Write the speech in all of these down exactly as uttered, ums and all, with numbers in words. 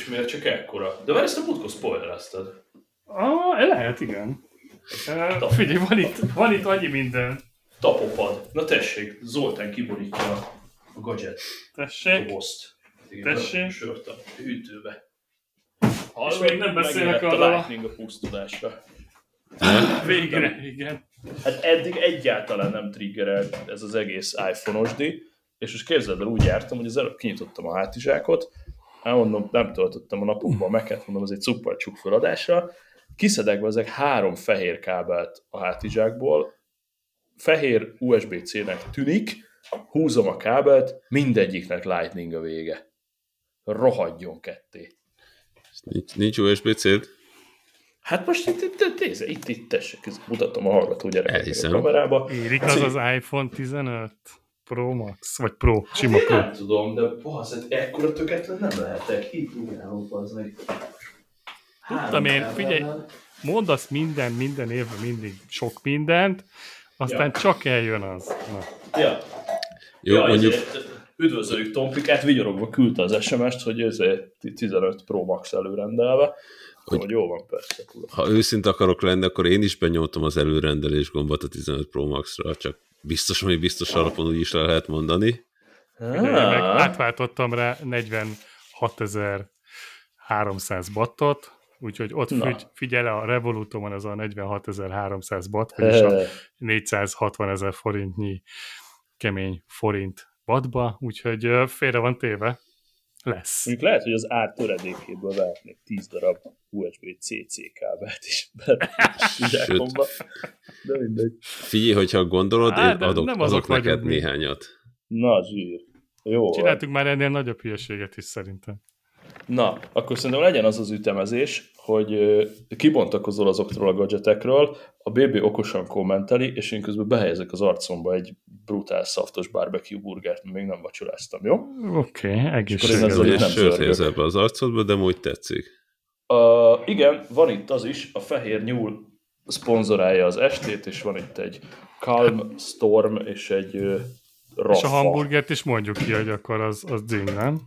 és miért csak ekkora? De már ezt a múltkor spoilerezted. Ah, lehet, igen. Uh, figyelj, van itt, van itt annyi minden. Tapopad. Na tessék, Zoltán kiborítja a gadget. Tessék. Dobozt. Tessék. Sört a hűtőbe. És még nem beszélek arra. A Lightning a pusztulásra. Végre, igen. Hát eddig egyáltalán nem triggerelt ez az egész iPhone-os di, és most képzeld el, úgy jártam, hogy az előbb kinyitottam a hátizsákot, elmondom, nem töltöttem a napokban a Mac-et, mondom, az egy cuppacsuk feladásra, kiszedek be ezek három fehér kábelt a hátizsákból, fehér u es bé cé-nek tűnik, húzom a kábelt, mindegyiknek Lightning a vége. Rohadjon ketté. Nincs, nincs u es bé cé-d? Hát most itt, itt, itt, itt, itt, itt tessék, mutatom a hallgató gyerekeknek a kamerába. Érik az az iPhone tizenöt Pro Max, vagy Pro, hát sima Pro. Nem tudom, de basz, hát ekkora töketlen nem lehetek. Így próbálom, az meg. Tudtam én, figyelj, mondasz minden, minden évben mindig sok mindent, aztán ja. csak eljön az. Na. Ja. Jó, ja, mondjuk... Üdvözöljük Tompikát, vigyorogva küldte az es em es-t, hogy ez tizenöt Pro Max előrendelve. Hogy, hogy jó van, persze. Kula. Ha őszinte akarok lenni, akkor én is benyomtam az előrendelés gombot a tizenöt Pro Max-ra, csak biztos, hogy biztos alapon úgy is le lehet mondani. Ah. Meg átváltottam rá negyvenhatezer-háromszáz battot, úgyhogy ott figy, figyel a Revolutomon az a negyvenhatezer-háromszáz batt, vagyis a négyszázhatvanezer forintnyi kemény forint battba, úgyhogy félre van téve. Lesz. Mondjuk lehet, hogy az ár töredékéből vehetnék tíz darab u es bé cé cé kábelt is. De mindegy. Figyelj, hogyha gondolod, Á, én adok, nem adok neked mi. néhányat. Na, zsír. Jó. Csináltuk már ennél nagyobb hülyeséget is szerintem. Na, akkor szerintem legyen az az ütemezés, hogy kibontakozol azoktól a gadgetekről, a bé bé okosan kommenteli, és én közben behelyezek az arcomba egy brutál szaftos barbecue burgert, mert még nem vacsoráztam, jó? Oké, okay, egészségedre. Sőt, helyezzel be az arcodba, de úgy tetszik. Uh, igen, van itt az is, a Fehér Nyúl szponzorálja az estét, és van itt egy Calm Storm, és egy uh, Raffa. És a hamburgert is mondjuk ki, hogy akkor az, az dzing, nem?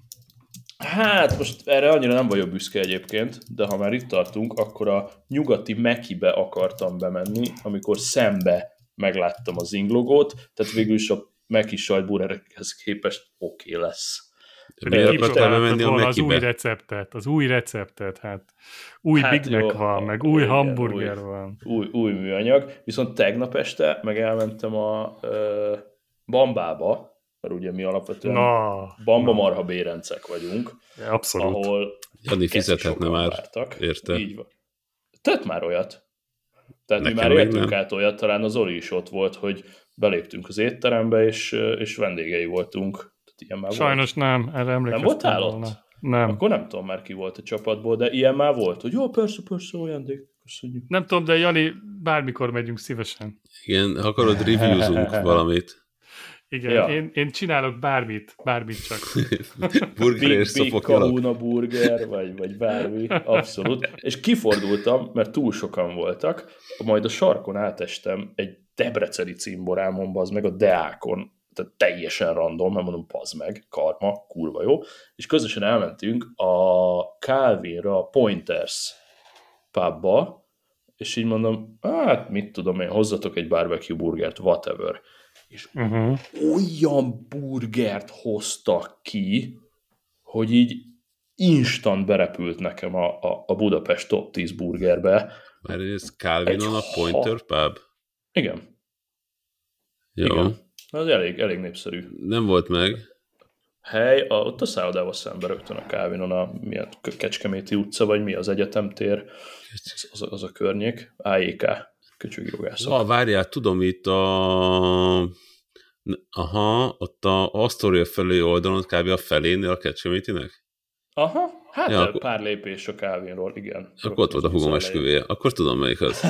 Hát most erre annyira nem vagyok büszke egyébként, de ha már itt tartunk, akkor a nyugati Mekibe akartam bemenni, amikor szembe megláttam az Zing logót, tehát végül is a Meki sajtburgerekhez képest oké okay lesz. Miért akartál bemenni a Mekibe? Az új receptet, az új receptet, hát új hát Big Mac van, meg új igen, hamburger új, van. Új, új műanyag, viszont tegnap este meg elmentem a uh, Bambába, mert ugye mi alapvetően no, Bamba no. marha bérencek vagyunk. Abszolút. Ahol Jani fizethetne már, vártak. Érte? Így van. Tett már olyat. Tehát Nekem mi már éltünk át olyat, talán az Zoli is ott volt, hogy beléptünk az étterembe, és, és vendégei voltunk. Tehát ilyen már Sajnos volt. nem, erre emlékeztem. Nem voltál ott? Nem. Akkor nem tudom már ki volt a csapatból, de ilyen már volt, hogy jó, persze, persze, ajándék. Köszönjük. Nem tudom, de Jani, bármikor megyünk szívesen. Igen, ha akarod, reviewzunk valamit. Igen, ja. én, én csinálok bármit, bármit csak. Burger és Big, Big Kahuna burger, vagy, vagy bármi, abszolút. És kifordultam, mert túl sokan voltak, majd a sarkon átestem egy debreceni cimborámon, az meg a Deákon, tehát teljesen random, mert mondom, pazd meg, karma, kurva jó, és közösen elmentünk a Calvinra, a Pointers pubba, és így mondom, hát mit tudom én, hozzatok egy barbecue burgert, whatever. És uh-huh. olyan burgert hoztak ki, hogy így instant berepült nekem a, a, a Budapest top tíz burgerbe. Mert ez Calvinon a Pointer ha... Pub? Igen. Jó. Igen. Az elég, elég népszerű. Nem volt meg. Hely, a, ott a szállodával szemben rögtön a Calvinon, a milyen Kecskeméti utca, vagy mi az egyetemtér, az, az, az a környék, á jé ká. Köcsögi jogászok. Ah, várjál, tudom, itt a... Aha, ott a Astoria felé oldalon, kb. A felénél a Kecskemétinek? Aha, hát ja, akkor... pár lépés a Calvinról, igen. Akkor ott volt a hugom esküvője. Akkor tudom, melyik az.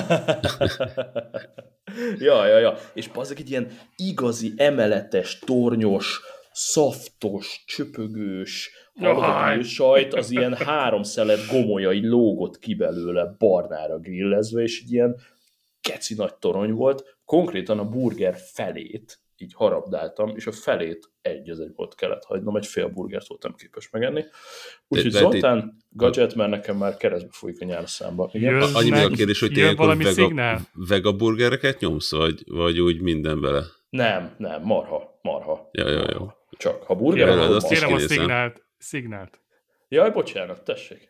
ja, ja, ja. És bazzeg egy ilyen igazi, emeletes, tornyos, szaftos, csöpögős, hallgató sajt, az ilyen három szelet gomolyai lógott ki belőle barnára grillezve, és egy ilyen keci nagy torony volt, konkrétan a burger felét így harabdáltam, és a felét egy az egy volt kellett hagynom, egy fél burgert voltam képes megenni. Úgyhogy Zoltán, gadget, mert nekem már keresztbe fújik a nyálszámba. Annyi még a kérdés, hogy te vega, vega burgereket nyomsz, vagy, vagy úgy minden bele? Nem, nem, marha, marha. Ja, ja, jó. Csak, ha burger, kérem, akkor azt kérem a szignált, szignált. Jaj, bocsánat, tessék.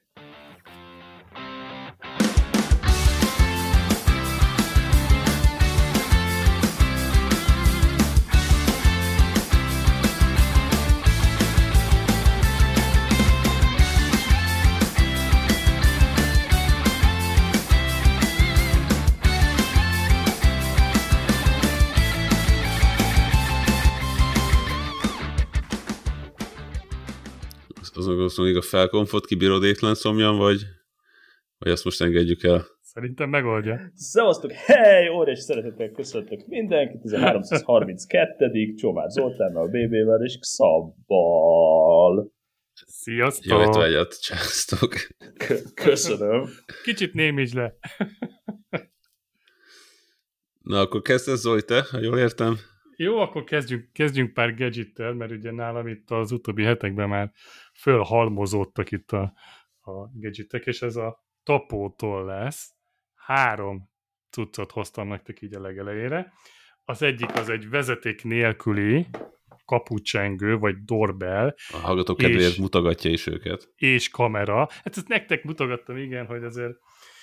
Azon gondolom, hogy a felkonfot kibírodéklen szomjan, vagy, vagy azt most engedjük el? Szerintem megoldja. Szevasztok, hely, óriási szeretettel köszöntök mindenkit, ez a háromszázharminckettedik Csomár Zoltánnal, bé bével és Szabbal. Sziasztok! Jó étvágyat, császtok! Köszönöm. Kicsit némítsd le. Na, akkor kezdesz, Zoli, te, ha jól értem? Jó, akkor kezdjünk, kezdjünk pár gadgettel, mert ugye nálam itt az utóbbi hetekben már fölhalmozódtak itt a, a gadgetek, és ez a Tapótól lesz. Három cuccot hoztam nektek így a legelejére. Az egyik az egy vezeték nélküli kapucsengő, vagy doorbell. A hallgató kedvéért mutogatja is őket. És kamera. Hát ezt nektek mutogattam, igen, hogy azért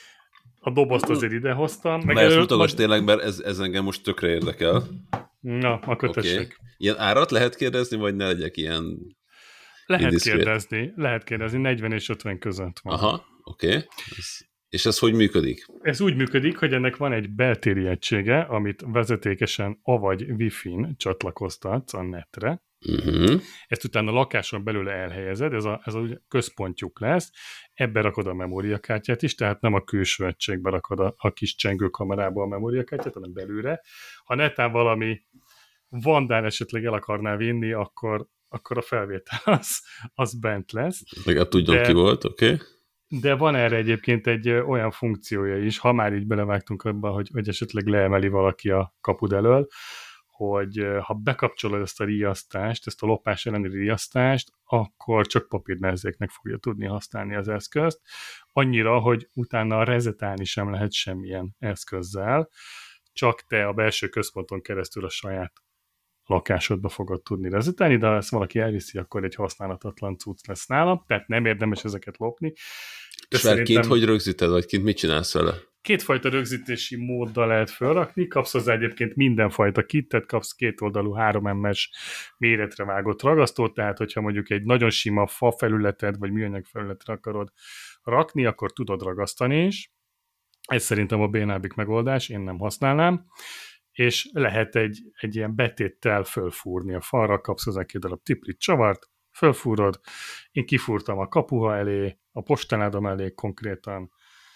a dobozt azért idehoztam. Meg ezt mutogass majd... tényleg, mert ez, ez engem most tökre érdekel. Na, akkor okay. tessék. Ilyen árat lehet kérdezni, vagy ne legyek ilyen Lehet indiszkrét? kérdezni, lehet kérdezni, negyven és ötven között van. Aha, oké. Okay. És ez hogy működik? Ez úgy működik, hogy ennek van egy beltéri egysége, amit vezetékesen avagy Wi-Fi-n csatlakoztatsz a netre. Uh-huh. Ezt utána a lakáson belül elhelyezed, ez a, ez a központjuk lesz, ebbe rakod a memóriakártyát is, tehát nem a külső egységbe rakod a, a kis csengőkamerába a memóriakártyát, hanem belülre. Ha netán valami vandán esetleg el akarná vinni, akkor, akkor a felvétel az, az bent lesz. Legalább tudjam, de, ki volt, oké. Okay. De van erre egyébként egy olyan funkciója is, ha már így belevágtunk abba, hogy, hogy esetleg leemeli valaki a kapud elől, hogy ha bekapcsolod ezt a riasztást, ezt a lopás elleni riasztást, akkor csak papírmezéknek fogja tudni használni az eszközt. Annyira, hogy utána rezetálni sem lehet semmilyen eszközzel, csak te a belső központon keresztül a saját lakásodba fogod tudni rezetálni, de ha ezt valaki elviszi, akkor egy használatatlan cucc lesz nála, tehát nem érdemes ezeket lopni. És már kint hogy rögzíted, vagy kint mit csinálsz vele? Kétfajta rögzítési móddal lehet felrakni, kapsz hozzá egyébként mindenfajta kittet, kapsz kétoldalú három em-es méretre vágott ragasztót, tehát hogyha mondjuk egy nagyon sima fa felületet, vagy műanyag felületre akarod rakni, akkor tudod ragasztani is. Ez szerintem a bénábbik megoldás, én nem használnám. És lehet egy, egy ilyen betéttel fölfúrni a falra, kapsz hozzá két darab tiplit csavart, fölfúrod, én kifúrtam a kapuha elé, a postaládom elé konkrétan.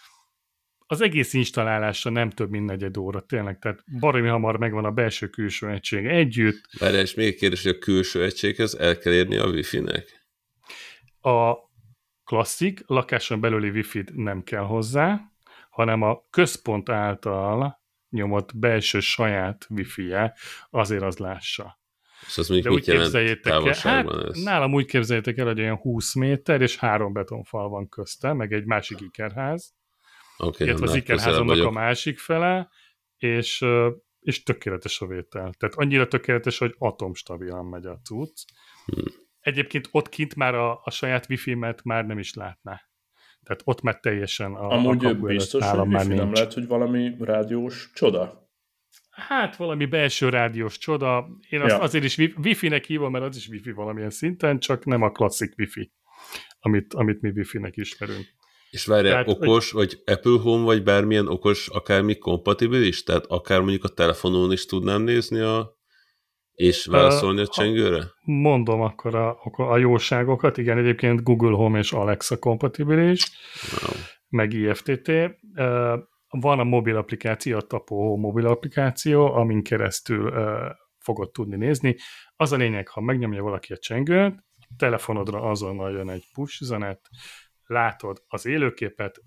Az egész installálása nem több mint negyed óra, tényleg, tehát baromi hamar megvan a belső-külső egység együtt. Várjál, és még kérdés, hogy a külső egységhez el kell érni a Wi-Fi-nek? A klasszik lakáson belüli Wi-Fi-t nem kell hozzá, hanem a központ által nyomott belső saját Wi-Fi-je, azért az lássa. És az mondjuk mit jelent távolságban hát, ez? Nálam úgy képzeljétek el, hogy olyan húsz méter, és három betonfal van közte, meg egy másik ikerház. Okay, illetve az ikerházamnak a másik fele, és, és tökéletes a vétel. Tehát annyira tökéletes, hogy atomstabilan megy a cucc. Hmm. Egyébként ott kint már a, a saját Wi-Fi-met már nem is látná. Tehát ott már teljesen a, Amúgy a kapu biztos, hogy már Wi-Fi nem lehet, hogy valami rádiós csoda? Hát valami belső rádiós csoda. Én azt ja. azért is Wi-Fi-nek hívom, mert az is Wi-Fi valamilyen szinten, csak nem a klasszik Wi-Fi, amit, amit mi Wi-Fi-nek ismerünk. És várjál, okos, hogy... vagy Apple Home, vagy bármilyen okos, akármi kompatibilis? Tehát akár mondjuk a telefonon is tudnám nézni a... és válaszolni uh, a csengőre? Mondom akkor a, a jóságokat. Igen, egyébként Google Home és Alexa kompatibilis, wow. meg i ef té té. Uh, van a mobil applikáció, a Tapó mobil applikáció, amin keresztül uh, fogod tudni nézni. Az a lényeg, ha megnyomja valaki a csengőt, telefonodra azonnal jön egy push üzenet, látod az élőképet,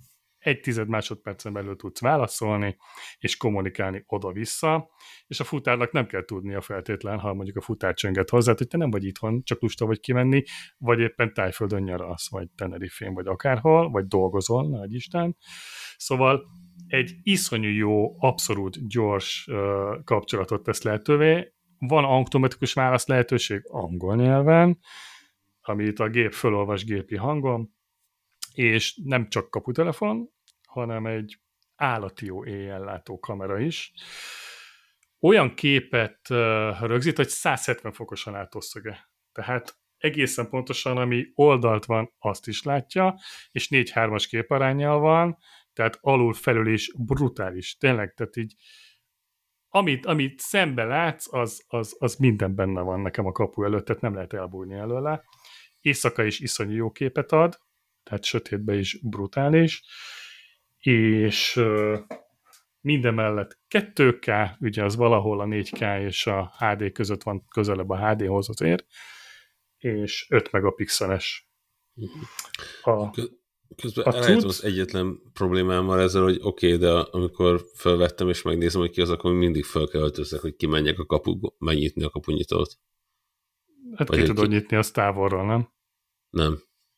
egy tized másodpercen belül tudsz válaszolni, és kommunikálni oda-vissza, és a futárnak nem kell tudnia feltétlen, ha mondjuk a futár csönget hozzá, hogy te nem vagy itthon, csak lusta vagy kimenni, vagy éppen Tájföldön nyaralsz, vagy Tenerifén, vagy akárhol, vagy dolgozol, nagy Isten. Szóval egy iszonyú jó, abszolút gyors uh, kapcsolatot tesz lehetővé. Van automatikus válasz lehetőség angol nyelven, amit a gép fölolvas gépi hangon, és nem csak kaputelefon, hanem egy állati jó éjjellátó kamera is. Olyan képet uh, rögzít, hogy száz hetven fokos a látószöge. Tehát egészen pontosan, ami oldalt van, azt is látja, és négy hármas képaránnyal van, tehát alul-felül is brutális. Tényleg, tehát így amit, amit szembe látsz, az, az, az minden benne van nekem a kapu előtt, tehát nem lehet elbújni előle. Éjszaka is iszonyú jó képet ad, tehát sötétben is brutális, és uh, minden mellett kettő ká, ugye az valahol a négy ká és a há dé között van, közelebb a há déhoz azért, és öt megapixeles. A, Közben elejtem az egyetlen problémámmal ezzel, hogy oké, okay, de amikor felvettem és megnézem, hogy ki az, akkor mindig fel kell öltözzek, hogy kimenjek a kapu, megnyitni a kapunyitót. Hát vagy ki tudod ki... nyitni, az távolról, nem? Nem.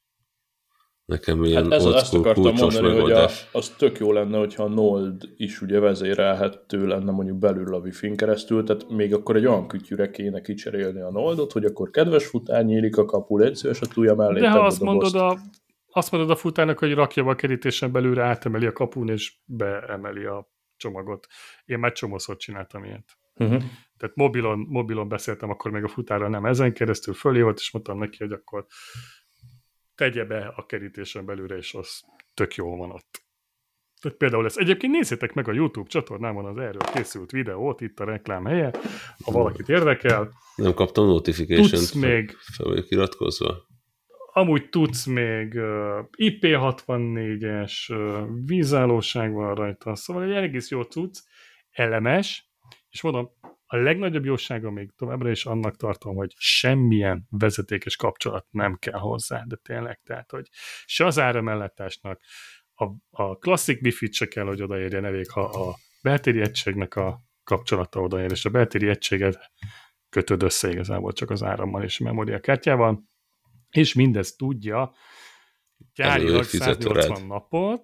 Nekem ilyen hát ez, old ezt school akartam kulcsos mondani, megoldás. hogy a, az tök jó lenne, hogyha a Nold is ugye vezérelhető lenne mondjuk belül a Wi-Fi-n keresztül, tehát még akkor egy olyan kütyűre kéne kicserélni a Noldot, hogy akkor kedves futár, nyílik a kapu, légy szíves, a túlja mellé. De ha azt mondod, a, azt mondod a futárnak, hogy rakja be a kerítésen belőle, átemeli a kapun, és beemeli a csomagot. Én már csomószor csináltam ilyet. Uh-huh. Tehát mobilon, mobilon beszéltem, akkor még a futárral nem ezen keresztül fölé volt, és mondtam neki, hogy akkor tegye be a kerítésen belőle, és az tök jól van ott. Tehát például ez. Egyébként nézzétek meg a YouTube csatornámon az erről készült videót, itt a reklám helye, ha valakit érdekel. Nem kaptam notification-t, még, fel vagyok iratkozva. Amúgy tudsz még uh, I P hatvannégyes uh, vízállóság van rajta, szóval egy egész jó cucc, elemes, és mondom, a legnagyobb jósága még továbbra is annak tartom, hogy semmilyen vezetékes kapcsolat nem kell hozzá, de tényleg, tehát, hogy se az áramellátásnak, a, a klasszik Wi-Fi-t se kell, hogy odaérjen, elég, ha a beltéri egységnek a kapcsolata odaér, és a beltéri egységet kötöd össze igazából csak az árammal és a memóriakártyával, és mindezt tudja gyárilag száznyolcvan napot,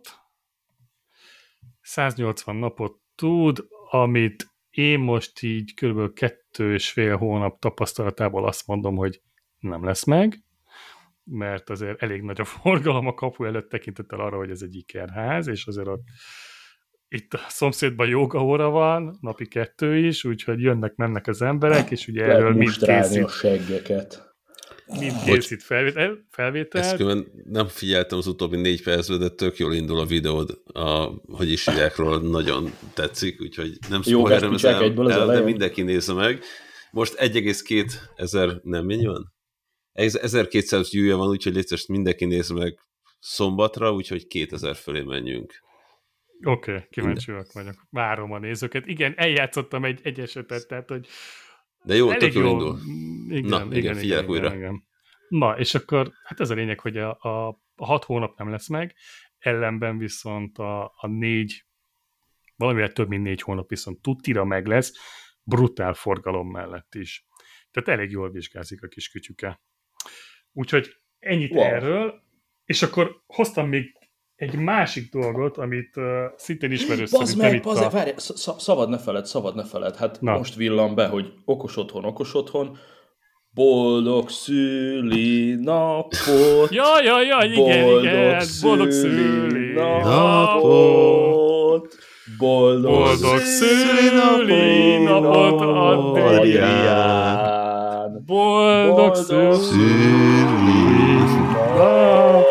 száznyolcvan napot tud, amit én most így kb. kettő és fél hónap tapasztalatából azt mondom, hogy nem lesz meg, mert azért elég nagy a forgalom a kapu előtt tekintettel arra, hogy ez egy ikerház, és azért ott itt a szomszédban jógaóra van, napi kettő is, úgyhogy jönnek-mennek az emberek, és ugye lehet erről mind készít. a seggeket. Mind készít felvétel, felvételt. Ezt külön nem figyeltem az utóbbi négy percben, de tök jól indul a videód, a, hogy is hívják róla, nagyon tetszik, úgyhogy nem spoilerem ez el, el de mindenki nézze meg. Most egy egész két ezer, nem mennyi van? ezerkétszáz viewja van, úgyhogy létszest mindenki nézze meg szombatra, úgyhogy kétezer fölé menjünk. Oké, okay, kíváncsiak vagyok. Várom a nézőket. Igen, eljátszottam egy, egy esetet, tehát, hogy de jó, tök jól indul. Igen, Na, igen, igen, figyelj újra. Igen, igen. Na, és akkor, hát ez a lényeg, hogy a, a, a hat hónap nem lesz meg, ellenben viszont a, a négy, valamivel több mint négy hónap viszont tuttira meg lesz, brutál forgalom mellett is. Tehát elég jól vizsgázik a kis kütyüke. Úgyhogy ennyit wow. erről, és akkor hoztam még egy másik dolgot, amit uh, szintén ismerős szerintem itt a... Várj, szabad ne feled, szabad ne feled. Hát na. Most villan be, hogy okos otthon, okos otthon, boldog szüli napot. Ja, ja, ja, igen, boldog igen, boldog szüli napot. Boldog, boldog szüli napot, Adrián. Boldog szüli napot.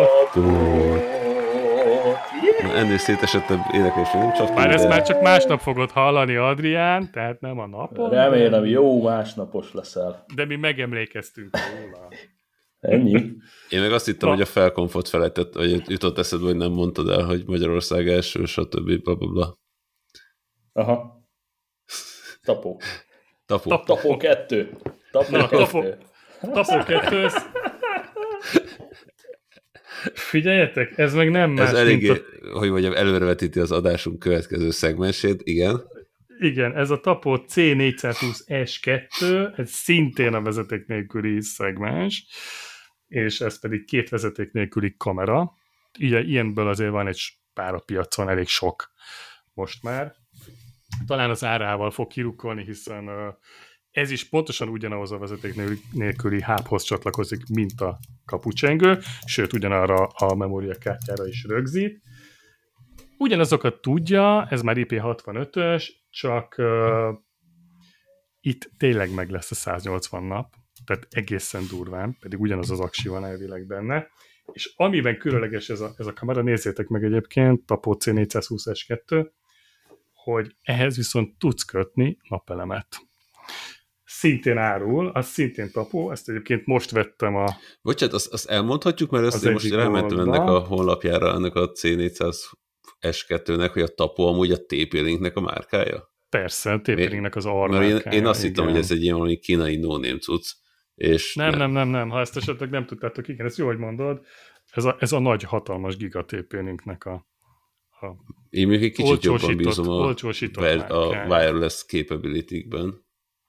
Na, ennél szétesettebb éneklés nem csak. Már ezt már csak másnap fogod hallani, Adrián, tehát nem a napon. Remélem, jó másnapos leszel. De mi megemlékeztünk róla. Ennyi. Én meg azt hittem, Na. hogy a felkonfot felejtett, vagy jutott eszedbe, hogy nem mondtad el, hogy Magyarország első, stb. Blablabla. Aha. Tapó. Tapó. Tapó, tapó kettő. Tapó Na, kettő. Tapó, tapó kettő. Figyeljetek, ez meg nem más, ez eléggé, mint a... hogy mondjam, előrevetíti az adásunk következő szegmensét, igen. Igen, ez a Tapo C négyszázhúsz S kettő, ez szintén a vezeték nélküli szegmens, és ez pedig két vezeték nélküli kamera. Ugye ilyenből azért van egy pár a piacon, elég sok most már. Talán az árával fog kirukkolni, hiszen ez is pontosan ugyanahoz a vezeték nélküli hubhoz csatlakozik, mint a kapucsengő, sőt ugyanarra a memóriakártyára is rögzít. Ugyanazokat tudja, ez már I P hatvanötös, csak uh, itt tényleg meg lesz a száznyolcvan nap, tehát egészen durván, pedig ugyanaz az aksi van elvileg benne. És amiben különleges ez a, ez a kamera, nézzétek meg egyébként, Tapo C négyszázhúsz S kettő, hogy ehhez viszont tudsz kötni napelemet. Szintén árul, az szintén Tapo, ezt egyébként most vettem a... Bocsánat, azt, azt elmondhatjuk, mert ezt én most rámentem ennek a honlapjára, ennek a C négyszáz S kettőnek, hogy a Tapo amúgy a té pé-Linknek a márkája? Persze, a té pé-Linknek az armárkája. Én, én azt hittem, hogy ez egy ilyen valami kínai no-name cucc. És nem, nem, nem, nem, nem, ha ezt esetleg nem tudtátok, igen, ezt jó, hogy mondod, ez a, ez a nagy, hatalmas giga té pé-Linknek a, a én még egy kicsit jobban bízom a, a wireless capability-kben.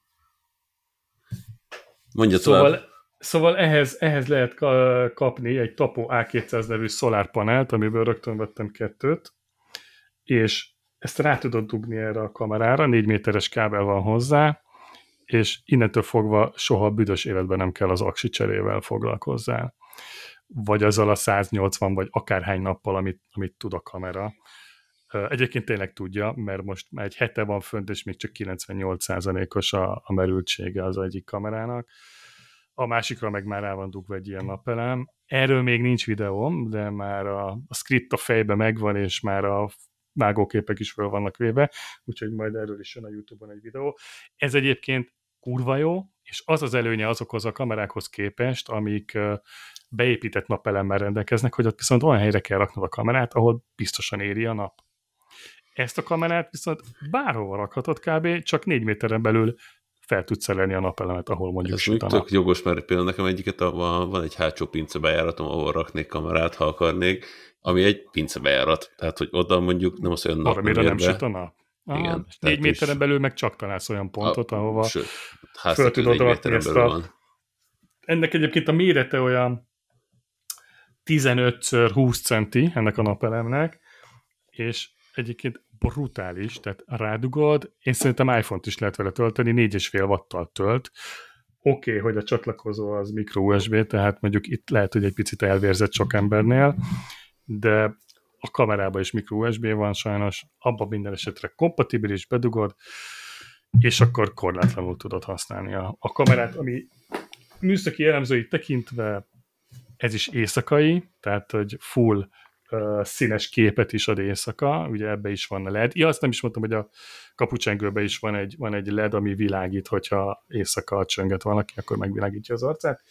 Mondja szóval, tovább. Szóval ehhez, ehhez lehet kapni egy Tapo A kétszáz nevű szolárpanelt, amiből rögtön vettem kettőt, és ezt rá tudod dugni erre a kamerára, négy méteres kábel van hozzá, és innentől fogva soha büdös életben nem kell az aksi cserével foglalkozzál. Vagy azzal a száznyolcvan, vagy akárhány nappal, amit, amit tud a kamera. Egyébként tényleg tudja, mert most már egy hete van fönt, és még csak kilencvennyolc százalékos a, a merültsége az egyik kamerának. A másikra meg már rá van dugva egy ilyen napelem. Erről még nincs videóm, de már a, a script a fejbe megvan, és már a vágóképek is fel vannak véve, úgyhogy majd erről is jön a YouTube-on egy videó. Ez egyébként kurva jó, és az az előnye azokhoz a kamerákhoz képest, amik beépített napelemmel rendelkeznek, hogy ott viszont olyan helyre kell raknod a kamerát, ahol biztosan éri a nap. Ezt a kamerát viszont bárhova rakhatod kb. Csak négy méteren belül fel tudsz szerelni a napelemet, ahol mondjuk ez süt a nap. Tök jogos, mert például nekem egyiket a, van egy hátsó pincebejáratom, ahol raknék kamerát, ha akarnék, ami egy pincebejárat. Tehát, hogy oda mondjuk nem az olyan nap nem nem süt a nap. Aha, igen, négy méteren is... belül meg csak találsz olyan pontot, a, ahova sőt, föl tudod rakni ezt a... Van. Ennek egyébként a mérete olyan tizenöt húsz centi ennek a napelemnek, és egyébként brutális, tehát rádugod, én szerintem iPhone-t is lehet vele tölteni, négy és fél watttal tölt. Oké, okay, hogy a csatlakozó az micro u es bé, tehát mondjuk itt lehet, hogy egy picit elvérzett sok embernél, de a kamerában is micro u es bé van sajnos, abban minden esetre kompatibilis, bedugod, és akkor korlátlanul tudod használni a, a kamerát, ami műszaki jellemzőit tekintve ez is éjszakai, tehát hogy full uh, színes képet is ad éjszaka, ugye ebbe is van a el é dé. Ja, azt nem is mondtam, hogy a kapucsengőben is van egy, van egy el é dé, ami világít, hogyha éjszaka csönget valaki, akkor megvilágítja az arcát.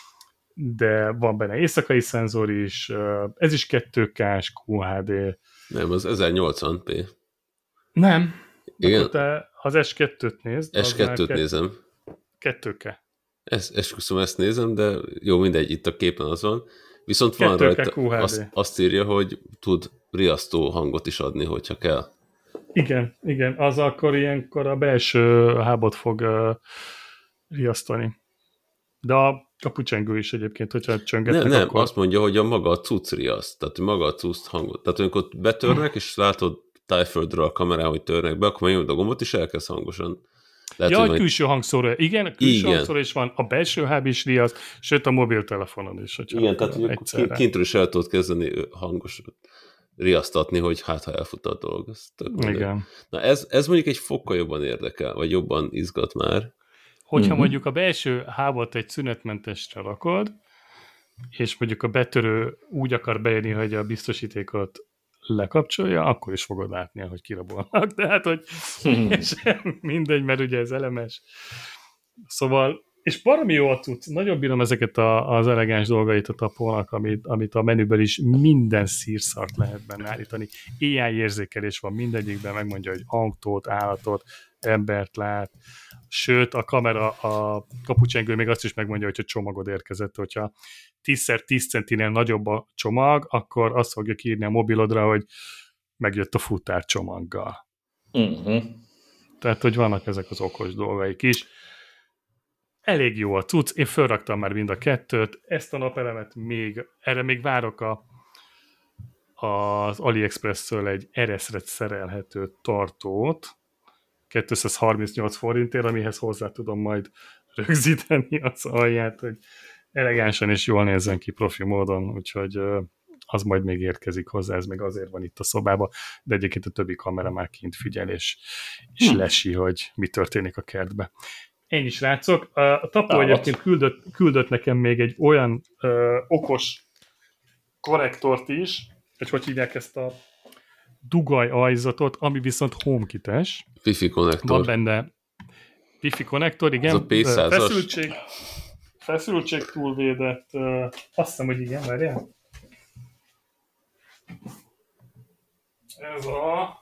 De van benne éjszakai szenzor is, uh, ez is kettő kás Q H D. Nem, az ezernyolcvan pé. Nem. Igen. Te az S kettőt nézd. S kettőt nézem. kettő K. Ezt, esküszöm, ezt nézem, de jó, mindegy, itt a képen az van. Viszont van rajta, azt, azt írja, hogy tud riasztó hangot is adni, hogyha kell. Igen, igen, az akkor ilyenkor a belső hábot fog uh, riasztani. De a kapucsengő is egyébként, hogyha csöngetnek, nem, nem, akkor... azt mondja, hogy a maga a cucc riaszt, tehát maga a cucc hangot. Tehát amikor betörnek, és látod tájföldről a kamerán, hogy törnek be, akkor megnyomod a gombot, és elkezd hangosan. Lehet, ja, hogy majd... külső hangszóró. Igen, külső igen. hangszóró is van, a belső háb is riaszt, sőt a mobiltelefonon is. Igen, tehát hogy kintről is el tudod kezdeni hangos riasztatni, hogy hát ha elfut a dolog. Igen. Na ez, ez mondjuk egy fokkal jobban érdekel, vagy jobban izgat már. Hogyha mm-hmm. mondjuk a belső hábot egy szünetmentesre rakod, és mondjuk a betörő úgy akar bejönni, hogy a biztosítékot lekapcsolja, akkor is fogod látni, hogy kirabolnak. De hát, hogy mindegy, mert ugye ez elemes. Szóval, és baromi jó a cucc. Nagyon bírom ezeket a, az elegáns dolgait a Tapónak, amit, amit a menüben is minden szírszart lehet benne állítani. á i érzékelés van mindegyikben, megmondja, hogy hangtót, állatot, embert lát. Sőt, a kamera, a kapucsengő még azt is megmondja, hogy a csomagod érkezett, hogyha tízszer tíz centinél nagyobb a csomag, akkor azt fogja kiírni a mobilodra, hogy megjött a futár csomaggal. Uh-huh. Tehát, hogy vannak ezek az okos dolgaik is. Elég jó a cucc, én felraktam már mind a kettőt, ezt a napelemet még, erre még várok a, az AliExpress-től egy ereszre szerelhető tartót, kétszázharmincnyolc forintért, amihez hozzá tudom majd rögzíteni az alját, hogy elegánsan és jól nézzen ki profi módon, úgyhogy az majd még érkezik hozzá, ez még azért van itt a szobában, de egyébként a többi kamera már kint figyel, és, és hm. lesi, hogy mi történik a kertbe. Ennyi, srácok. A Tapó egyébként küldött, küldött nekem még egy olyan ö, okos konnektort is, hogy hogy hívják ezt a dugaj ajzatot, ami viszont HomeKit-es. Wi-Fi konnektor. Van benne Wi-Fi konnektor, igen. Ez a P százas. Feszültség, feszültség túlvédett. Uh, azt hiszem, hogy igen, várjál. Ez a...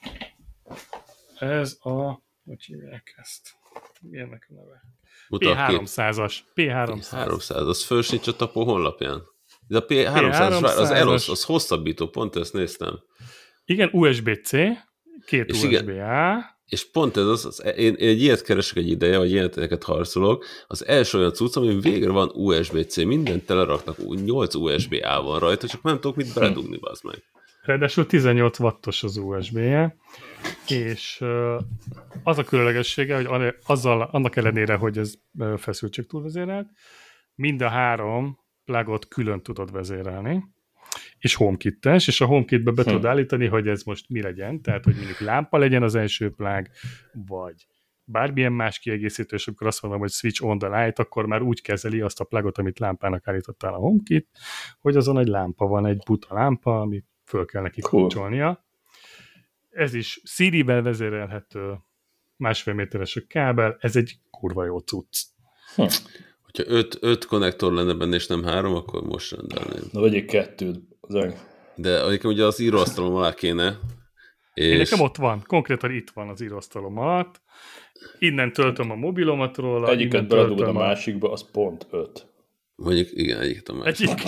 Ez a... Hogy hívják ezt? Milyennek a neve? P háromszázas. P háromszáz. P háromszáz, az föl sincs a Tapó honlapján. De a P háromszázas, az elosz, az hosszabbító, pont ezt néztem. Igen, u es bé cé, két és u es bé á. És pont ez az, az én, én egy ilyet keresek egy ideje, vagy ilyeneket harcolok, az első olyan cucc, ami végre van u es bé cé, mindent teleraknak, nyolc u es bé á van rajta, csak nem tudok mit beledugni, bazd meg. Ráadásul tizennyolc wattos az u es bé-je, és uh, az a különlegessége, hogy azzal, annak ellenére, hogy ez feszültség túlvezérelt, mind a három plugot külön tudod vezérelni, és HomeKit-es, és a HomeKit-be be hm. tudod állítani, hogy ez most mi legyen, tehát, hogy mondjuk lámpa legyen az első plug, vagy bármilyen más kiegészítő, és amikor azt mondom, hogy switch on the light, akkor már úgy kezeli azt a plugot, amit lámpának állítottál a HomeKit, hogy azon egy lámpa van, egy buta lámpa, amit föl kell neki cool. kapcsolnia. Ez is Siri-vel vezérelhető, másfél méteres a kábel, ez egy kurva jó cucc. Hm. Ha öt, öt konnektor lenne benne, és nem három, akkor most rendelném. Na, vegyék kettőt. De egyébként ugye az íróasztalom alá kéne. És... Én nekem ott van, konkrétan itt van az íróasztalom alatt. Innen töltöm a mobilomat róla. Egyiket beledugod a másikba, az pont öt. Mondjuk igen, egyiket a másikba.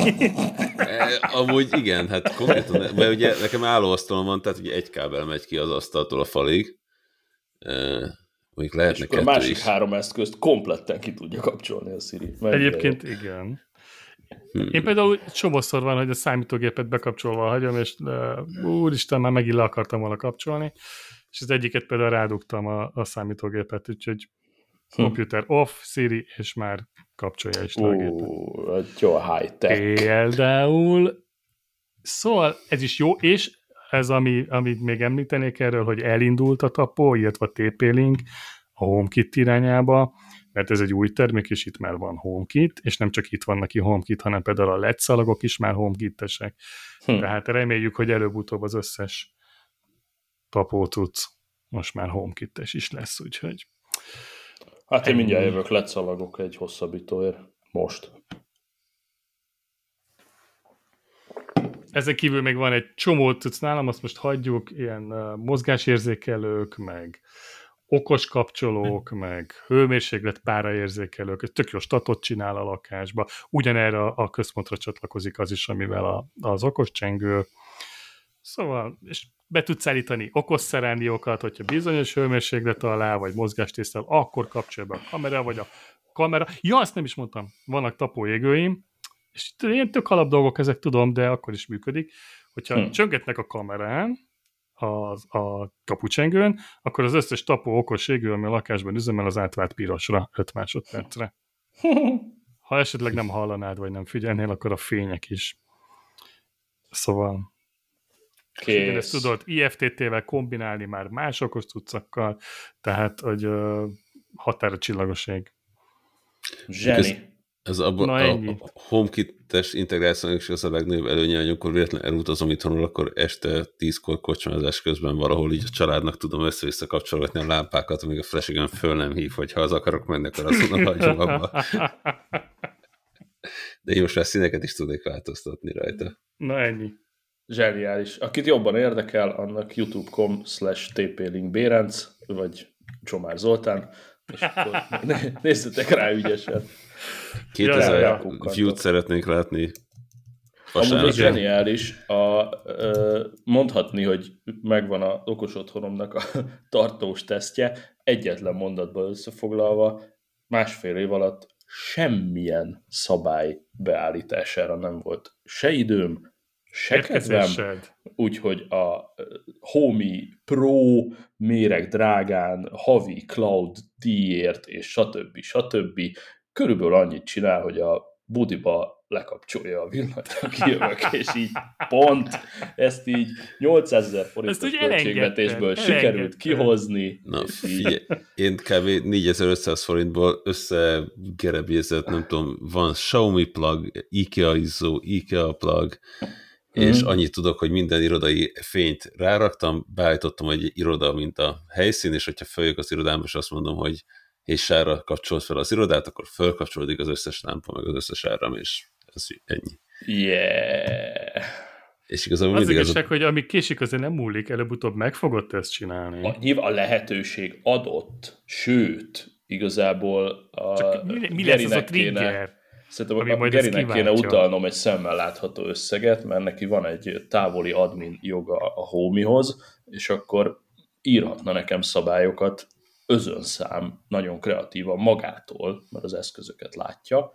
Amúgy igen, hát konkrétan, mert ugye nekem állóasztalom van, tehát ugye egy kábel megy ki az asztaltól a falig. Mondjuk lehetne kettő is. A másik három eszközt kompletten ki tudja kapcsolni a Siri. Egyébként igen. Hmm. Én például csomószor van, hogy a számítógépet bekapcsolva hagyom, és uh, úristen, már megint le akartam volna kapcsolni, és az egyiket például rádugtam a, a számítógépet, úgyhogy hm. computer off, Siri, és már kapcsolja is le a gépet. Ó, jó high-tech. Például, szóval ez is jó, és ez, ami, amit még említenék erről, hogy elindult a Tapó, illetve a té pé-Link a HomeKit irányába, mert ez egy új termék, és itt már van HomeKit, és nem csak itt van neki HomeKit, hanem például a el é dé szalagok is már HomeKit-esek. Hm. Tehát reméljük, hogy előbb-utóbb az összes Tapó cucc most már HomeKit-es is lesz, úgyhogy... Hát én mindjárt jövök el é dé szalagok egy hosszabbítóért. Most. Ezen kívül még van egy csomó cucc nálam, azt most hagyjuk, ilyen uh, mozgásérzékelők, meg okos kapcsolók, meg hőmérséklet páraérzékelők, ez tök jó statot csinál a lakásba. Ugyanerre a, a központra csatlakozik az is, amivel a, az okos csengő. Szóval, és be tudsz állítani okos szerándiokat, hogyha bizonyos hőmérséklet alá, vagy mozgástésztel, akkor kapcsolja be a kamera, vagy a kamera. Ja, azt nem is mondtam, vannak tapóégőim, és ilyen tök alap dolgok ezek, tudom, de akkor is működik, hogyha hmm. csöngetnek a kamerán, Az, a kapucsengőn, akkor az összes tapó okos égő, ami a lakásban üzemel, az átvált pirosra öt másodpercre. Ha esetleg nem hallanád, vagy nem figyelnél, akkor a fények is. Szóval igen, ezt tudod i ef té té-vel kombinálni már más okos cuccakkal, tehát, hogy uh, határa csillagos ég. Zseni. Ez a, a, a HomeKit-es integrációnak is az a legnagyobb előnye, hogy amikor véletlenül elutazom itthonról, akkor este tízkor kocsmázás közben valahol így a családnak tudom össze-vissza kapcsolgatni a lámpákat, amíg a flashigen föl nem hív, hogy ha az akarok menni, akkor azt mondom, hagyjam abba. De én most már színeket is tudnék változtatni rajta. Na ennyi. Zseniális. Akit jobban érdekel, annak youtube pont com slash tplink bérenc, vagy Csomár Zoltán, És akkor nézzetek rá ügyesen. kétezer ja, view-t szeretnék látni. Amúgy az zseniális, a, mondhatni, hogy megvan az okos otthonomnak a tartós tesztje, egyetlen mondatban összefoglalva, másfél év alatt semmilyen szabály beállítására nem volt se időm, se kedvem, úgyhogy a Homey Pro méreg drágán, havi cloud díjért, és stb. stb. Körülbelül annyit csinál, hogy a budiba lekapcsolja a villanyt, kijövök, és így pont, ezt így nyolcszázezer forintos költségvetésből sikerült kihozni. Na, figyelj, én kb. négyezer-ötszáz forintból összegerebjézett, nem tudom, van Xiaomi plug, IKEA izzó, IKEA plug, és mm. annyit tudok, hogy minden irodai fényt ráraktam, beállítottam egy iroda, mint a helyszín, és hogyha följövök az irodámba, és azt mondom, hogy és sárra kapcsolt fel az irodát, akkor fölkapcsolódik az összes lámpa, meg az összes áram, és ez ennyi. Yeah! És igazából az mindig igazság, az a... hogy amíg késik, azért nem múlik, előbb-utóbb meg fogod ezt csinálni. A, nyilván a lehetőség adott, sőt, igazából a Csak mi, mi lesz az a trigger? Szerintem a Gerinek kéne utalnom egy szemmel látható összeget, mert neki van egy távoli admin joga a Homeyhoz, és akkor írhatna nekem szabályokat özönszám, nagyon kreatívan magától, mert az eszközöket látja.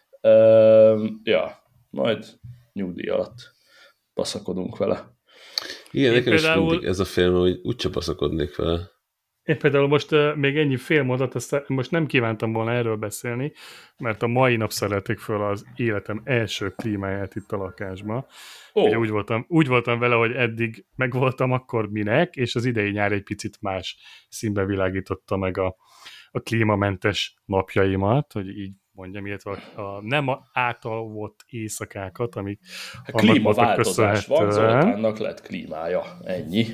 Uh, ja, majd nyugdíj alatt baszakodunk vele. Igen, én nekem például... is mindig ez a film, hogy úgyse baszakodnék vele. Én például most uh, még ennyi fél mondat, azt most nem kívántam volna erről beszélni, mert a mai nap szerették föl az életem első klímáját itt a lakásban. Oh. Ugye úgy voltam, úgy voltam vele, hogy eddig megvoltam, akkor minek, és az idei nyár egy picit más színbe világította meg a, a klímamentes napjaimat, hogy így mondjam, illetve a, a nem átalvott éjszakákat, amik a klímaváltozás van, Zoltánnak lett klímája, ennyi.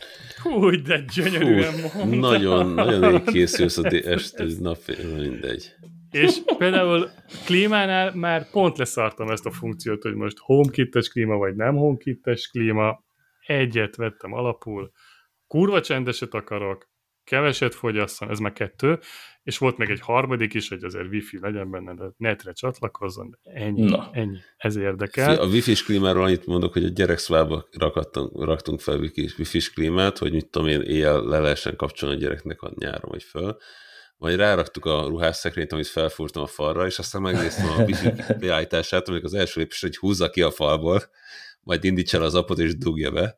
Hú, de gyönyörűen mondtam. Nagyon, nagyon így készülsz a este nap, mindegy. És például klímánál már pont leszartam ezt a funkciót, hogy most HomeKit-es klíma, vagy nem HomeKit-es klíma. Egyet vettem alapul, kurva csendeset akarok, keveset fogyasszon, ez már kettő, és volt még egy harmadik is, hogy azért wifi legyen benne, de netre csatlakozzon, de ennyi, Na. ennyi, ez érdekel. A wifi-s klímáról annyit mondok, hogy a gyerekszobába raktunk fel wifi-s klímát, hogy mit tudom én, éjjel le lehessen kapcsolni a gyereknek a nyáron vagy föl. Majd ráraktuk a ruhásszekrényt, amit felfúrtam a falra, és aztán megnéztem a wifi beállítását, amikor az első lépés, hogy húzza ki a falból, majd indítsa el az appot, és dugja be.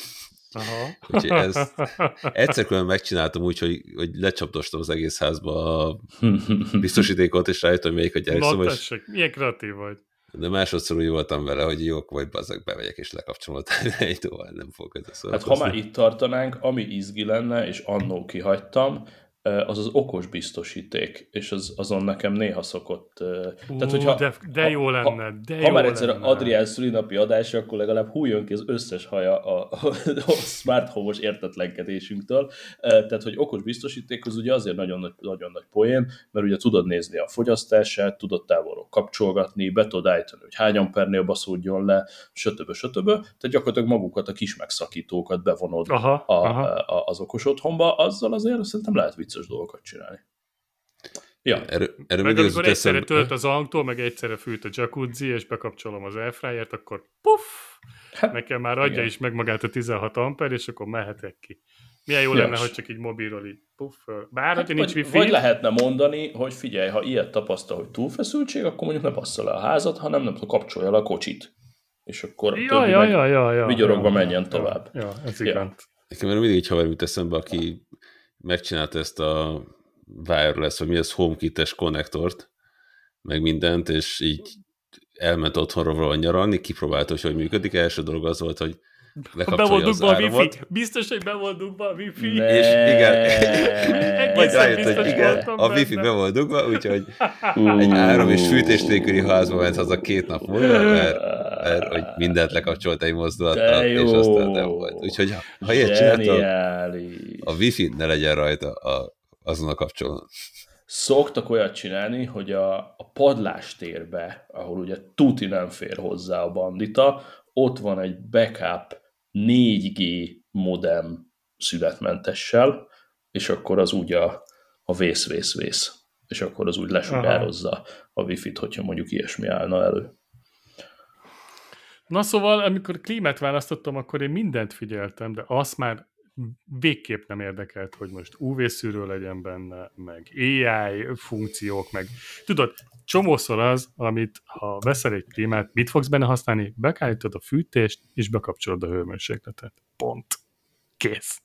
Aha. Úgyhogy ezt egyszer külön megcsináltam úgy, hogy, hogy lecsapdostam az egész házba a biztosítékot, és rájöttem, hogy melyik a gyerekszoba. Na tessék, milyen kreatív vagy. De másodszor úgy voltam vele, hogy jó, vagy bazzak, bemegyek és lekapcsolom egy tovább, nem fogok ezzel szórakozni. Hát ha már itt tartanánk, ami izgi lenne, és annó kihagytam, az az okos biztosíték, és az, azon nekem néha szokott... Uh, Tehát, hogyha, de, de jó lenne, de ha, jó Ha már egyszer lenne. Adrián szülinapi adása, akkor legalább hújjon ki az összes haja a, a, a smart home-os értetlenkedésünktől. Tehát, hogy okos biztosíték, az ugye azért nagyon nagy, nagyon nagy poén, mert ugye tudod nézni a fogyasztását, tudod távolról kapcsolgatni, be tudod állítani, hogy hány ampernél baszódjon le, stb. stb. Tehát gyakorlatilag magukat a kis megszakítókat bevonod aha, a, aha. A, az okos otthonba, azzal azért szerintem lehet vicces dolgokat csinálni. Ja. Erről, erről meg amikor egyszerre tölt az autó, meg egyszerre fűt a jacuzzi, és bekapcsolom az airfryert, akkor puff, hát, nekem már adja igen. is meg magát a tizenhat amper, és akkor mehetek ki. Milyen jó Jas. lenne, hogy csak így mobilról így puff. Bár, hát, nincs vagy, vagy lehetne mondani, hogy figyelj, ha ilyet tapasztal, hogy túlfeszültség, akkor mondjuk ne bassza le a házat, hanem nem tudom, kapcsolja le a kocsit. És akkor ja, többi ja, meg ja, ja, ja, vigyorogva ja, menjen ja, tovább. Ja, ja, ez igen. Nekem erről mindig egy haver jut eszembe, aki megcsinálta ezt a wireless, vagy mi az HomeKit-es konnektort, meg mindent, és így elment otthonról valahol nyaralni, kipróbálta, hogy hogy működik. Első dolog az volt, hogy lekapcsolja az áramot. A wifi. Biztos, hogy be volt dugva a wifi. Ne. És igen, vagy rájött, hogy igen, a wifi be volt dugva, úgyhogy uh. egy áram és fűtés nélküli házba ment haza két nap múlva, mert, mert hogy mindent lekapcsolt egy mozdulattal, és aztán nem volt. Úgyhogy ha, ha ilyet csináltam, a wifi ne legyen rajta a, azon a kapcsolón. Szoktak olyat csinálni, hogy a, a padlástérbe, ahol ugye tuti nem fér hozzá a bandita, ott van egy backup négy G modem szünetmentessel, és akkor az úgy a, a vész-vész-vész. És akkor az úgy lesugározza Aha. a Wi-Fi-t, hogyha mondjuk ilyesmi állna elő. Na szóval, amikor klímát választottam, akkor én mindent figyeltem, de azt már végképp nem érdekelt, hogy most ú vé-szűrő legyen benne, meg á i funkciók, meg tudod, csomószor az, amit ha veszel egy klímát, mit fogsz benne használni? Beállítod a fűtést, és bekapcsolod a hőmérsékletet. Pont. Kész.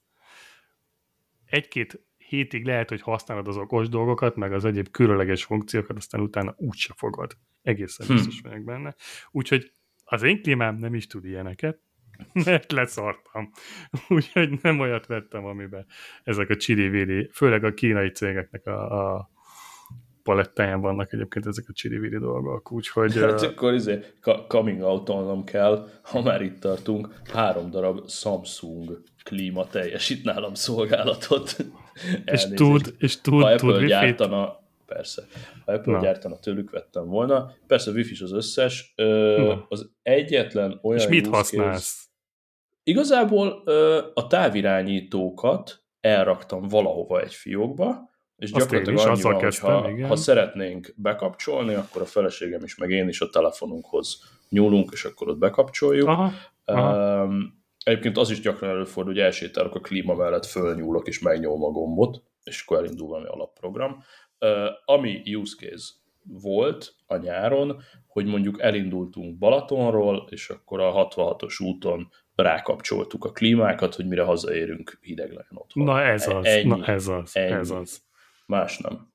Egy-két hétig lehet, hogy használod az okos dolgokat, meg az egyéb különleges funkciókat, aztán utána úgyse fogod. Egészen biztos vagyok benne. Úgyhogy az én klímám nem is tud ilyeneket, mert leszartam. Úgyhogy nem olyat vettem, amiben ezek a csili-vili, főleg a kínai cégeknek a, a palettáján vannak egyébként ezek a csili-vili dolgok. Úgyhogy... Hát akkor izé, coming out-olnom kell, ha már itt tartunk, három darab Samsung klíma teljesít nálam szolgálatot. És tud, és tud, ha tud Apple gyártana, persze, ha Apple Na. gyártana, tőlük vettem volna. Persze Wi-Fi-s az összes. Ö, az egyetlen olyan... És mit használsz? Igazából a távirányítókat elraktam valahova egy fiókba, és Azt gyakorlatilag annyi van, kezdtem, ha, ha szeretnénk bekapcsolni, akkor a feleségem is, meg én is a telefonunkhoz nyúlunk, és akkor ott bekapcsoljuk. Aha, aha. Um, egyébként az is gyakran előfordul, hogy elsétálok a klíma mellett, fölnyúlok, és megnyomom a gombot, és akkor elindul valami alapprogram. Uh, ami use case volt a nyáron, hogy mondjuk elindultunk Balatonról, és akkor a hatvanhatos úton rákapcsoltuk a klímákat, hogy mire hazaérünk, hideg legyen otthon. Na ez az, ennyi, na ez az, ennyi. ez az. Más nem.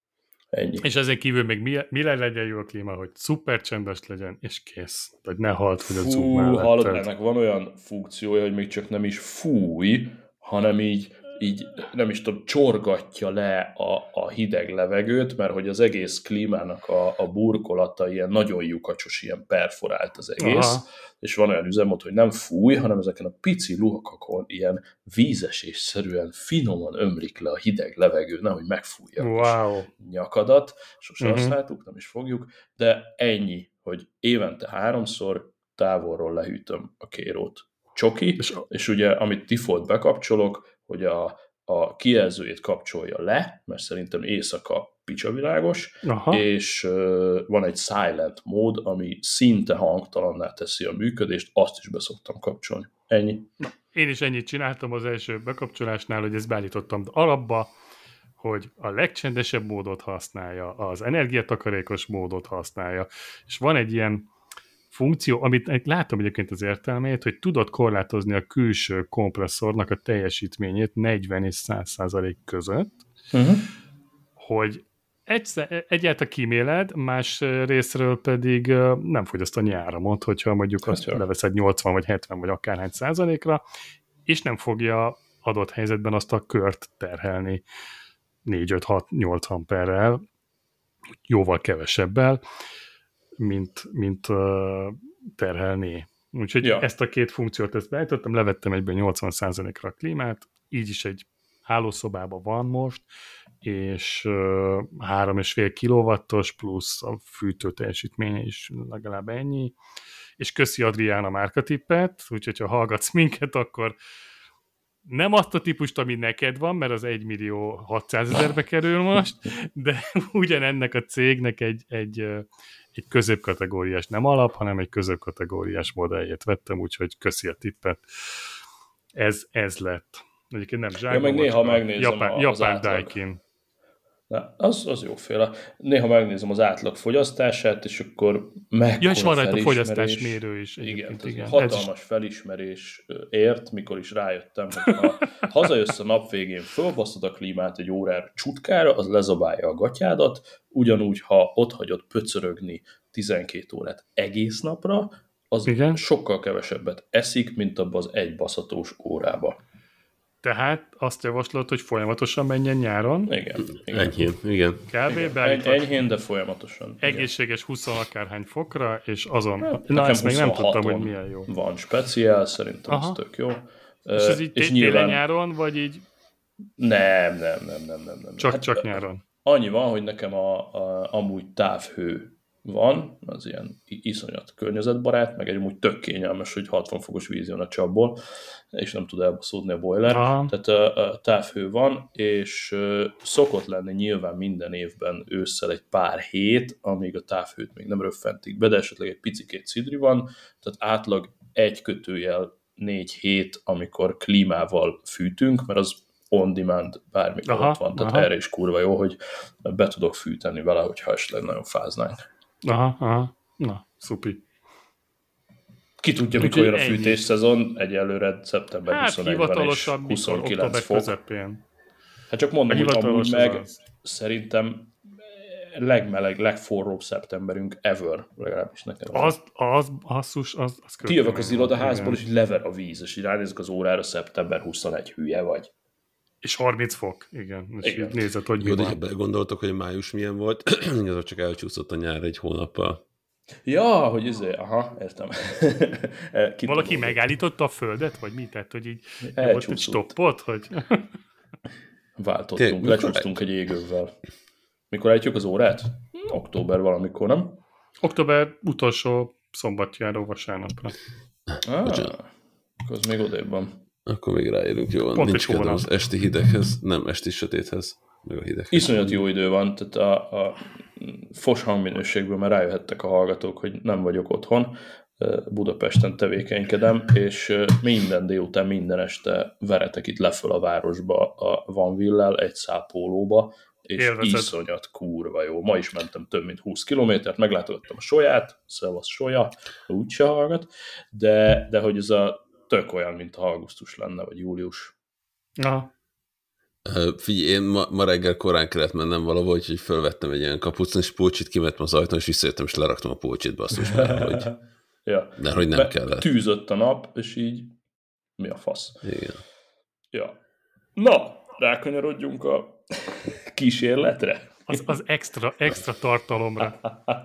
Ennyi. És ezen kívül még mi, mire legyen jó a klíma, hogy szuper csendes legyen, és kész. Vagy ne halt, hogy a zúg mellett. Hallod, ennek van olyan funkciója, hogy még csak nem is fúj, hanem így így nem is tudom, csorgatja le a, a hideg levegőt, mert hogy az egész klímának a, a burkolata ilyen nagyon lyukacsos, ilyen perforált az egész, Aha. és van olyan üzemmód, hogy nem fúj, hanem ezeken a pici luhakakon ilyen vízesésszerűen finoman ömlik le a hideg levegő, nehogy megfújja wow. a nyakadat, sose uh-huh. használtuk, nem is fogjuk, de ennyi, hogy évente háromszor távolról lehűtöm a kérót. Csoki, és, és ugye amit default bekapcsolok, hogy a, a kijelzőjét kapcsolja le, mert szerintem éjszaka picsavilágos, Aha. és uh, van egy silent mód, ami szinte hangtalanná teszi a működést, azt is beszoktam kapcsolni. Ennyi. Na, én is ennyit csináltam az első bekapcsolásnál, hogy ezt beállítottam alapba, hogy a legcsendesebb módot használja, az energiatakarékos módot használja, és van egy ilyen funkció, amit látom egyébként az értelmét, hogy tudod korlátozni a külső kompresszornak a teljesítményét negyven és száz százalék között, uh-huh. hogy egyszer, egyáltalán kíméled, más részről pedig nem fogyasztani áramot, hogyha mondjuk azt hát leveszed nyolcvan vagy hetven vagy akárhány százalékra, és nem fogja adott helyzetben azt a kört terhelni négy öt hat nyolc amperrel, jóval kevesebbel, mint, mint uh, terhelné. Úgyhogy ja. ezt a két funkciót ezt beállítottam, levettem egyből nyolcvan százalékra a klímát, így is egy hálószobában van most, és uh, három és fél kilowattos plusz a fűtő teljesítménye is legalább ennyi, és köszi Adrián a márkatippet, úgyhogy ha hallgatsz minket, akkor nem azt a típust, ami neked van, mert az egy millió hatszázezerbe kerül most, de ugyanennek a cégnek egy, egy, egy középkategóriás, nem alap, hanem egy középkategóriás modelljét vettem, úgyhogy köszi a tippet. Ez, ez lett. Egyébként nem zsákba, ja, meg néha megnézem Japán, a, Japán Daikin. Na, az, az jóféle. Néha megnézem az átlag fogyasztását, és akkor mekkora ja, és van rajta fogyasztásmérő is. Igen, igen, hatalmas felismerés ért, mikor is rájöttem, hogy ha hazajössz a nap végén, fölbaszod a klímát egy órára csutkára, az lezabálja a gatyádat, ugyanúgy, ha ott hagyod pöcörögni tizenkét órát egész napra, az igen? sokkal kevesebbet eszik, mint abban az egy baszatós órába. Tehát azt javaslod, hogy folyamatosan menjen nyáron? Igen. igen. Enyhén, igen. Kb. Eny- enyhén, de folyamatosan. Egészséges húsz akárhány fokra, és azon... Hát, na, ezt még nem tudtam, hogy milyen jó. Van speciál, szerintem Aha. ez tök jó. És ez így és nyilván... télen-nyáron, vagy így... Nem, nem, nem, nem, nem. nem. Csak, hát, csak nyáron. Annyi van, hogy nekem a, a, amúgy távhő van, az ilyen iszonyat környezetbarát, meg egy úgy tök kényelmes, hogy hatvan fokos víz jön a csapból, és nem tud elbaszódni a boiler. Aha. Tehát a, a távhő van, és szokott lenni nyilván minden évben ősszel egy pár hét, amíg a távhőt még nem röffentik be, de esetleg egy picikét szidri van, tehát átlag egy kötőjel négy hét, amikor klímával fűtünk, mert az on demand bármikor aha, ott van, tehát aha. erre is kurva jó, hogy be tudok fűteni vele, hogyha esetleg nagyon fáznánk. Aha, aha, na, szupi. Ki tudja, mikor jön a fűtés szezon, egyelőre szeptember hát, huszonegyben és huszonkilenc fok. Közepén. Hát csak mondom, hogy amúgy meg az. Szerintem legmeleg, legforróbb szeptemberünk ever, legalábbis nekem. Az, az, basszus, az, az kijövök az irodaházból, és lever a víz, és így ránézek az órára, szeptember huszonegy, hülye vagy. És harminc fok, igen. És igen. Nézed, hogy jó, de ha belegondoltok, hogy május milyen volt, az csak elcsúszott a nyár egy hónappal. Ja, hogy izé, aha, értem. Valaki megállította a földet, vagy mi? Tehát, hogy így volt egy stoppot, hogy... Váltottunk, lecsúsztunk egy égővel. Mikor állítjuk az órát? Október valamikor, nem? Október utolsó szombatjára, vasárnapra. Ah, akkor az még odébb van. Akkor még ráérünk, jó van. Nincs kedvem az esti hideghez, nem esti sötéthez, meg a hideghez. Iszonyat jó idő van, tehát a, a fos hangminőségből már rájöhettek a hallgatók, hogy nem vagyok otthon, Budapesten tevékenykedem, és minden délután, minden este veretek itt leföl a városba a Van Villel, egy szál pólóba, és élvezet. Iszonyat kurva jó. Ma is mentem több mint húsz kilométert, meglátogattam a Solyát, szevasz Solya, úgyse hallgat, de, de hogy ez a tök olyan, mint a augusztus lenne, vagy július. Aha. Figyelj, én ma, ma reggel korán kellett mennem valahol, úgyhogy fölvettem egy ilyen kapucnis pulcsit, kimettem az ajtón, és visszajöttem, és leraktam a pulcsit, basszus, mert hogy, ja. de hogy nem Be, kellett. Tűzött a nap, és így mi a fasz. Igen. Ja. Na, rákanyarodjunk a kísérletre. Az, az extra, extra tartalomra.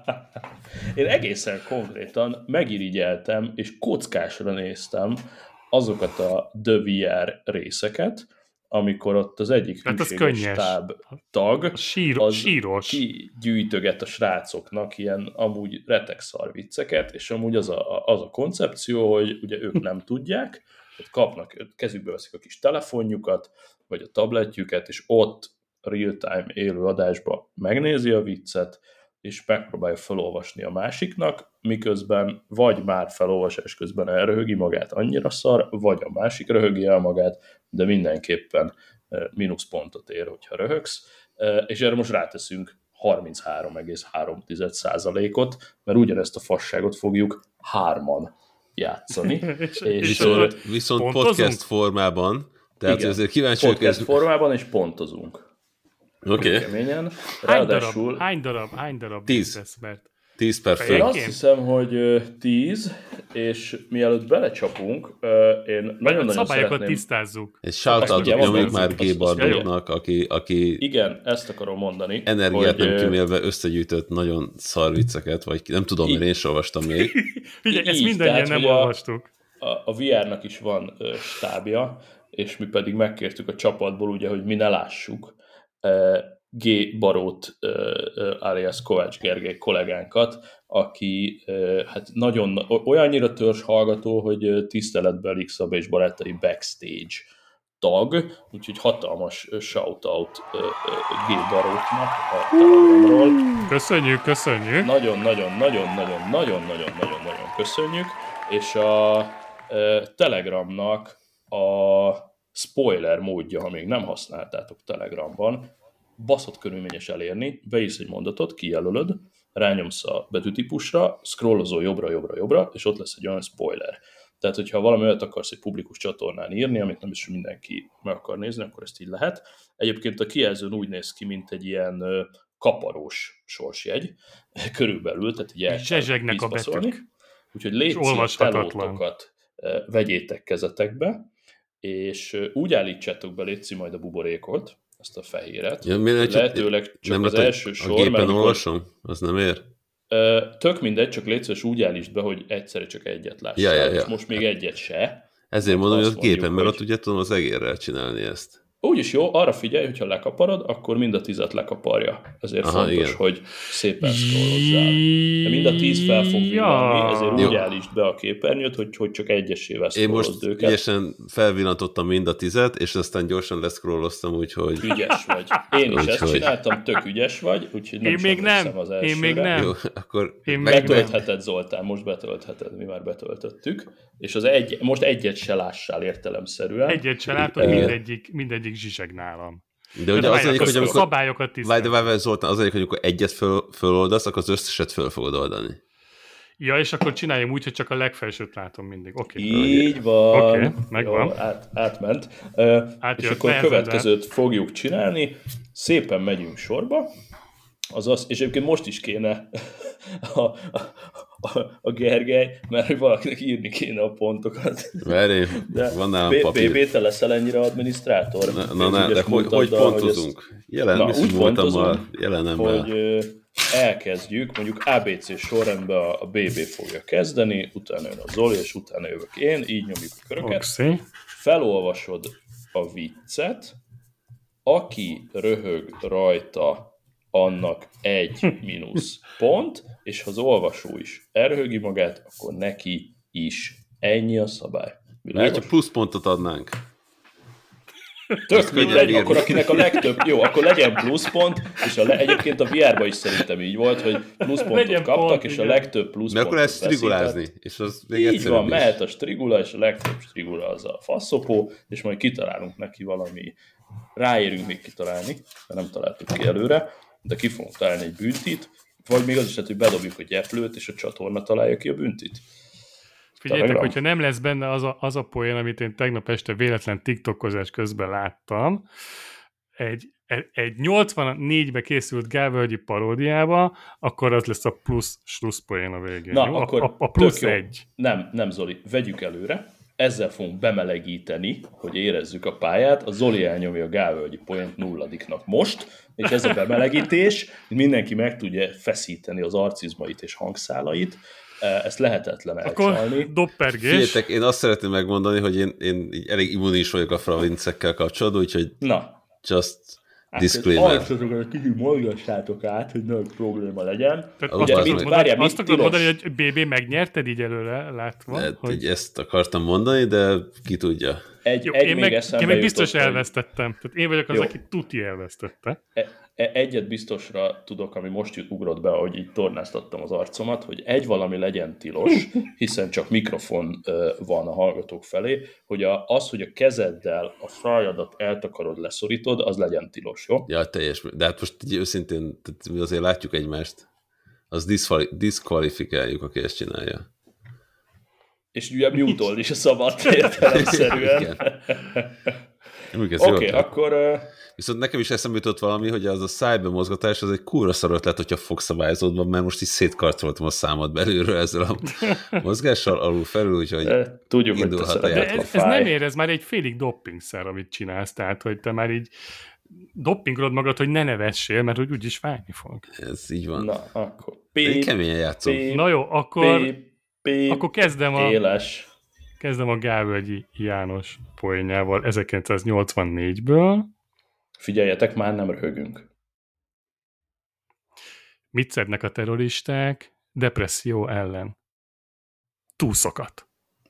Én egészen konkrétan megirigyeltem, és kockásra néztem azokat a The vé er részeket, amikor ott az egyik hát hűséges stáb tag Sír, az síros. kigyűjtöget a srácoknak ilyen amúgy retekszar vicceket, és amúgy az a, az a koncepció, hogy ugye ők nem tudják, hogy kapnak, kezükbe veszik a kis telefonjukat, vagy a tabletjüket, és ott real-time élő adásba megnézi a viccet, és megpróbálja felolvasni a másiknak, miközben vagy már felolvasás közben elröhögi magát annyira szar, vagy a másik röhögi el magát, de mindenképpen mínuszpontot ér, hogyha röhögsz. És erre most ráteszünk harminchárom egész három százalékot, mert ugyanezt a fasságot fogjuk hárman játszani. és, és viszont, viszont podcast formában, tehát igen, azért kíváncsi podcast ez... formában, és pontozunk. Oké. Okay. Keményen. Hány darab, hány darab, hány darab tíz. Lesz, mert tíz per fél. Én azt hiszem, hogy tíz, és mielőtt belecsapunk, én nagyon-nagyon szabályokat tisztázzuk. Egy shout-outot nyomjuk már G. Bardóknak, aki, aki igen, ezt akarom mondani. Energiát hogy, nem kimélve összegyűjtött nagyon szar vicceket, vagy nem tudom, mert én is olvastam még. Ugye, ezt mindannyian nem olvastuk. A, a, a vé er-nak is van uh, stábja, és mi pedig megkértük a csapatból, ugye, hogy mi ne lássuk G. Barót alias Kovács Gergely kollégánkat, aki hát nagyon olyannyira törzs hallgató, hogy tiszteletbeli Szabé és barátai backstage tag, úgyhogy hatalmas shoutout G. Barótnak a Telegramról. Köszönjük, köszönjük! Nagyon-nagyon-nagyon-nagyon-nagyon-nagyon-nagyon köszönjük, és a Telegramnak a spoiler módja, ha még nem használtátok Telegramban, baszott körülményes elérni, beírsz egy mondatot, kijelölöd, rányomsz a betűtípusra, scrollozol jobbra-jobbra-jobbra, és ott lesz egy olyan spoiler. Tehát, hogyha valami olyat akarsz egy publikus csatornán írni, amit nem is mindenki meg akar nézni, akkor ezt így lehet. Egyébként a kijelzőn úgy néz ki, mint egy ilyen kaparós sorsjegy, körülbelül, tehát így el zsezsegnek a betűk. Úgyhogy légy telótokat vegyétek kezetekbe, és úgy állítsátok be, létszi majd a buborékot, ezt a fehéret. Ja, lehetőleg csak nem az első a, sor. A gépen olvasom? Az nem ér? Tök mindegy, csak létszős úgy állítsd be, hogy egyszerre csak egyet lássál. Ja, ja, ja. És most még egyet se. Ezért mondom, hogy az gépen, mert hogy... ott ugye tudom az egérrel csinálni ezt. Úgyis jó, arra figyelj, hogyha lekaparod, akkor mind a tízet lekaparja. Ezért Aha, fontos, igen. hogy szépen scrollozzál. De mind a tíz fel fog villanni, ezért jó. úgy állítsd be a képernyőt, hogy, hogy csak egyesével scrollozd őket. Én most ügyesen felvillantottam mind a tízet, és aztán gyorsan leszcrolloztam, úgyhogy... Ügyes vagy. Én is úgy, ezt hogy... csináltam, tök ügyes vagy, úgyhogy nem én még nem. az elsőre. Én még nem. Jó, akkor én betöltheted, nem. Zoltán, most betöltheted, mi már betöltöttük. És az egy, most egyet se lássál értelemszerűen. Egyet se látod, mindegyik, mindegyik zsizseg nálam. De ugye az egyik, hogy amikor... Szabályokat tisztelt. Várj, várj, Zoltán, az egyik, hogy amikor egyet föl, föloldasz, akkor az összeset föl fogod oldani. Ja, és akkor csináljam úgy, hogy csak a legfelsőt látom mindig. Okay. Így van. Oké, okay, megvan. Jó, át, átment. Uh, és akkor a következőt fogjuk csinálni. Szépen megyünk sorba. Azaz, és egyébként most is kéne a, a, a, a Gergely, mert hogy valakinek írni kéne a pontokat. Várj, van nálam papír. bé bé, te leszel ennyire adminisztrátor? Na, na, na de hogy, hogy pontozunk? Ezt, Jelen, na, úgy pontozunk, hogy elkezdjük, mondjuk á bé cé sorrendben a bé bé fogja kezdeni, utána jön a Zoli, és utána jövök én, így nyomjuk a köröket. Okay. Felolvasod a viccet, aki röhög rajta, annak egy mínusz pont, és ha az olvasó is elröhögi magát, akkor neki is. Ennyi a szabály. Miért csak plusz pontot adnánk? Tök mindegy, akkor akinek a legtöbb, jó, akkor legyen pluszpont, és a le, egyébként a vé er-ban is szerintem így volt, hogy pluszpontot kaptak, pont, és igen. a legtöbb pluszpontot Mert akkor lehet strigulázni, és az még így van, is. Mehet a strigula, és a legtöbb strigula az a faszopó, és majd kitalálunk neki valami, ráérünk még kitalálni, mert nem találtuk ki előre, de ki fogunk találni egy büntit, vagy még az is lehet, hogy bedobjuk a gyeplőt, és a csatorna találja ki a büntit. Figyeljetek, hogyha nem lesz benne az a, az a poén, amit én tegnap este véletlen tiktokozás közben láttam, egy, egy nyolcvannégybe készült Gálvölgyi paródiába, akkor az lesz a plusz slusz poén a végén. Na, jó? akkor a, a plusz egy. Nem, nem Zoli, vegyük előre. Ezzel fogunk bemelegíteni, hogy érezzük a pályát. A Zoli elnyomja a Gálvölgyi poént nulladiknak most, és ez a bemelegítés, mindenki meg tudja feszíteni az arcizmait és hangszálait. Ezt lehetetlen elcsalni. Akkor doppergés. Figyeljetek, én azt szeretném megmondani, hogy én, én elég immunis vagyok a fravincekkel kapcsolatban, úgyhogy na. Just disclaimer. Arcotokat kicsit mozgassátok át, hogy nagy probléma legyen. Tehát ugye, azt, mit, várjál, azt akarod mondani, hogy bé bé megnyerted így előle látva? Hát, hogy... így ezt akartam mondani, de ki tudja. Egy, Jó, egy én, még meg, én meg biztos jutott, elvesztettem. Tehát én vagyok az, jó. aki tuti elvesztette. Egyet biztosra tudok, ami most jut, ugrott be, ahogy így tornáztattam az arcomat, hogy egy valami legyen tilos, hiszen csak mikrofon van a hallgatók felé, hogy az, hogy a kezeddel a szájadat eltakarod, leszorítod, az legyen tilos, jó? Ja, teljes. De hát most így őszintén, mi azért látjuk egymást, az diszkvalifikáljuk, aki ezt csinálja. És ugye mute-old is a szabad értelemszerűen. Oké, okay, akkor... Uh... Viszont nekem is eszembe jutott valami, hogy az a szájbe mozgatás, az egy kurva szar ötlet, hogyha fogszabályozód van, mert most is szétkarcoltam a számot belülről ezzel a mozgással alul felül, úgyhogy tudjuk, hogy te de ez, ez nem ér, ez már egy félig doppingszer, amit csinálsz, tehát, hogy te már így doppingolod magad, hogy ne nevessél, mert hogy úgyis fájni fog. Ez így van. Na, akkor... Én keményen játszom. Pép, Na jó, akkor, pép, akkor kezdem a... Éles. Kezdem a Gálvölgyi János poénjával ezerkilencszáznyolcvannégyből. Figyeljetek, már nem röhögünk. Mit szednek a terroristák depresszió ellen? Túszokat.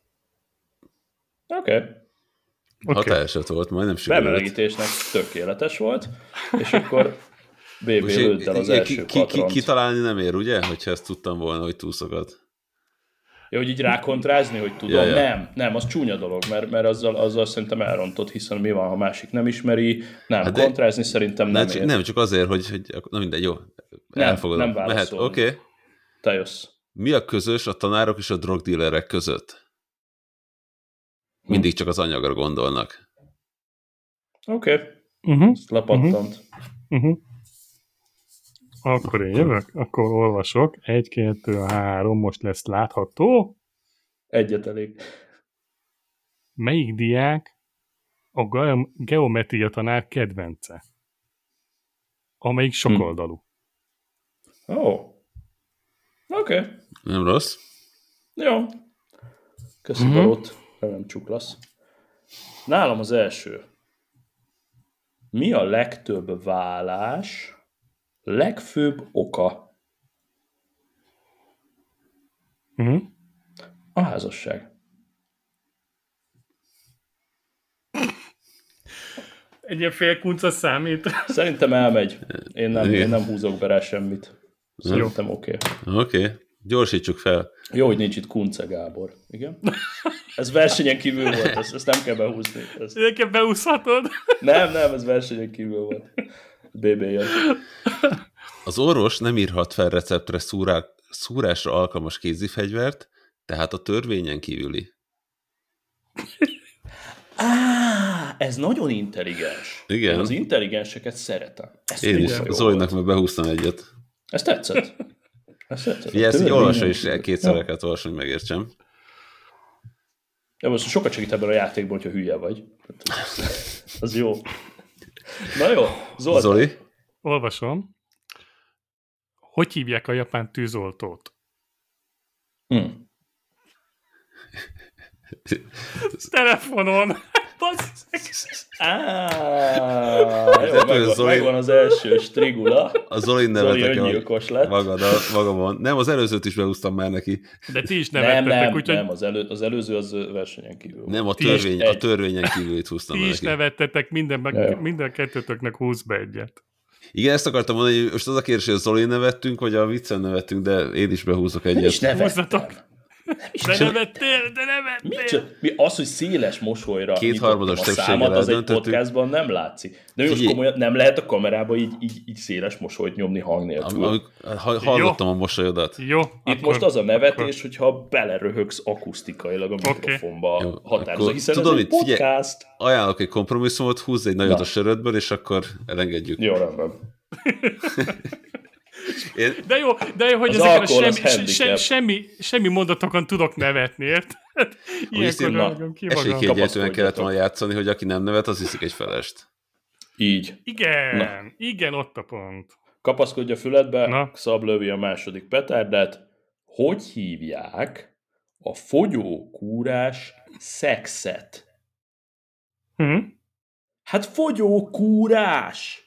Oké. Okay. Okay. Hatásot volt, majdnem sikerült. Bemelegítésnek tökéletes volt, és akkor bé bé lőtt el az első ki, patront. Ki, kitalálni nem ér, ugye? Hogyha ezt tudtam volna, hogy túszokat. Ja, hogy így rákontrázni, hogy tudom. Ja, ja. Nem, nem, az csúnya dolog, mert, mert azzal, azzal szerintem elrontott, hiszen mi van, ha másik nem ismeri. Nem, hát kontrázni szerintem nem ér. Nem, csak azért, hogy, hogy na mindegy, jó. Nem, elfogadom. nem válaszolom. Oké. Okay. Te jössz. Mi a közös a tanárok és a drogdílerek között? Mindig csak az anyagra gondolnak. Oké. Okay. Uh-huh. Ezt lepattant. Uh-huh. Uh-huh. Akkor én jövök, akkor olvasok. Egy, kettő, három, most lesz látható. Egyet elég. Melyik diák a geometria tanár kedvence? Amelyik sokoldalú. Ó. Oh. Oké. Okay. Nem rossz. Jó. Köszi, mm-hmm. Balót. Nem csuklasz. Nálam az első. Mi a legtöbb válás legfőbb oka? Uh-huh. A házasság. Egy ilyen fél kunca számít. Szerintem elmegy. Én nem, én nem húzok be rá semmit. Szerintem oké. Okay. Oké. Okay. Gyorsítsuk fel. Jó, hogy nincs itt Kunce Gábor. Igen? Ez versenyen kívül volt, ezt, ezt nem kell behúzni. Ezt... Nekem beúszhatod? Nem, nem, ez versenyen kívül volt. bé bé jön. Az orvos nem írhat fel receptre szúrá... szúrásra alkalmas kézifegyvert, tehát a törvényen kívüli. Á, ez nagyon intelligens. Igen. Én az intelligenseket szeretem. Ezt Én is Zolinak meg behúztam egyet. Ez tetszett. Ez tetszett. Ja, ezt így olvasva is kétszer kellett olvasni, hogy megértsem. Ja, most sokat segít ebben a játékban, hogyha hülye vagy. Az jó. Na jó, Zoltán. Zoli? Olvasom. Hogy hívják a japán tűzoltót? Hmm. Telefonon. Ah, jó, megvan, Zoli... megvan az első strigula. A Zoli nevetek öngyilkos lett. magamon. Nem, az előzőt is behúztam már neki. De ti is nevettetek. Nem, nem, úgyhogy... nem az, elő, az előző az versenyen kívül. Nem, a, törvény, a törvényen kívül itt húztam ti neki. is nevettetek, minden, meg, minden kettőtöknek húsz be egyet. Igen, ezt akartam mondani, hogy most az a kérdés, hogy a Zoli nevettünk, vagy a viccen nevettünk, de én is behúzok egyet. Nem is nevettem. De nevettél, de nevettél. Mi az, hogy széles mosolyra kétharmados többséggel az egy podcastban nem látszik. De most komolyan nem lehet a kamerába így, így, így széles mosolyt nyomni hang nélkül. Am, hallottam Jó. a mosolyodat. Jó. Itt akkor, most az a nevetés, akkor... hogyha beleröhögsz akusztikailag a mikrofonba okay. határozó, hiszen tudom, ez egy podcast. Figyelj, ajánlok egy kompromisszumot, húzz egy nagyot Na. a sörödből, és akkor elengedjük. Jó, rendben. Én... De jó, de jó, hogy ezeken semmi, se, semmi, semmi mondatokon tudok nevetni, érted? Ilyenkor rögöm ki magam. Esélykiegyeltően kellett volna játszani, hogy aki nem nevet, az hiszik egy felest. Így. Igen, Na. igen, ott a pont. Kapaszkodj a füledbe, Szab lövi a második petárdát. Hogy hívják a fogyókúrás szexet? Hm? Hát fogyókúrás!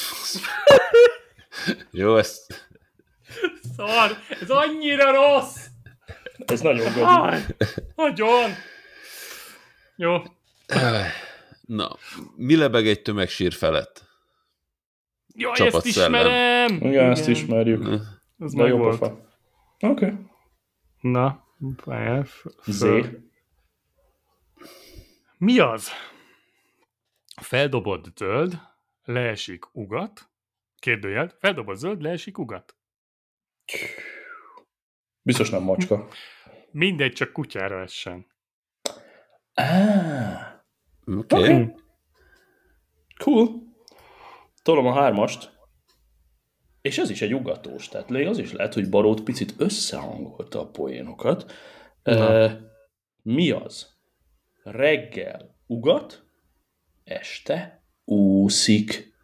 Jó, ezt... Szar! Ez annyira rossz! Ez nagyon gagyi. Nagyon! Jó. Na, mi lebeg egy tömegsír felett? Jaj, ezt ismerem! Igen, Igen, ezt ismerjük. Ez meg volt. Oké. Okay. Na, F. Z. Mi az? Feldobott zöld, leesik ugat, kérdőjel, feldobott zöld, leesik ugat. Biztos nem macska. Mindegy, csak kutyára essen. Ah, Oké. Okay. Okay. Cool. Tolom a hármast. És ez is egy ugatós. Tehát az is lehet, hogy Barót picit összehangolta a poénokat. Uh, mi az? Reggel ugat, este úszik.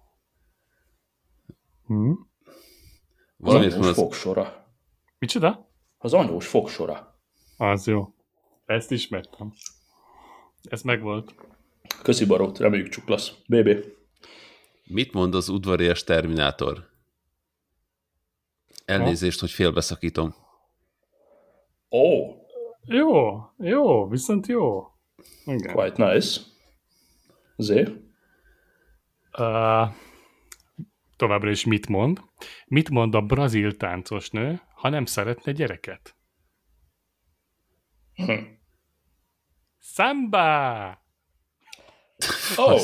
Hmm. Az anyós fogsora. Micsoda? Az anyós fogsora. Az jó. Ezt ismertem. Ez megvolt. Köszi Barót, reméljük csuklasz. bé bé. Mit mond az udvarias terminátor? Elnézést, ha? hogy félbeszakítom. Ó. Oh. Jó, jó, viszont jó. Igen. Quite nice. Zé? Uh, továbbra is mit mond? Mit mond a brazil táncosnő, ha nem szeretne gyereket? Hm. Samba! Oh.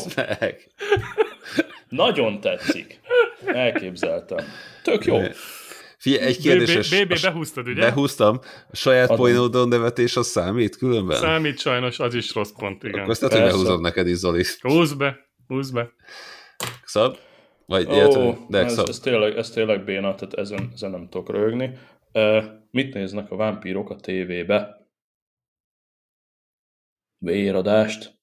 Nagyon tetszik. Elképzeltem. Tök jó. Figyelj, egy kérdéses... bé bé behúztad, ugye? Behúztam. A saját poénodon nevetés az számít különben? Számít sajnos, az is rossz pont, igen. Akkor azt lehet, hogy behúzod neked is, Zoli. Húzz be, húzz be. Szab? Vagy oh, ilyet, de ez, ez, tényleg, ez tényleg béna, tehát ezen, ezen nem tudok röhögni. Uh, mit néznek a vámpírok a tévébe? Véradást.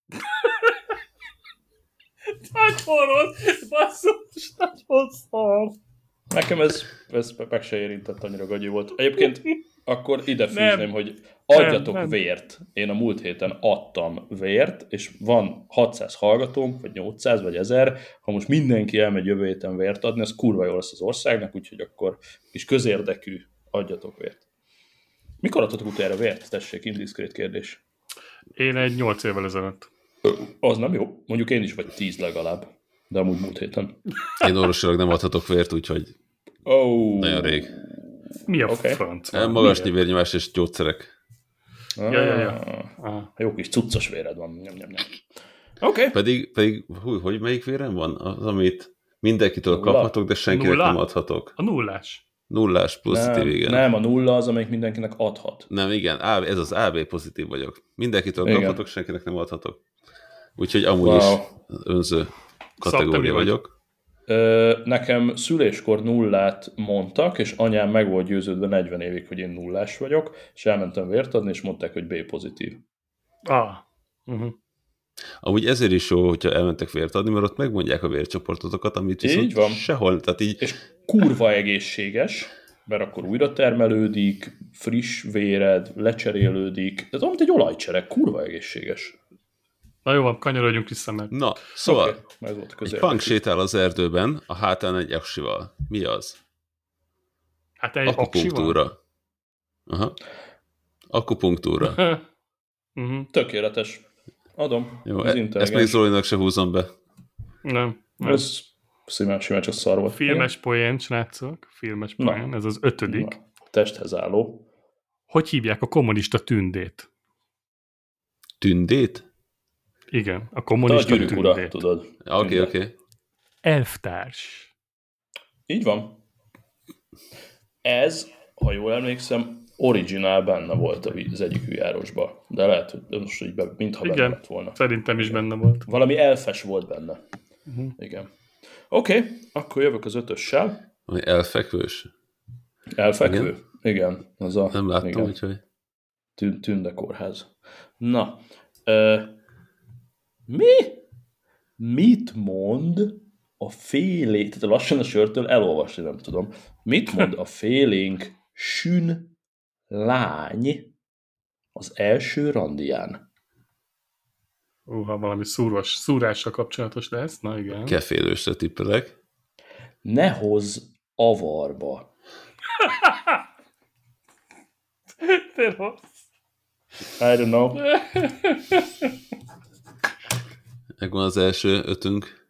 Nagyon rossz, basszus, nagyon szar. Nekem ez, ez meg se érintett, annyira gagyi volt. Egyébként akkor ide fűzném, hogy adjatok nem, nem. vért. Én a múlt héten adtam vért, és van hatszáz hallgatónk, vagy nyolcszáz, vagy ezer. Ha most mindenki elmegy jövő héten vért adni, az kurva jó lesz az országnak, úgyhogy akkor kis közérdekű adjatok vért. Mikor adtatok utoljára vért? Tessék, indiszkrét kérdés. Én egy nyolc évvel ezelőtt. Az nem jó. Mondjuk én is vagy tíz legalább. De amúgy múlt héten. Én orvosilag nem adhatok vért, úgyhogy oh. nagyon rég. Mi a okay. franc? Magasnyi vérnyomás és gyógyszerek. Ah, ja, ja, ja. Ah, jó kis cuccos véred van. Nem, nem, nem. Oké. Okay. Pedig, pedig hú, hogy melyik vérem van? Az, amit mindenkitől nulla. Kaphatok, de senkinek nulla? Nem adhatok. A nullás. Nullás pozitív, nem, igen. Nem, a nulla az, amelyik mindenkinek adhat. Nem, igen, ez az á bé pozitív vagyok. Mindenkitől igen. Kaphatok, senkinek nem adhatok. Úgyhogy amúgy wow. is önző kategória vagyok. Ö, nekem szüléskor nullát mondtak, és anyám meg volt győződve negyven évig, hogy én nullás vagyok, és elmentem vért adni, és mondták, hogy B pozitív. Ah. Uh-huh. Amúgy ezért is jó, hogyha elmentek vért adni, mert ott megmondják a vércsoportotokat, amit viszont így van. Sehol. Tehát így... És kurva egészséges, mert akkor újra termelődik, friss véred, lecserélődik, ez amit egy olajcsere, kurva egészséges. Na jó van, kanyarodjunk vissza meg. Na, szóval okay. egy punk sétál az erdőben, a hátán egy aksival. Mi az? Hát egy akupunktúra. Aha. Akupunktúra. uh-huh. Tökéletes. Adom. Jó, e- ezt még Zolinak se húzom be. Nem. nem. Ez simán, simán csak szar volt. Filmes poén, srácok. Filmes poén, ez az ötödik. Na. Testhez álló. Hogy hívják a kommunista tündét? Tündét? Igen, a kommunista a tündét. Ura, tudod. Oké, oké. Okay, okay. Elvtárs. Így van. Ez, ha jól emlékszem, originál benne volt az egyik hülyárosban. De lehet, hogy most így be, mintha igen, benne lett volna. Szerintem is benne volt. Valami elfes volt benne. Uh-huh. Igen. Oké, okay, akkor jövök az ötössel. Ami elfekvős. Elfekvő? Igen. igen az a, Nem láttam, igen. úgyhogy. Tün- Tündekórház. Na. Uh, mi? Mit mond a félénk, tehát lassan a sörtől elolvasni nem tudom. Mit mond a félénk sün lány az első randián? Ó, ha valami szúros, szúrással kapcsolatos lesz, na igen. Kefélősre tippelek. Ne hozz avarba. Te rossz. I don't know. Megvan az első ötünk.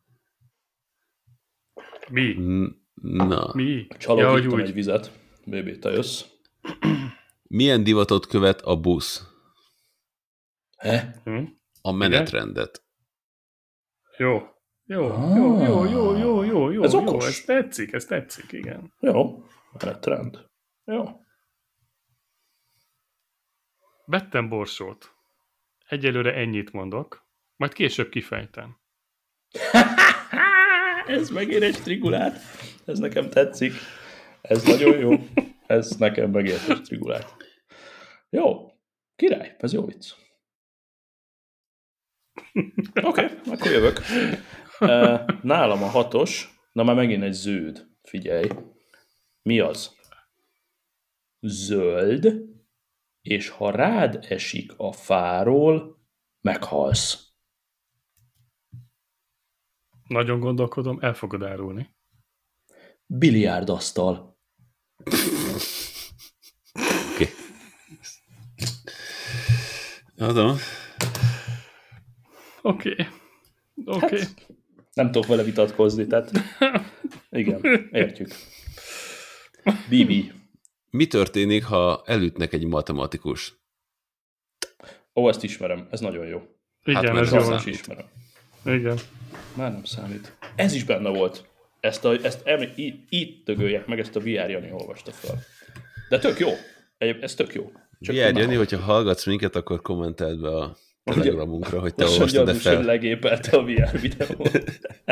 Mi? Na. Mi? Csalódítom ja, egy vizet. Baby, te jössz. Milyen divatot követ a busz? He? Hm? A menetrendet. Jó. Jó, ah. jó, jó, jó, jó, jó, jó, ez jó, ez tetszik, ez tetszik, igen. Jó, menetrend. Jó. Vettem borsót. Egyelőre ennyit mondok, majd később kifejtem. Ez megér egy strigulát. Ez nekem tetszik. Ez nagyon jó. Ez nekem megér egy strigulát. Jó. Király. Ez jó vicc. Oké, okay, akkor jövök. Nálam a hatos. Na már megint egy zöld. Figyelj. Mi az? Zöld, és ha rád esik a fáról, meghalsz. Nagyon gondolkodom, el fogod árulni. Biliárdasztal. Oké. Okay. Adom. Oké. Okay. Oké. Okay. Hát, nem tudok vele vitatkozni, tehát igen, értjük. Bibi. Mi történik, ha elütnek egy matematikus? Ó, ezt ismerem, ez nagyon jó. Igen, hát, ez jó. Ezt ismerem. Igen. Már nem számít. Ez is benne volt. Ezt, a, ezt eml- itt, itt tögöljek meg, ezt a vé er Jani olvasta fel. De tök jó. Ez tök jó. vé er Jani, hogyha hallgatsz minket, akkor kommenteld be a Telegramunkra, hogy te olvastad de fel. Lassan legépelte a vé er videót.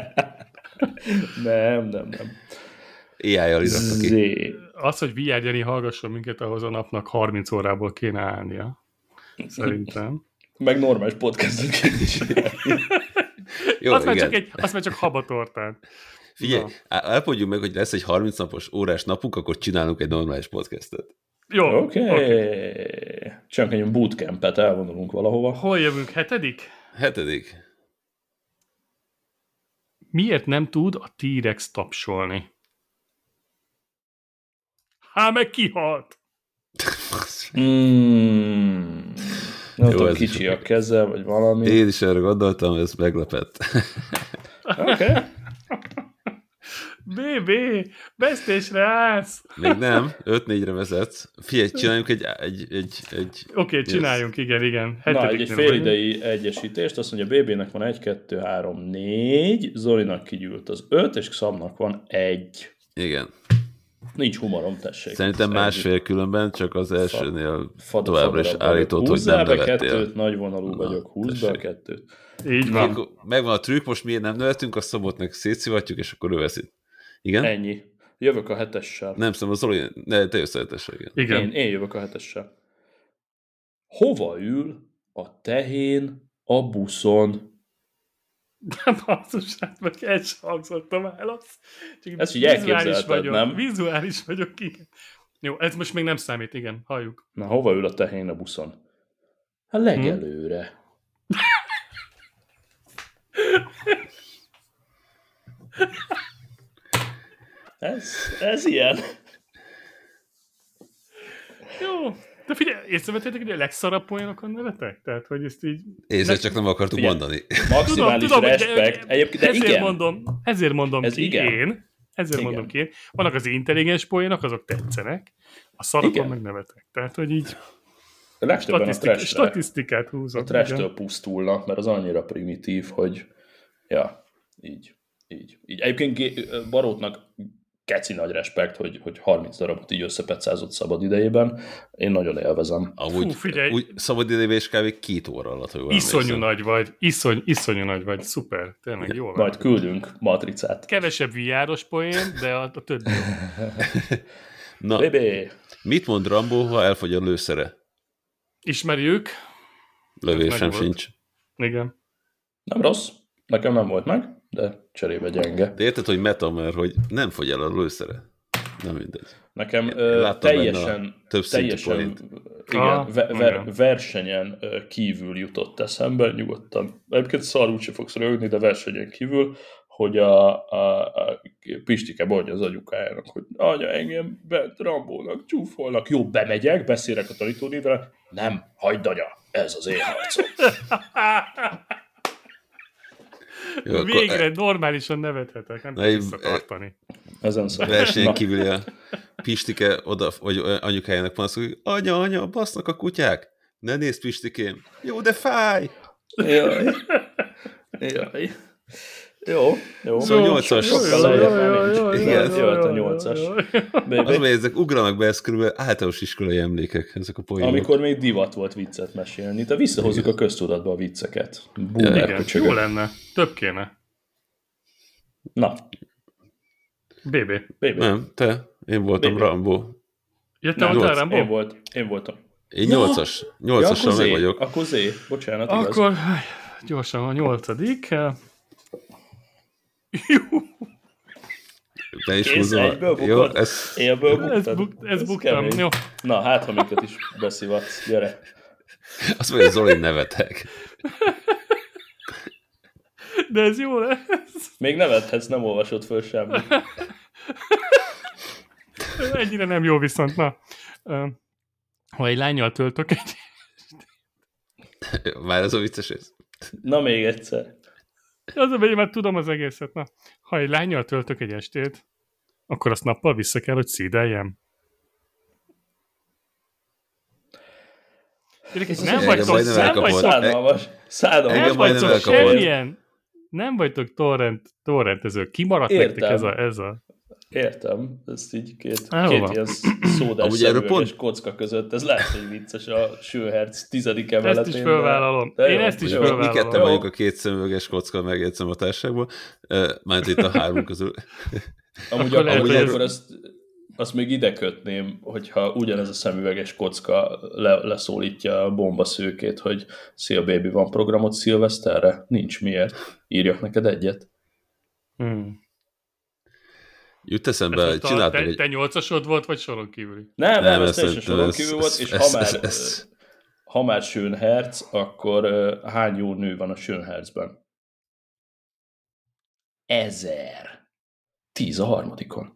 nem, nem, nem. á i-jal irattak ki. Az, hogy vé er Jani hallgasson minket, ahhoz a napnak harminc órából kéne állnia. Szerintem. Meg normális podcastunk is. Jó, azt, már csak egy, azt már csak habatortán. Figyelj, elpondjuk meg, hogy lesz egy harminc napos órás napunk, akkor csinálunk egy normális podcastet. Jó. Oké. Okay. Okay. Csak egy bootcampet elvonulunk valahova. Hol jövünk? Hetedik? Hetedik. Miért nem tud a T-Rex tapsolni? Há, meg kihalt! Hmm. Nem tudom, kicsi a keze, vagy valami. Én is erre gondoltam, ez meglepett. Oké. Okay. bé bé, vesztésre állsz! Még nem, öt négyre vezetsz. Figyelj, csináljunk egy... egy, egy, egy Oké, okay, csináljunk, yes. igen, igen. Na, egy, egy félidei egyesítést, azt mondja, bé bének van egy, kettő, három, négy, Zolinak kigyűlt az öt, és Xamnak van egy. Igen. Nincs humorom, tessék. Szerintem másfél egy. Különben, csak az elsőnél Fa, továbbra is állított, hogy nem nevettél. Kettőt, nagy vonalú vagyok, húzd be a kettőt. Így van. Akkor megvan a trükk, most miért nem nevetünk, a Szabotnak szétszivatjuk, és akkor ő veszít. Igen? Ennyi. Jövök a hetessel. Nem, szerintem a Zoli, ne, te jössz a hetessel. Igen. igen. Én, én jövök a hetessel. Hova ül a tehén a buszon? Basszus, hát meg egy sem hangzott a válasz. Ezt így elképzelted, vagyok, nem? Vizuális vagyok, igen. Jó, ez most még nem számít, igen, halljuk. Na, hova ül a tehén a buszon? A legelőre. ez, ez ilyen. Jó. De figyelj, észrevettétek, hogy a legszarabb poénokon nevetek? Tehát, hogy ezt így... Észre, csak nem akartuk figyelj, mondani. Maximális tudom, tudom, respekt. De, Egyébként, de ezért igen. Mondom, ezért mondom ez ki igen. én. Ezért igen. mondom ki én. Vannak az intelligens poénok, azok tetszenek. A szarakon meg nevetek. Tehát, hogy így... A Statisztik, a statisztikát húzok. A trash-től pusztulnak, mert az annyira primitív, hogy... Ja, így. Így. így. Egyébként Barótnak keci nagy respekt, hogy, hogy harminc darabot így összepecázott szabad idejében. Én nagyon élvezem. Amúgy Fú, úgy szabad idejében is kb. két óra alatt, hogy iszonyú nagy vagy, iszony, iszonyú nagy vagy, szuper, tényleg jó. Majd küldünk matricát. Kevesebb vé er-os poén, de a, a többi. Na, Bébé. Mit mond Rambo, ha elfogy a lőszere? Ismerjük. Lövésem sincs. Igen. Nem rossz. Nekem nem volt meg, de cserébe gyenge. De érted, hogy meta, mert hogy nem fogy el a lőszere. Nem mindegy. Nekem ö, teljesen, teljesen igen, ah, ve, ver, versenyen kívül jutott eszembe, nyugodtan. Egyébként szar úgyse fogsz rögni, de versenyen kívül, hogy a, a, a Pistike mondja az anyukájának, hogy anya, engem bent Rambónak csúfolnak. Jó, bemegyek, beszélek a tanítónévvel. Nem, hagyd anya, ez az én harcom. Jó, végre akkor... normálisan nevethetek, nem tudom visszatartani. Ezen szóval. Versenyen kívüli a Pistike oda, vagy anyukájának panaszol, hogy anya, anya, basznak a kutyák. Ne nézd, Pistikém. Jó, de fáj. Jaj. Jaj. Jó, jó. Szóval nyolcas. Igen, jöhet a nyolcas. Az, hogy ezek ugranak be, ez körülbelül általános iskolai emlékek, ezek a poénok. Amikor még divat volt viccet mesélni, de visszahozzuk a köztudatba a vicceket. Igen, jó lenne. Több kéne. Na. bé bé. bé bé. Nem, te. Én voltam bé bé. Rambo. Jöttem voltál Rambo? Én, volt, én voltam. Én nyolcas. Nyolcassal meg vagyok. Akkor Zé. Bocsánat, igaz. Akkor gyorsan a nyolcadik. Jó. Te is húzol. Jó, ez... Élből buktad. Ez, buk, ez, ez buktam, jó. Na, hát, ha minket is beszivatsz, gyere. Azt mondja, Zoli, nevetek. De ez jó lesz. Még nevethetsz, nem olvasod föl semmit. Ennyire nem jó viszont, na. Ha egy lánnyal töltök egy... Már ez a vicces ez? Na, még egyszer. Az a én már tudom az egészet. Na. Ha egy lánnyal töltök egy estét, akkor azt nappal vissza kell, hogy szídeljem. Nem vagytok, nem vagytok, nem vagytok semmilyen, nem vagytok torrent, torrentezők. Kimaradt nektek ez a, ez a... Értem, ezt így két, két ilyen szódás szemüveges pont... kocka között, ez lehet, hogy vicces a Sőherc tizedik emeletén. Ezt is fölvállalom. Én jó, ezt is fölvállalom. Mi ketten vagyunk a két szemüveges kocka, megjegyzem a társágból, már itt a három közül. Amúgy akkor, amúgy lehet, akkor ezt, azt még ide kötném, hogyha ugyanez a szemüveges kocka le, leszólítja a bombaszőkét, hogy szia baby, van programot szilveszterre? Nincs, miért? Írjak neked egyet. Hmm. Jut eszembe, csináltak te, egy... Te nyolcasod volt, vagy soron kívüli? Nem, nem, ez teljesen soron kívül volt, és ha már, ha már Schönherz, akkor uh, hány jó nő van a Schönherzben? Ezer. Tíz a harmadikon.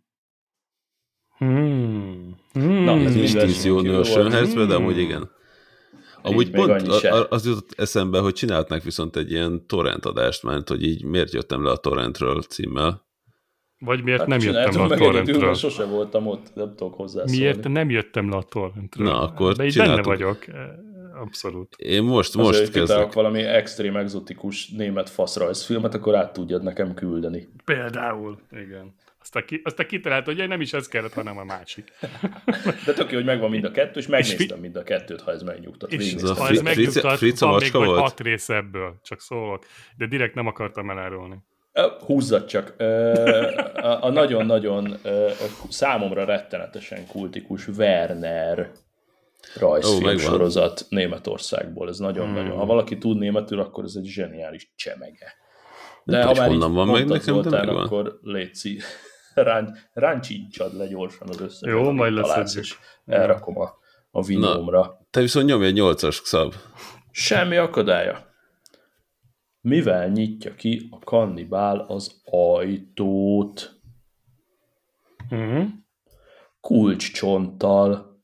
Hmm. Hmm. Na, ez is tíz jó nő a Schönherzben, de amúgy igen. Amúgy pont az jutott eszembe, hogy csinálhatnánk viszont egy ilyen torrent adást, mert hogy így miért jöttem le a torrentről címmel. Vagy miért hát nem jöttem le a torrentről. Meg sosem voltam ott, nem tudok hozzászólni. Miért nem jöttem le a torrentről? Na, akkor de így benne vagyok. Abszolút. Én most, most Azért, kezdek. valami extrém exotikus német faszrajzfilmet, akkor át tudjad nekem küldeni. Például, igen. Aztán, ki, aztán kitalált, hogy nem is ez kellett, hanem a másik. De tök jó, hogy megvan mind a kettő, és megnéztem és mind a kettőt, ha ez megnyugtat. És ez ha ez megnyugtat, Fritz, van még vagy hat rész ebből, csak szólok. De direkt nem akartam elárulni. Húzzad csak. A nagyon-nagyon a számomra rettenetesen kultikus Werner rajzfilmsorozat oh, Németországból. Ez nagyon-nagyon. Hmm. Ha valaki tud németül, akkor ez egy zseniális csemege. De nem ha már így van meg nekem, Zoltán, akkor létszi. Ráncsincsad le gyorsan az összes. Jó, majd lesz, és elrakom a, a vinómra. Na, te viszont nyomj egy nyolcas, Szab. Semmi akadálya. Mivel nyitja ki a kannibál az ajtót? Uh-huh. Kulcscsonttal.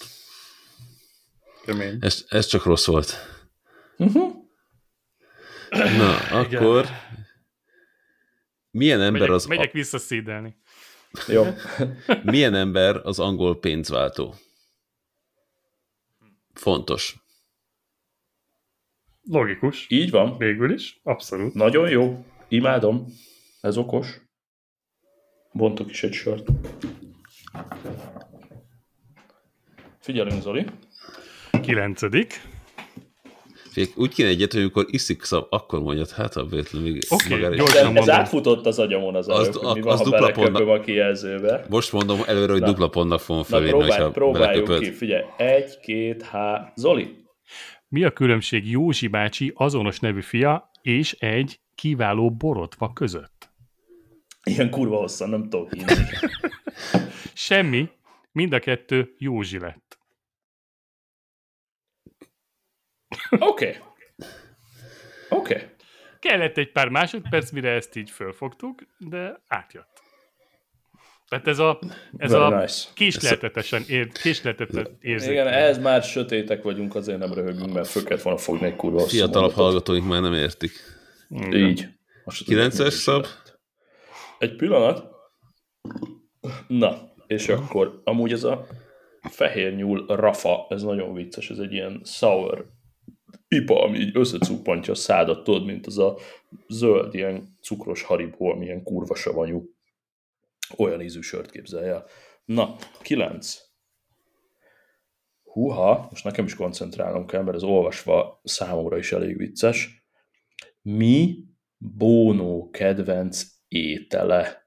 Kemény. Ez, ez csak rossz volt. Uh-huh. Na, akkor milyen ember megyek, az... Megyek vissza szídelni. Jó. Milyen ember az angol pénzváltó? Fontos. Logikus. Így van. Végül is. Abszolút. Nagyon jó. Imádom. Ez okos. Bontok is egy sört. Figyelünk, Zoli. Kilencedik. Úgy kéne egyet, hogy amikor iszik Szab, akkor mondjad, hát a véletlenül még... Oké, okay, gyorsan Ez átfutott az agyamon az előbb, hogy mi van, ha beleköpöm a kijelzőbe. Most mondom előre, hogy na. dupla pontnak fogom felírni, próbálj, hogyha próbáljuk beleköpöd. Ki, figyelj. Egy, két, há... Zoli. Mi a különbség Józsi bácsi azonos nevű fia és egy kiváló borotva között? Ilyen kurva hosszan, nem tudok hinni. Semmi, mind a kettő Józsi lett. Oké. Okay. Oké. Okay. Kellett egy pár másodperc, mire ezt így fölfogtuk, de átjött. Tehát ez a, ez a nice. késleltetesen ér, késleltetesen érzékeny. Igen, ehhez már sötétek vagyunk, azért nem röhögünk, mert föl kellett volna fogni egy kurva hosszú fiatalabb hallgatóink már nem értik. Igen. Így. kilences Szab? Egy pillanat. Na, és hmm. akkor amúgy ez a fehér nyúl Rafa, ez nagyon vicces, ez egy ilyen sour pipa, ami így összecuppantja a szádat, tudod, mint az a zöld, ilyen cukros Haribo, ami ilyen kurva savanyú. Olyan ízű sört képzelj el. Na, kilenc. Húha, most nekem is koncentrálnom kell, mert ez olvasva számomra is elég vicces. Mi Bono kedvenc étele?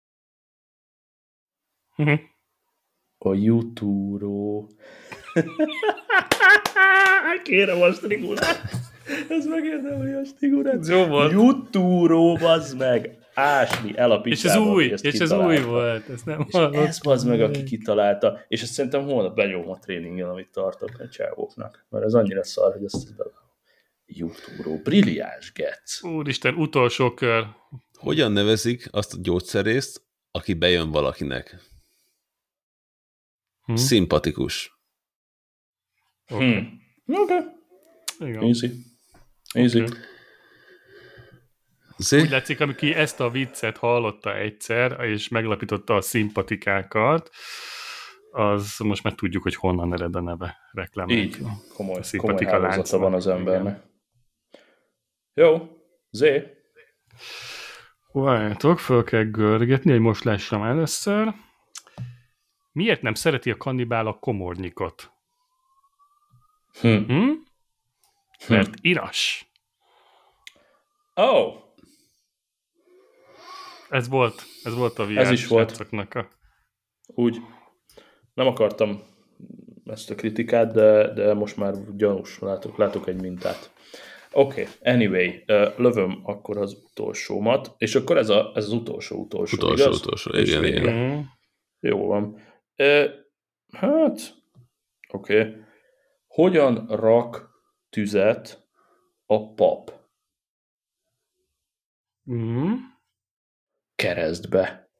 Uh-huh. A jutúró. Kérem a strigulát. Ez megérdemli a strigulát. Jutúró, bazd meg. Ásni el a picsába. És ez új, és ez új volt. Ez nem és ez bazd meg, aki kitalálta. És ezt szerintem holnap benyom a tréningen, amit tartok a csávóknak. Mert ez annyira szar, hogy ezt be. Jutúró. Brilliáns gec. Úristen, utolsó kör. Hogyan nevezik azt a gyógyszerészt, aki bejön valakinek? Hmm. Szimpatikus. Oké. Okay. Okay. Easy. Easy. Okay. Úgy látszik, aki ezt a viccet hallotta egyszer, és meglapította a szimpatikákat, az most már tudjuk, hogy honnan ered a neve reklámnak. Így. Komoly, komoly hálózata van az embernek. Igen. Jó. Zé. Várjátok, föl kell görgetni, hogy most lássam először. Miért nem szereti a kannibál a komornyikot? Hm. Hm? Mert iras. Oh. Ez volt, ez volt a ez is volt. A... Úgy. Nem akartam ezt a kritikát, de, de most már gyanús. Látok, látok egy mintát. Oké, okay. Anyway, uh, lövöm akkor az utolsómat, és akkor ez, a, ez az utolsó utolsó, Utolsó, igaz? utolsó, igen, igen. Mm. Jó van. Uh, hát, oké. Okay. Hogyan rak tüzet a pap? Mm. Keresztbe.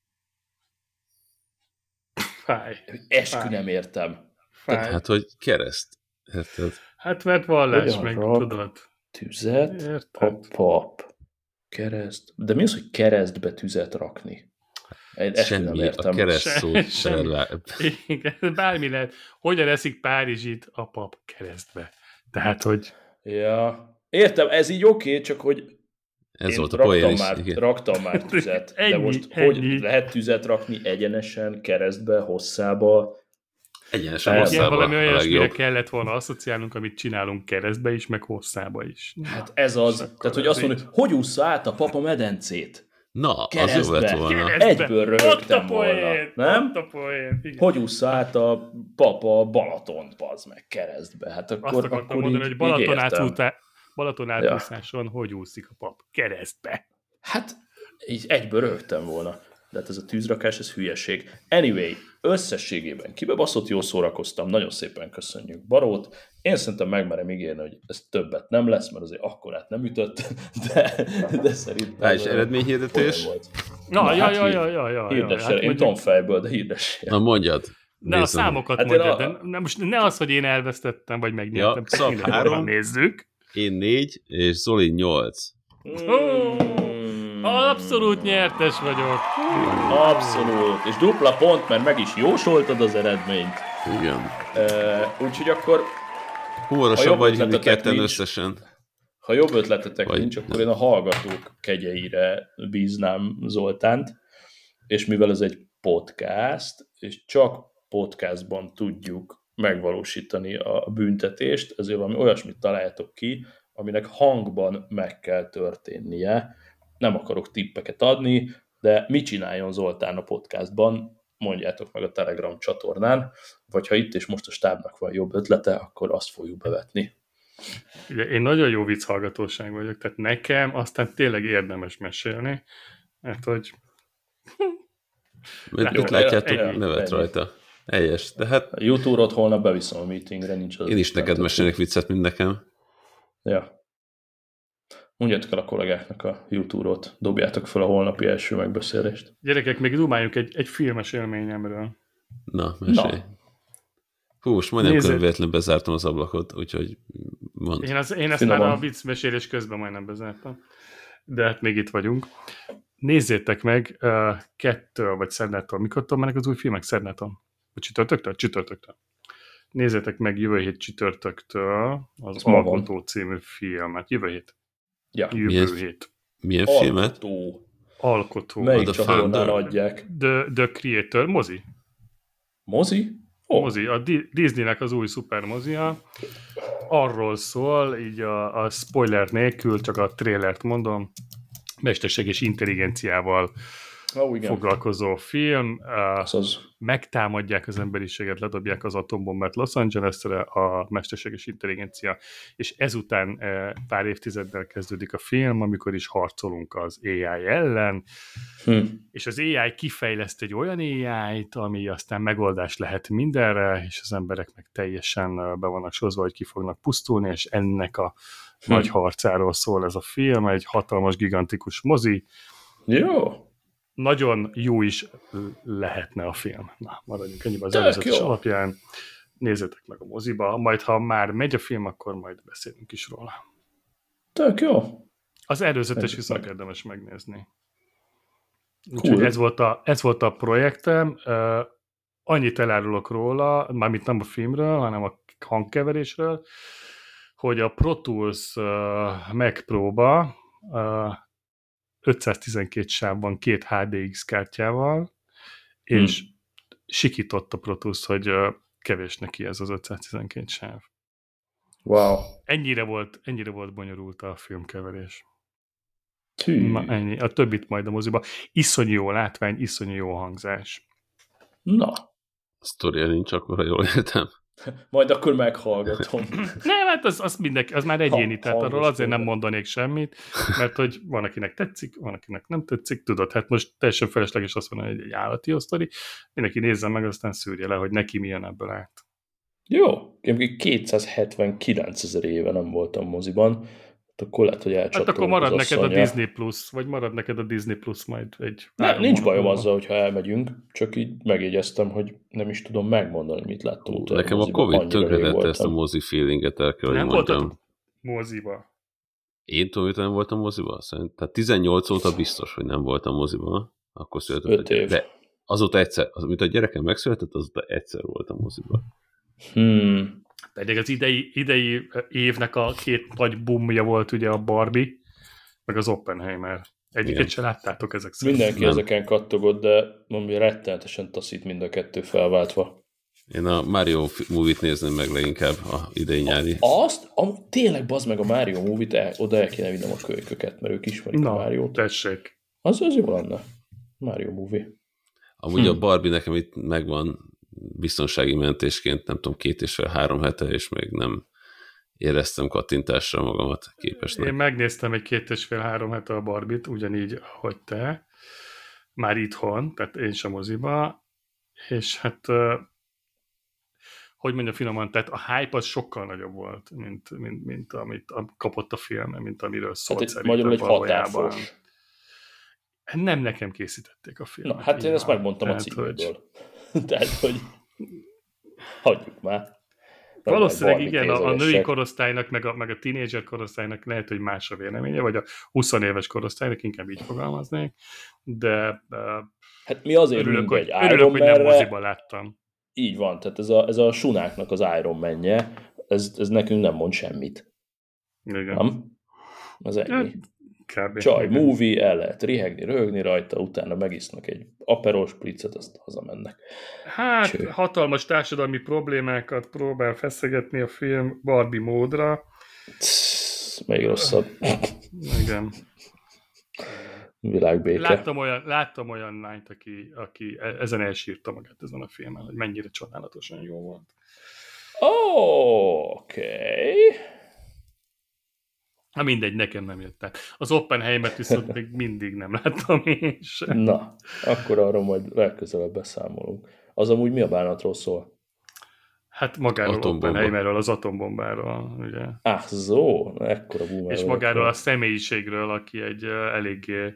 Fáj. Eskü Fáj. nem értem. Tehát, hát, hogy kereszt. Érted? Hát, mert vallás Hogyan meg, rak tudod. Tüzet Érted? a pap. Kereszt. De mi az, hogy keresztbe tüzet rakni? Eskü nem Semmi, értem. a kereszt szót Semmi. Igen, bármi lehet. Hogyan eszik Párizsit a pap keresztbe? Tehát, hogy... Ja, értem, ez így oké, okay, csak hogy ez én volt a raktam, poén is, már, igen. raktam már tüzet, ennyi, de most ennyi. hogy lehet tüzet rakni egyenesen, keresztbe, hosszába? Egyenesen El, hosszába valami a olyasmire legjobb. kellett volna asszociálnunk, amit csinálunk keresztbe is, meg hosszába is. Hát ez az, tehát hogy azt mondja, hogy ússza át a papa medencét? Na, keresztbe. az jó lett volna. Keresztbe. Egyből röhögtem volna, nem? Ott a poén, igen. Hogy ússza át a papa Balatont, bazd meg, keresztbe? Hát akkor, azt akartam akkor mondani, így, hogy Balaton, így értem. átútá, Balaton átúszáson ja. hogy úszik a pap? Keresztbe. Hát így egyből röhögtem volna. De hát ez a tűzrakás, ez hülyeség. Anyway, összességében kibebaszott, jól szórakoztam, nagyon szépen köszönjük Barót. Én szerintem megmerem ígérni, hogy ez többet nem lesz, mert azért akkorát nem ütött, de, de szerintem... Rá is eredményhirdetés? Na, Na, ja, hát ja, ja, ja, ja. Hirdessél, hát én tudom fejből, de hirdessél. Na mondjad. Ne a számokat hát mondjad, a... de ne, most ne az, hogy én elvesztettem, vagy megnyertem. Ja, Szab három, nézzük. Én négy, és Zoli nyolc. Mm. Abszolút nyertes vagyok. Abszolút. És dupla pont, mert meg is jósoltad az eredményt. Igen. Uh, úgyhogy akkor... Humorosabb vagy, mint ketten összesen. Ha jobb ötletetek vagy nincs, akkor én a hallgatók kegyeire bíznám Zoltánt, és mivel ez egy podcast, és csak podcastban tudjuk megvalósítani a büntetést, ezért valami olyasmit találjatok ki, aminek hangban meg kell történnie. Nem akarok tippeket adni, de mit csináljon Zoltán a podcastban, mondjátok meg a Telegram csatornán, vagy ha itt és most a stábnak van jobb ötlete, akkor azt fogjuk bevetni. Ugye, én nagyon jó vicchallgatóság vagyok, tehát nekem aztán tényleg érdemes mesélni, mert hogy... Mit, mit látjátok nevet rajta? Helyes, de hát... A YouTube-ot holnap beviszem a meetingre, nincs az... Én is neked mesélnek viccet, mint nekem. Ja. Mondjátok el a kollégáknak a YouTube-ot, dobjátok fel a holnapi első megbeszélést. Gyerekek, még dumáljunk egy, egy filmes élményemről. Na, mesélj. Na. Hú, most majdnem körülvéletlenül bezártam az ablakot, úgyhogy mondd. Én, az, én ezt Finoman. Már a viccmesélés közben majdnem bezártam. De hát még itt vagyunk. Nézzétek meg uh, kettől, vagy szerdától. Mikor mennek az új filmek? Szerdától? Vagy csütörtöktől? Csütörtöktől. Nézzétek meg jövő hét csütörtöktől az, az Alkotó című filmet. Jövő hét. Ja. Jövő milyen, hét. Milyen Alkotó. filmet? Alkotó. Melyik csatornán adják? The, The Creator. Mozi. Mozi? Oh. Mozi. A Disneynek az új szuper mozia. Arról szól, így a, a spoiler nélkül, csak a trailert mondom, mesterséges intelligenciával oh, foglalkozó film. Azaz. Megtámadják az emberiséget, ledobják az atombombát Los Angelesre a mesterséges intelligencia, és ezután pár évtizeddel kezdődik a film, amikor is harcolunk az á i ellen, hm. és az á i kifejleszt egy olyan á i-t, ami aztán megoldás lehet mindenre, és az emberek meg teljesen be vannak sozva, hogy ki fognak pusztulni, és ennek a hm. nagy harcáról szól ez a film, egy hatalmas, gigantikus mozi. Jó. Nagyon jó is lehetne a film. Na, maradjunk ennyiben az előzetes alapján. Nézzétek meg a moziba, majd ha már megy a film, akkor majd beszélünk is róla. Tök jó. Az előzetes viszont meg. Érdemes megnézni. Úgyhogy cool. ez, volt a, ez volt a projektem. Uh, annyit elárulok róla, mármint nem a filmről, hanem a hangkeverésről, hogy a Pro Tools uh, megpróba uh, ötszáztizenkét sávban két há dé iksz kártyával, és hmm. sikított a Pro Tools, hogy kevés neki ez az ötszáztizenkét sáv. Wow. Ennyire volt, ennyire volt bonyolult a filmkeverés. Hű. Na, ennyi. A többit majd a moziba. Iszonyú jó látvány, iszonyú jó hangzás. Na. A sztoria nincs akkor, ha jól értem. Majd akkor meghallgatom. Nem, hát az, az, mindenki, az már egyéni, ha, tehát arról azért nem mondanék semmit, mert hogy van, akinek tetszik, van, akinek nem tetszik, tudod, hát most teljesen felesleges azt mondani, hogy egy állati osztori, mindenki nézze meg, aztán szűrje le, hogy neki milyen ebből át. Jó, én kétszázhetvenkilencezer éve nem voltam moziban, akkor lehet, hogy elcsatolok. Hát akkor marad neked a Disney Plus, vagy marad neked a Disney Plus majd egy... Ne, nincs bajom azzal, hogyha elmegyünk, csak így megjegyeztem, hogy nem is tudom megmondani, mit láttam utána. Nekem a Covid tönkretette ezt a mozi feelinget, el kell, hogy nem mondjam. Nem voltad moziba? Én tudom, hogy nem voltam moziba? Szerint, tehát tizennyolc óta biztos, hogy nem voltam moziba. Akkor született. öt év. De azóta egyszer, az, amit a gyerekem megszületett, azóta egyszer voltam moziba. Hmm. Pedig az idei, idei évnek a két nagy bumja volt ugye a Barbie, meg az Oppenheimer. Egyiket se láttátok ezek szerint? Mindenki nem. Ezeken kattogott, de mondja, rettenetesen taszít mind a kettő felváltva. Én a Mario movie-t nézném meg leginkább a idei nyári. Azt? A, tényleg bazd meg a Mario movie-t, el, oda el kéne vinnem a kölyköket, mert ők ismerik Na, a Mario-t. tessék. Az, az jó lenne. Mario movie. Amúgy hm. a Barbie nekem itt megvan biztonsági mentésként, nem tudom, két és fél, három hete, és még nem éreztem kattintásra magamat képesnek. Én megnéztem egy két és fél, három hete a Barbie-t, ugyanígy, ahogy te, már itthon, tehát én sem moziba, és hát, hogy mondjam finoman, tehát a hype az sokkal nagyobb volt, mint, mint, mint amit kapott a film, mint amiről szólt hát szerintem magyarul egy határfos. Nem nekem készítették a filmet. Na, hát én ezt megmondtam tehát, a címből. Hogy... tehát, hogy hagyjuk már. Valószínűleg igen, a, a női korosztálynak, meg a, meg a tínédzser korosztálynak lehet, hogy más a véleménye, vagy a húsz éves korosztálynak, inkább így fogalmaznék, de uh, hát mi azért örülök, hogy, örülök hogy nem moziban láttam. Így van, tehát ez a, ez a sunáknak az Iron Man-je, ez, ez nekünk nem mond semmit. Igen. Nem? Az ennyi. Kb. Csaj, movie, el lehet rihegni, röhögni rajta, utána megisznak egy Aperol spritzet, azt hazamennek. Hát, Cső. hatalmas társadalmi problémákat próbál feszegetni a film Barbie módra. Csz, még rosszabb. Igen. Világbéke. Láttam olyan, láttam olyan lányt, aki, aki ezen elsírta magát ezen a filmen, hogy mennyire csodálatosan jó volt. Oh, oké. Okay. Na mindegy, nekem nem jött át. Az Oppenheimet viszont még mindig nem láttam én sem. Na, akkor arról majd legközelebb beszámolunk. Az amúgy mi a bánatról szól? Hát magáról Atombomba. Oppenheimerről, az atombombáról, ugye. Ah, zó, ekkora boomer. És magáról a személyiségről, aki egy uh, eléggé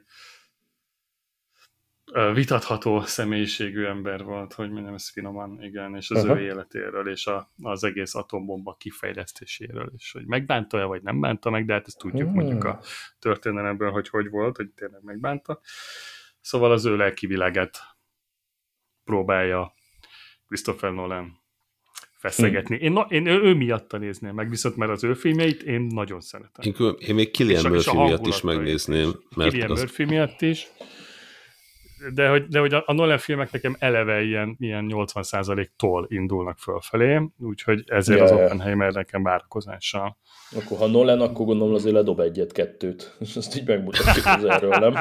uh, vitatható személyiségű ember volt, hogy mondjam, ez finoman, igen, és az uh-huh. ő életéről, és a, az egész atombomba kifejlesztéséről, és hogy megbánta-e, vagy nem bánta meg, de hát ezt tudjuk uh-huh. mondjuk a történelemből, hogy hogy volt, hogy tényleg megbánta. Szóval az ő lelki világát próbálja Christopher Nolan feszegetni. Én, én ő, ő miatta nézném meg, viszont mert az ő filmjeit én nagyon szeretem. Én, én még Cillian Murphy miatt is megnézném. Mert Cillian az... Murphy miatt is. De hogy, de hogy a Nolan filmek nekem eleve ilyen, ilyen nyolcvan százaléktól indulnak fölfelé, úgyhogy ezért ja, az Oppenheimer nekem várakozással. Akkor ha Nolan, akkor gondolom azért ledob egyet-kettőt, és azt így megmutatjuk az erről, nem?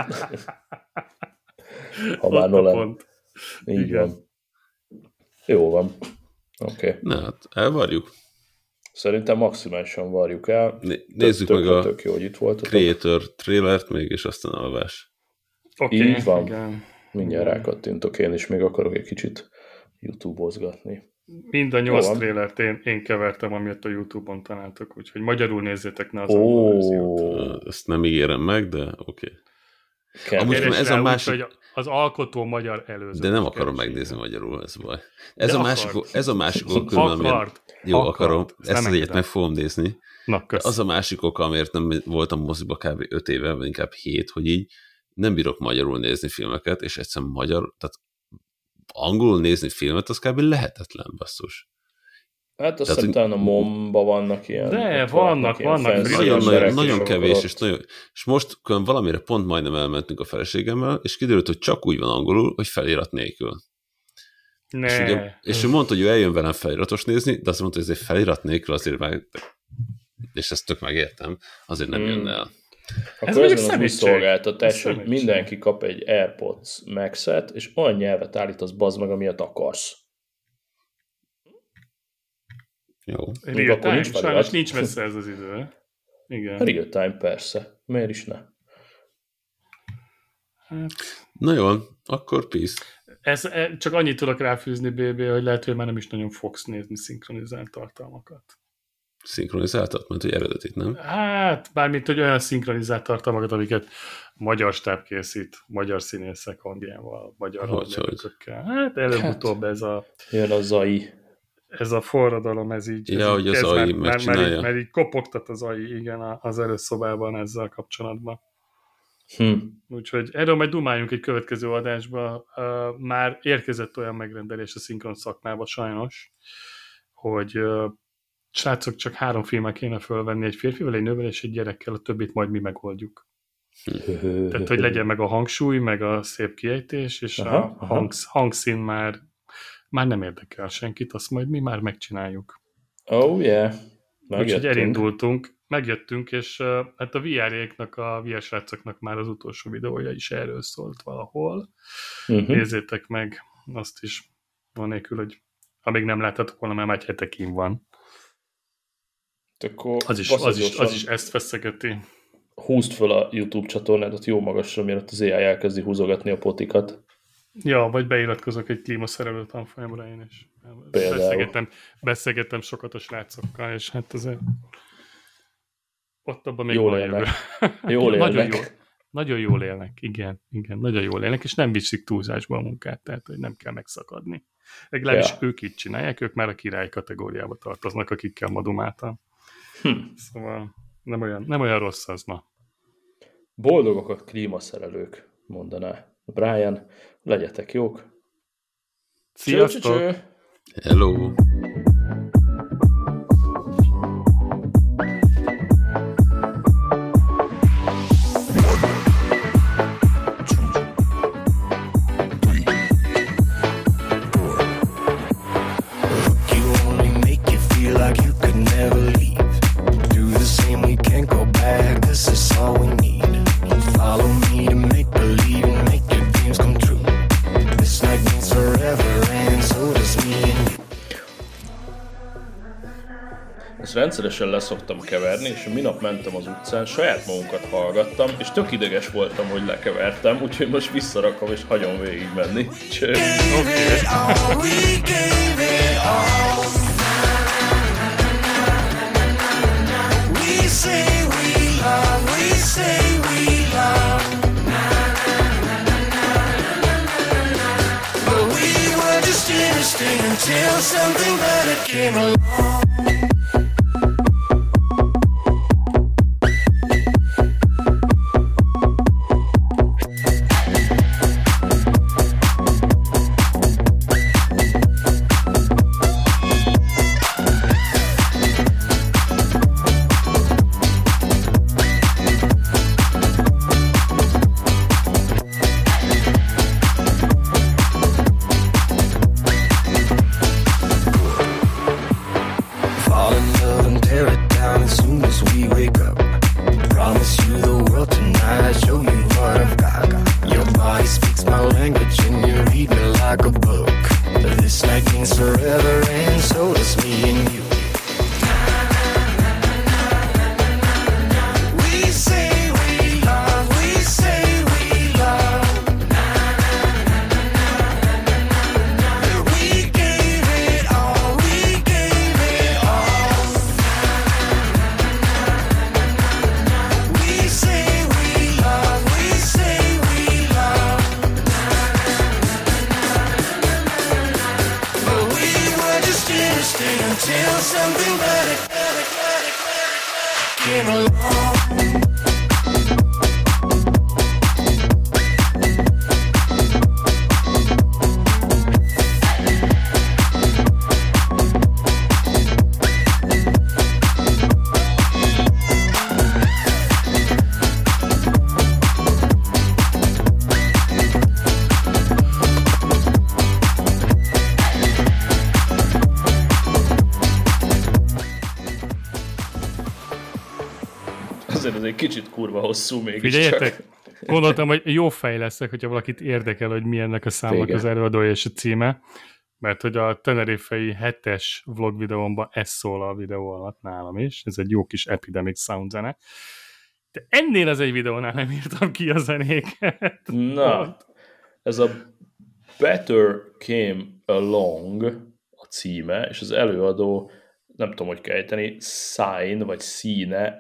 Ha már Nolan. Pont. Így igen. Van. Jó van. Oké. Okay. Na hát, elvárjuk. Szerintem maximálisan várjuk el. Né- nézzük tök, meg a tök jó, hogy itt voltatok. Creator trailert még, és aztán alvás. Okay, így van. Igen. Mindjárt rákattintok én, és még akarok egy kicsit YouTube-ozgatni. Mind a nyolc trailert én, én kevertem, amit a YouTube-on találtok, úgyhogy magyarul nézzétek, ne az oh. a verziót. Ezt nem ígérem meg, de oké. Okay. Amúgy ez a másik... Úgy, az alkotó magyar előző. De nem akarom megnézni magyarul, ez baj. Ez, a másik, ez a másik oka, amiért... Jó, akart. akarom. Ezt, ezt az egyet meg fogom nézni. Na, az a másik oka, amiért nem voltam moziba kb. öt éve, vagy inkább hét, hogy így nem bírok magyarul nézni filmeket, és egyszerűen magyar, tehát angolul nézni filmet, az kb. Lehetetlen, basszus. Hát azt hiszem, talán a momba vannak ilyen... De, vannak, vannak. Nagyon, nagyon, nagyon kevés, és, nagyon, és most valamire pont majdnem elmentünk a feleségemmel, és kiderült, hogy csak úgy van angolul, hogy felirat nélkül. Ne. És, ugye, és ő mondta, hogy ő eljön velem feliratos nézni, de azt mondta, hogy ez egy felirat nélkül azért meg, és ezt tök megértem, azért nem hmm. jönne el. Akkor ez az új szolgáltatás, hogy mindenki kap egy AirPods Max-et, és olyan nyelvet állítasz, bazd meg, amilyet akarsz. Jó. Real time, nincs sajnos nincs messze ez az idő. Igen. Real time, persze. Miért is ne? Hát... Na jó, akkor peace. Ez, csak annyit tudok ráfűzni, bé bé, hogy lehet, hogy már nem is nagyon fogsz nézni szinkronizált tartalmakat. Szinkronizáltat? Mert hogy eredetit, nem? Hát, bármint, hogy olyan szinkronizált tartalmakat, amiket magyar stáb készít, magyar színészek hangjával, magyar hangjával. Hát előbb-utóbb ez a... Jön a zai. Ez a forradalom, ez így... Ja, ez hogy az á i megcsinálja. Mert, mert így kopogtat az á i, igen, az előszobában ezzel kapcsolatban. Hm. Úgyhogy erről majd dumáljunk egy következő adásba. Uh, már érkezett olyan megrendelés a szinkron szakmába sajnos, hogy uh, srácok, csak három filmet kéne fölvenni, egy férfivel, egy nővel és egy gyerekkel, a többit majd mi megoldjuk. Tehát, hogy legyen meg a hangsúly, meg a szép kiejtés, és aha, a hangsz, hangszín már, már nem érdekel senkit, azt majd mi már megcsináljuk. Oh yeah. Úgyhogy elindultunk, megjöttünk, és uh, hát a vé er-éknak, a vé er srácoknak már az utolsó videója is erről szólt valahol. Uh-huh. Nézzétek meg azt is, anélkül, hogy amíg nem láthatok volna, már egy hete kín van. Az is, az, is, az is ezt feszegeti. Húzd fel a YouTube csatornádat jó magasra, mielőtt az á i elkezdi húzogatni a potikat. Ja, vagy beiratkozok egy klímaszerelő tanfolyamra én is. Beszélgettem, beszélgettem sokat a srácokkal, és hát azért ott abban még jól élnek. Jól élnek. Nagyon, jól, nagyon jól élnek, igen, igen, nagyon jól élnek, és nem viszik túlzásba a munkát, tehát hogy nem kell megszakadni. Legalábbis ja. ők így csinálják, ők már a király kategóriába tartoznak, akikkel ma dumáltam. Hm. Szóval nem olyan, nem olyan rossz az ma. Boldogok a klímaszerelők, mondaná Brian. Legyetek jók. Sziasztok! Cső, cső, cső. Hello! Rendszeresen leszoktam keverni, és minap mentem az utcán, saját magunkat hallgattam, és tök ideges voltam, hogy lekevertem, úgyhogy most visszarakom, és hagyom végig menni. Cső! Okay. Until something better came along. Until something better, better, better, better came along. Kicsit kurva hosszú mégis. Figyeljetek, gondoltam, hogy jó fej leszek, hogyha valakit érdekel, hogy mi ennek a számnak az előadója és a címe. mert hogy a Tenerife-i hetes vlog videómban ez szól a videó alatt nálam is, ez egy jó kis Epidemic Sound zene. De ennél az egy videónál nem írtam ki a zenéket. Na, ez a Better Came Along a címe, és az előadó, nem tudom, hogy kell ejteni, Sign, vagy Színe,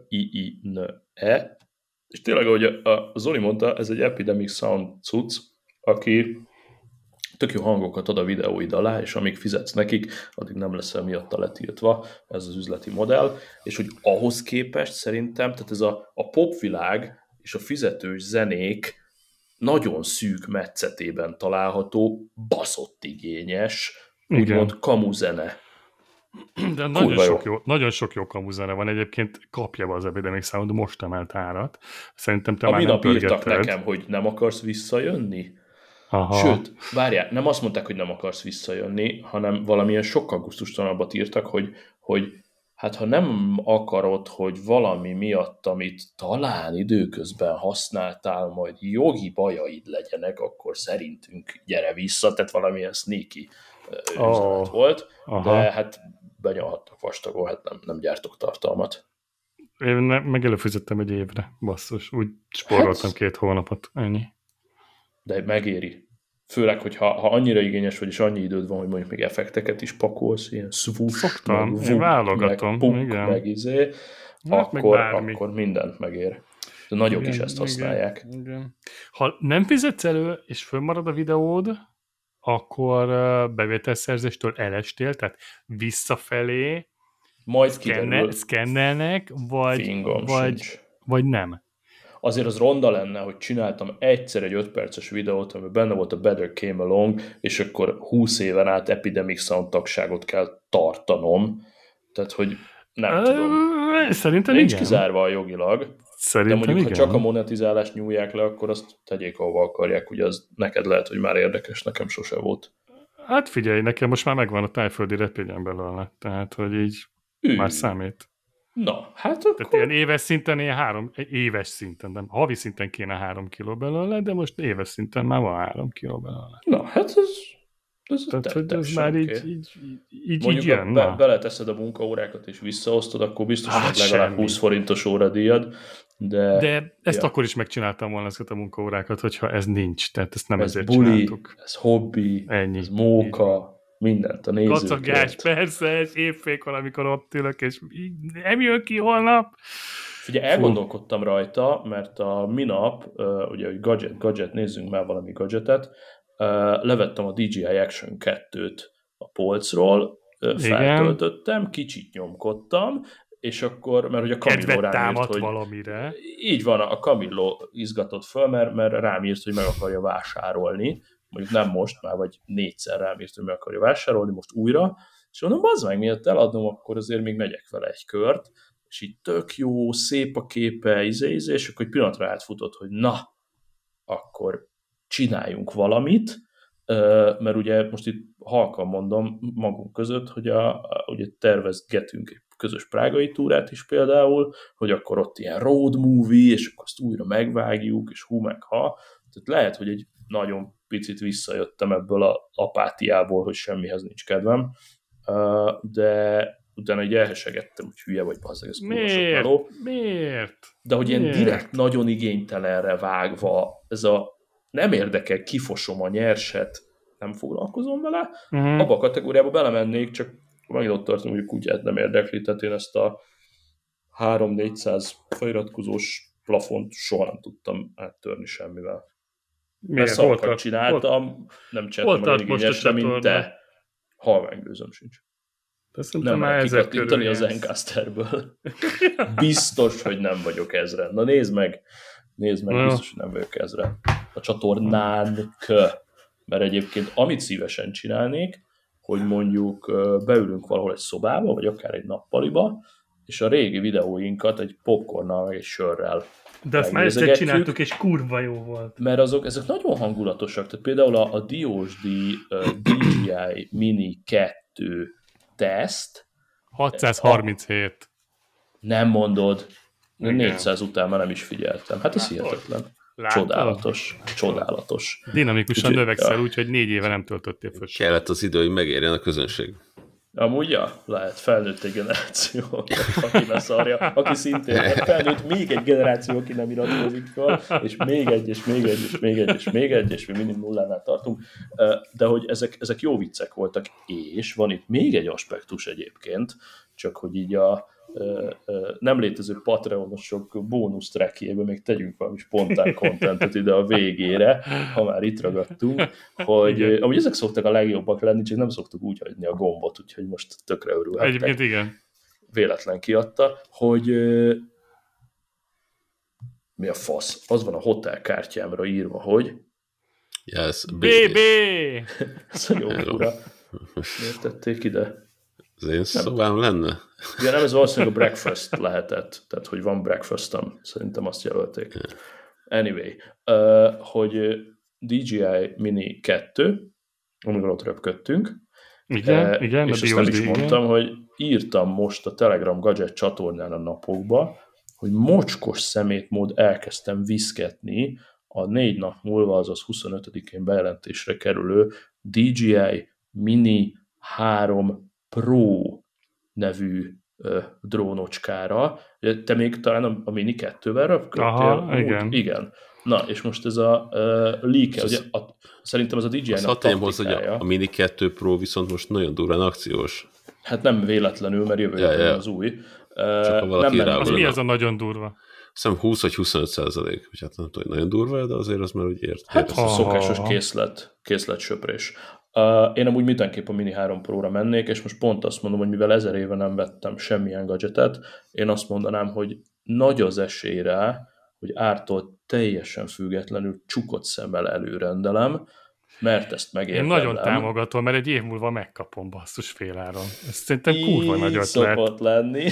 S-I-I-N-E. És tényleg, ahogy a Zoli mondta, ez egy Epidemic Sound cucc, aki tök jó hangokat ad a videóid alá, és amíg fizetsz nekik, addig nem leszel miatta letiltva, ez az üzleti modell, és hogy ahhoz képest szerintem, tehát ez a, a popvilág és a fizetős zenék nagyon szűk metszetében található, baszott igényes, úgymond kamuzene. De nagyon sok, jó. Jó, nagyon sok jó kamuzene van. Egyébként kapja be az Epidemic Sound, most emelt árat. Szerintem te a már nem pörgetted. Írtak nekem, hogy nem akarsz visszajönni? Aha. Sőt, várjál, nem azt mondták, hogy nem akarsz visszajönni, hanem valamilyen sokkal gusztustalanabbat írtak, hogy, hogy hát ha nem akarod, hogy valami miatt, amit talán időközben használtál, majd jogi bajaid legyenek, akkor szerintünk gyere vissza, tehát valamilyen sneaky oh. üzenet volt, aha. De hát benyalhattak vastagon, hát nem, nem gyártok tartalmat. Én ne, meg előfizettem egy évre, basszus, úgy spóroltam hát, két hónapot, ennyi. De megéri. Főleg, hogy ha, ha annyira igényes vagy, és annyi időd van, hogy mondjuk még effekteket is pakolsz, ilyen swoosh, Szoktam, meg vuk, válogatom, meg puk, igen. meg izé, hát akkor, akkor mindent megér. De nagyok igen, is ezt használják. Igen, igen. Ha nem fizetsz elő, és fönnmarad a videód, akkor bevételszerzéstől elestél, tehát visszafelé majd szkenne, szkennelnek, vagy, vagy, vagy nem. Azért az ronda lenne, hogy csináltam egyszer egy öt perces videót, amiben benne volt a Better Came Along, és akkor húsz éven át Epidemic Sound tagságot kell tartanom. Tehát, hogy nem tudom. Szerintem nincs igen. kizárva a jogilag. Szerintem de mondjuk, igen. ha csak a monetizálást nyúlják le, akkor azt tegyék, ahova akarják. Ugye az neked lehet, hogy már érdekes, nekem sose volt. Hát figyelj, nekem most már megvan a tájföldi repényen belőle. Tehát, hogy így Ű. már számít. Na, hát akkor... Tehát ilyen éves szinten, ilyen három, éves szinten, nem, havi szinten kéne három kiló belőle, de most éves szinten már van három kiló belőle. Na, hát ez... ez Tehát, hogy ez már így, így, így, így, mondjuk így jön. Be, beleteszed a munkaórákat és visszaosztod, akkor biztos, hogy hát legalább semmi. húsz forintos óradíjad. De, de ezt ja. akkor is megcsináltam volna ezeket a munkaórákat, hogyha ez nincs. Tehát ezt nem ez ezért buli, csináltuk. Ez hobbi, ennyi. Ez móka, mindent a nézőkért. Kacagás, persze, és évfékon, amikor ott ülök, és nem jön ki holnap. Ugye elgondolkodtam Fú. rajta, mert a minap, uh, ugye, hogy gadget, gadget, nézzünk már valami gadgetet, uh, levettem a dé jé i Action kettőt a polcról, uh, feltöltöttem, kicsit nyomkodtam, és akkor, mert hogy a Camillo rám írt, hogy... valamire. Így van, a Camillo izgatott föl, mert, mert rám írt, hogy meg akarja vásárolni, mondjuk nem most, már vagy négyszer rám írt, hogy meg akarja vásárolni, most újra, és mondom, bazd meg, miatt eladnom, akkor azért még megyek vele egy kört, és így tök jó, szép a képe, izé, izé, és akkor egy pillanatra átfutott, hogy na, akkor csináljunk valamit, mert ugye most itt halkan mondom magunk között, hogy a, a, ugye tervezgetünk egy közös prágai túrát is például, hogy akkor ott ilyen road movie, és akkor azt újra megvágjuk, és hú meg ha. Tehát lehet, hogy egy nagyon picit visszajöttem ebből az apátiából, hogy semmihez nincs kedvem, de utána így elhesegettem, hogy hülye vagy, bazzeg, ez kurva sok meló. Miért? De hogy Miért? ilyen direkt nagyon igénytelenre vágva, ez a nem érdekel, kifosom a nyerset, nem foglalkozom vele, uh-huh. abba a kategóriába belemennék, csak megint ott tartom, hogy kutyát nem érdekli, tehát én ezt a három-négyszáz feliratkozós plafont soha nem tudtam áttörni semmivel. Mert szavakat csináltam, volt, nem csináltam olyan igényesre, mint te. Halványgőzöm sincs. Nem merek kikattintani a Zencasterből. Biztos, hogy nem vagyok ezren. Na nézd meg, nézd meg, biztos, hogy nem vagyok ezren. A csatornánk, mert egyébként amit szívesen csinálnék, hogy mondjuk beülünk valahol egy szobába, vagy akár egy nappaliba, és a régi videóinkat egy popcornnal, meg egy sörrel de azt már egyszer csináltuk, és kurva jó volt. Mert azok, ezek nagyon hangulatosak. Tehát például a, a Diósdi uh, dé jé i Mini kettő teszt. hatszázharminchét. A, nem mondod. Igen. négyszáz után már nem is figyeltem. Hát ez hihetetlen. Látod? Csodálatos, csodálatos. Dinamikusan úgy, növekszel, úgyhogy négy éve nem töltöttél föl. Kellett az idő, hogy megérjen a közönség. Amúgy, ja, lehet, felnőtt egy generáció, aki leszarja, aki szintén felnőtt még egy generáció, aki nem iratkozik fel, és még egy, és még egy, és még egy, és még egy, és mi mindig nullánál tartunk, de hogy ezek, ezek jó viccek voltak, és van itt még egy aspektus egyébként, csak hogy így a nem létező Patreonosok bónusz trackjében még tegyünk valami spontán contentet ide a végére, ha már itt ragadtunk, hogy igen. Amúgy ezek szoktak a legjobbak lenni, csak nem szoktuk úgy hagyni a gombot, úgyhogy most tökre örülhettek. Egyébként igen. Véletlen kiadta, hogy mi a fasz? Az van a hotelkártyámra írva, hogy yes, bé bé! Ez a jó fura. Miért tették ide? Az én szobám lenne? Igen, nem, ez valószínűleg a breakfast lehetett, tehát hogy van breakfastom, szerintem azt jelölték. Anyway, uh, hogy dé jé i Mini kettő, amikor ott röpködtünk, igen, uh, igen, és ezt nem is mondtam, igen. Hogy írtam most a Telegram Gadget csatornán a napokba, hogy mocskos szemétmód elkezdtem viszketni a négy nap múlva, azaz huszonötödikén bejelentésre kerülő dé jé i Mini három Pro nevű ö, drónocskára. Te még talán a, a Mini kettővel röpködtél? Aha, igen. Igen. Na, és most ez a uh, leak, ugye, a, szerintem ez a dé jé i-nak taktikája. Hogy a, a Mini kettő Pro viszont most nagyon durván akciós. Hát nem véletlenül, mert jövő ja, ja. az új. Csak uh, nem nem az mi az a nagyon durva? Hiszem húsz vagy huszonöt százalék, vagy hát nem tudom, nagyon durva, de azért az már úgy ért. Hát a szokásos készlet, készlet söprés. Uh, én amúgy mindenképp a Mini három Pro-ra mennék, és most pont azt mondom, hogy mivel ezer éve nem vettem semmilyen gadgetet, én azt mondanám, hogy nagy az esély rá, hogy ártól teljesen függetlenül csukott szemmel előrendelem, mert ezt megértem. Én nagyon támogatom, mert egy év múlva megkapom basszus féláron. Ezt szerintem kurva nagyot lehet. Szokott lenni.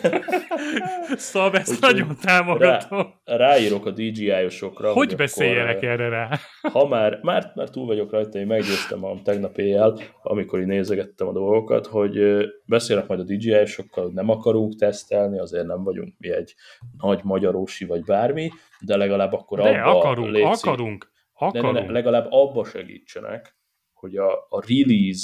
Szóval ezt úgy nagyon támogatom. Rá, ráírok a dé jé i-osokra. Hogy beszéljenek akkor, erre rá? Ha már, már, már túl vagyok rajta, én meggyőztem magam tegnap éjjel, amikor én nézegettem a dolgokat, hogy beszélek majd a dé jé i-osokkal, hogy nem akarunk tesztelni, azért nem vagyunk mi egy nagy magyarósi vagy bármi, de legalább akkor de abba akarunk, létszik, akarunk. De ne, ne, legalább abba segítsenek, hogy a, a release